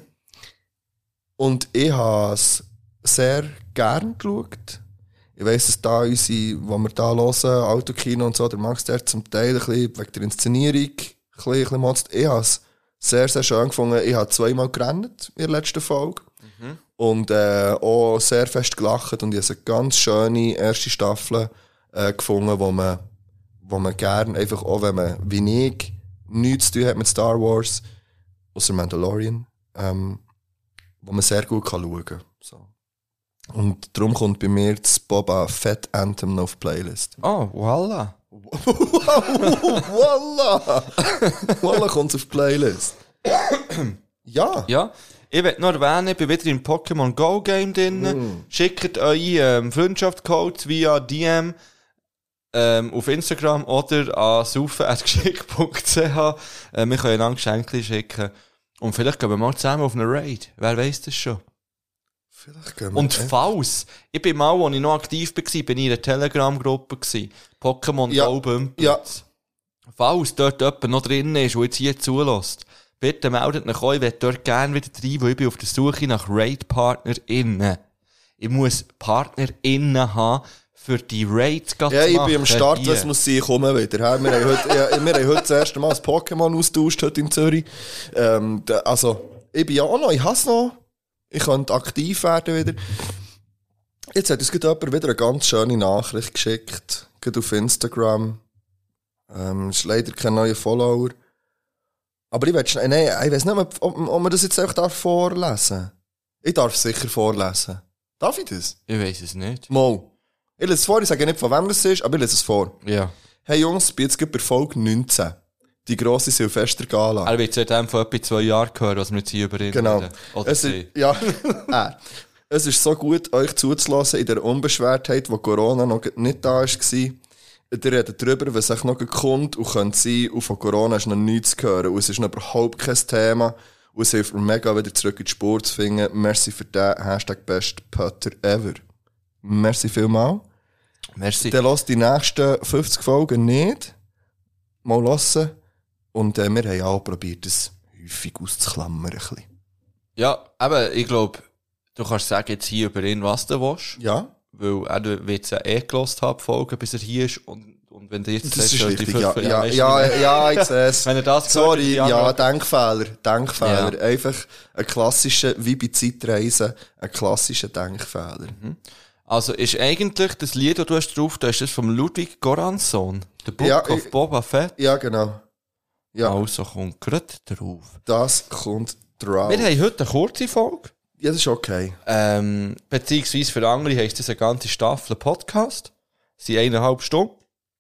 Und ich habe es sehr gern geschaut. Ich weiss, dass da unsere, wo wir da hören, Autokino und so, der Max der zum Teil ein bisschen wegen der Inszenierung ein bisschen, ein bisschen motzt. Ich habe es sehr, sehr schön gefunden. Ich habe zweimal gerannt in der letzten Folge. Mhm. Und äh, auch sehr fest gelacht. Und ich habe eine ganz schöne erste Staffel äh, gefunden, wo man, wo man gerne, einfach auch wenn man, wie ich, nichts zu tun hat mit Star Wars, außer Mandalorian, ähm, wo man sehr gut kann schauen kann. So. Und darum kommt bei mir das Boba Fett Anthem noch auf die Playlist. Oh, voila. Voila! Voila kommt auf die Playlist. Ja. Ja, ich will noch erwähnen, ich bin wieder im Pokémon Go Game drin. Mm. Schickt eure ähm, Freundschaftscodes via D M ähm, auf Instagram oder an saufen at geschick punkt c h. Äh, wir können einander Geschenke schicken. Und vielleicht gehen wir mal zusammen auf eine Raid. Wer weiss das schon? Vielleicht gehen wir Und echt- falls, ich bin mal, als ich noch aktiv war, bin ich in einer Telegram-Gruppe gewesen. Pokémon Ja. Go Bumper. Ja. Falls dort jemand noch drin ist, der jetzt hier zulässt, bitte meldet euch euch, ich möchte dort gerne wieder rein, weil ich bin auf der Suche nach Raid-PartnerInnen. Ich muss PartnerInnen haben, für die Raids zu machen. Ja, ich bin am Start, hier. das muss sein, ich komme wieder. Wir haben heute, ja, wir haben heute das erste Mal das Pokémon austauscht, heute in Zürich. Ähm, da, also, ich bin ja auch noch, ich hasse noch. Ich könnte aktiv werden wieder. Jetzt hat uns gerade jemand wieder eine ganz schöne Nachricht geschickt. Gerade auf Instagram. Ähm, ist leider kein neuer Follower. Aber ich will schnell, nein, ich weiß nicht, ob, ob, ob man das jetzt einfach darf vorlesen. Ich darf es sicher vorlesen. Darf ich das? Ich weiss es nicht. Mal. Ich lese es vor, ich sage nicht, von wem das ist, aber ich lese es vor. Ja. Hey Jungs, ich bin jetzt gerade bei Folge neunzehn. Die grosse Silvestergala. Er wird seitdem von etwa zwei Jahren hören, was wir jetzt hier über ihn Genau. reden. Oder Es sie. ist, ja, äh. Es ist so gut, euch zuzulassen in der Unbeschwertheit, wo Corona noch nicht da war. Ihr redet darüber, was euch noch kommt und könnt sein, und von Corona ist noch nichts zu hören. Und es ist noch überhaupt kein Thema. Und es hilft mir mega, wieder zurück in die Spur zu finden. Merci für den Hashtag Best Putter Ever. Merci vielmals. Merci. Dann lasst die nächsten fünfzig Folgen nicht. Mal hören. Und äh, wir haben auch probiert, das häufig auszuklammern. Ein bisschen. Ja, aber ich glaube, du kannst sagen jetzt hier über ihn, was du willst. Ja, Weil er wird es ja eh gelost haben, Folgen, bis er hier ist. Und, und wenn du jetzt das ist sollst du richtig. die Ja, fünf- ja, weißt du, ja, wie- ja, ich sehe es. Wenn er das Sorry, gehört, die ja, anderen- Denkfehler. Denkfehler. Ja. Einfach ein klassischer, wie bei Zeitreisen, ein klassischer Denkfehler. Also ist eigentlich das Lied, das du hast drauf, da ist das vom Ludwig Goransson. Der Book Ja, of ich- Boba Fett. Ja, genau. Ja, Also kommt gerade drauf. das kommt drauf. Wir haben heute eine kurze Folge. Ja, das ist okay. Ähm, beziehungsweise für andere heisst das eine ganze Staffel Podcast. Sie sind eineinhalb Stunden.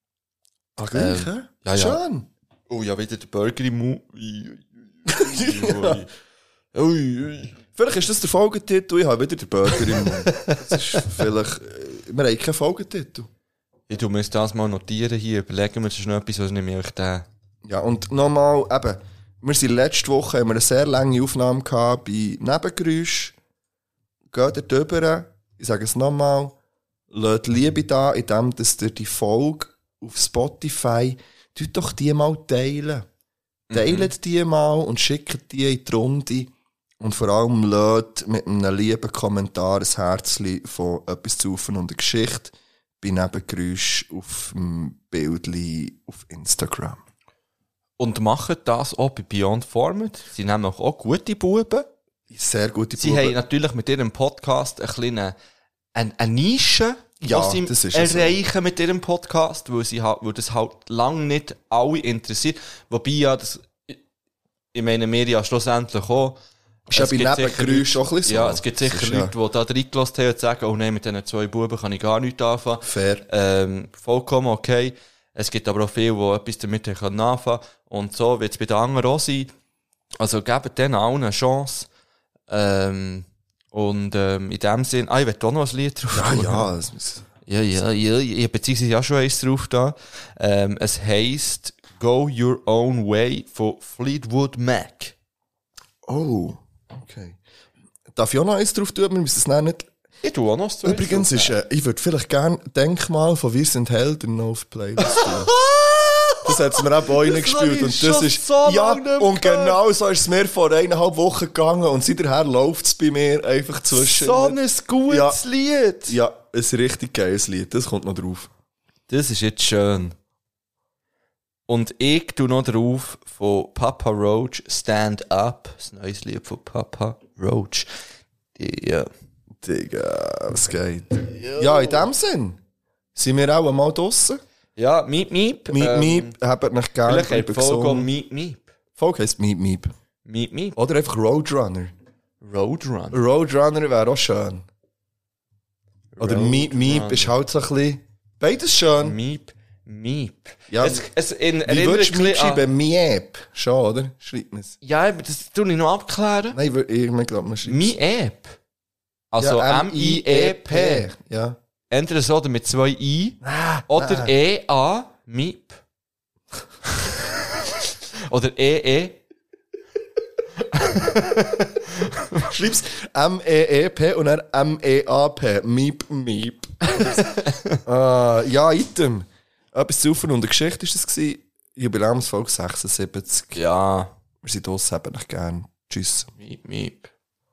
Ah, gleich, Ähm, hä? ja, ja. Schön. Oh ja, wieder der Burger im Mund. Ui, ui, ui, ui. Ui, ui. Vielleicht ist das der Folgetitel, ich habe wieder den Burger im Mund. Das ist vielleicht... Wir haben keinen Folgetitel. Ich tu mir jetzt das mal notieren hier, überlegen wir, das ist noch etwas, was nehme ich euch den. Ja, und nochmal, eben, wir sind letzte Woche, haben wir eine sehr lange Aufnahme gehabt bei Nebengeräusch. Geht dort rüber, ich sage es nochmal, lasst Liebe da, indem dass ihr die Folge auf Spotify, tut doch die mal teilen. Teilt die mal und schickt die in die Runde. Und vor allem lasst mit einem lieben Kommentar ein Herzchen von etwas zu und eine Geschichte bei Nebengeräusch auf dem Bildli auf Instagram. Und machen das auch bei Beyond Format. Sie nehmen auch gute Buben. Sehr gute Sie Buben. haben natürlich mit ihrem Podcast ein kleine, eine, eine Nische, Ja, die das sie ist es erreichen mit ihrem Podcast, weil, sie halt, weil das halt lange nicht alle interessiert. Wobei ja, das, ich meine, wir ja schlussendlich auch. Ist ja Es bei gibt sicher Nebengeräusch Leute- auch ein bisschen so. Ja, es gibt Das sicher ist Leute, die da reingelassen haben und sagen, oh nein, mit diesen zwei Buben kann ich gar nichts anfangen. Fair. Ähm, vollkommen okay. Es gibt aber auch viele, die etwas damit anfangen können. Und so wird es bei den anderen auch sein. Also gebt denen allen eine Chance. Ähm, und ähm, in dem Sinn, ah, ich will auch noch ein Lied drauf Ja, tun. ja. Es muss, Ja, ja, ja, ja, beziehungsweise ja schon eins drauf da. Ähm, es heisst Go Your Own Way von Fleetwood Mac. oh, okay. Darf ich auch noch eins drauf tun? Wir müssen es dann nicht... Ich tue auch noch das Zweite Übrigens drauf. ist, äh, ich würde vielleicht gerne Denkmal von Wir sind Helden noch auf die Playlist tun. Das hat es mir auch bei Ihnen Das gespielt. habe ich Und das schon ist, so ja, lange nicht mehr und gehört. genau so ist es mir vor eineinhalb Wochen gegangen und seither läuft es bei mir einfach zwischen. So ein gutes Ja. Lied. Ja, ein richtig geiles Lied. Das kommt noch drauf. Das ist jetzt schön. Und ich tue noch drauf von Papa Roach Stand Up. Das neues Lied von Papa Roach. Die, ja. Digga, was geht? Ja, in dem Sinn sind wir auch einmal draussen. Ja, Miep Miep. Miep ähm, Miep, habt mich gerne. Vielleicht hat die Folge auch Miep Miep. Folge heisst Miep Miep. Miep Miep. Oder einfach Roadrunner. Roadrun. Roadrunner wäre auch schön. Oder Miep Miep Roadrunner. ist halt so ein bisschen... Beides schön. Miep Miep. Ja, es, es in, Wie erinnert würdest du ein Miep bisschen an- schreiben? Miep. Schon, oder? Schreibt man es. Ja, aber das tue ich noch abklären. Nein, ich, ich, ich glaube, man schreibt es. Miep. Also Ja, M I E P. Ja. Entweder so oder mit zwei I. Oder nein. E A. Miep. Oder E E. Schreib's M E E P und dann M E A P. Miep, Miep. ah, ja, Item. Etwas zu und eine Geschichte war es. gewesen. Jubiläumsfolge sechsundsiebzig. Ja. Wir sind draussen, haben euch gern. Tschüss. Miep, miep.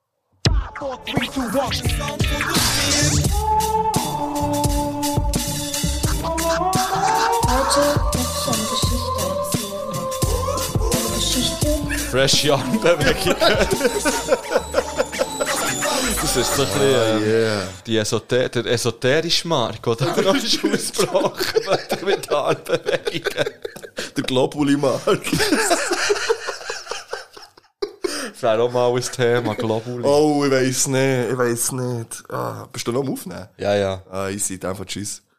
Heute möchte ich eine Geschichte erzählen. Eine Geschichte, Fresh Young-Bewegung. Das ist so ein bisschen ähm, Yeah. die Esoter der esoterische Markt, oder? Noch ist ausgebrochen mit Armbewegungen. Der Globuli-Markt. Das wäre auch mal ein Thema, Globuli. Oh, ich weiss nicht, ich weiss nicht. Ah, bist du noch am Aufnehmen? Ja, ja. Ah, easy, einfach tschüss.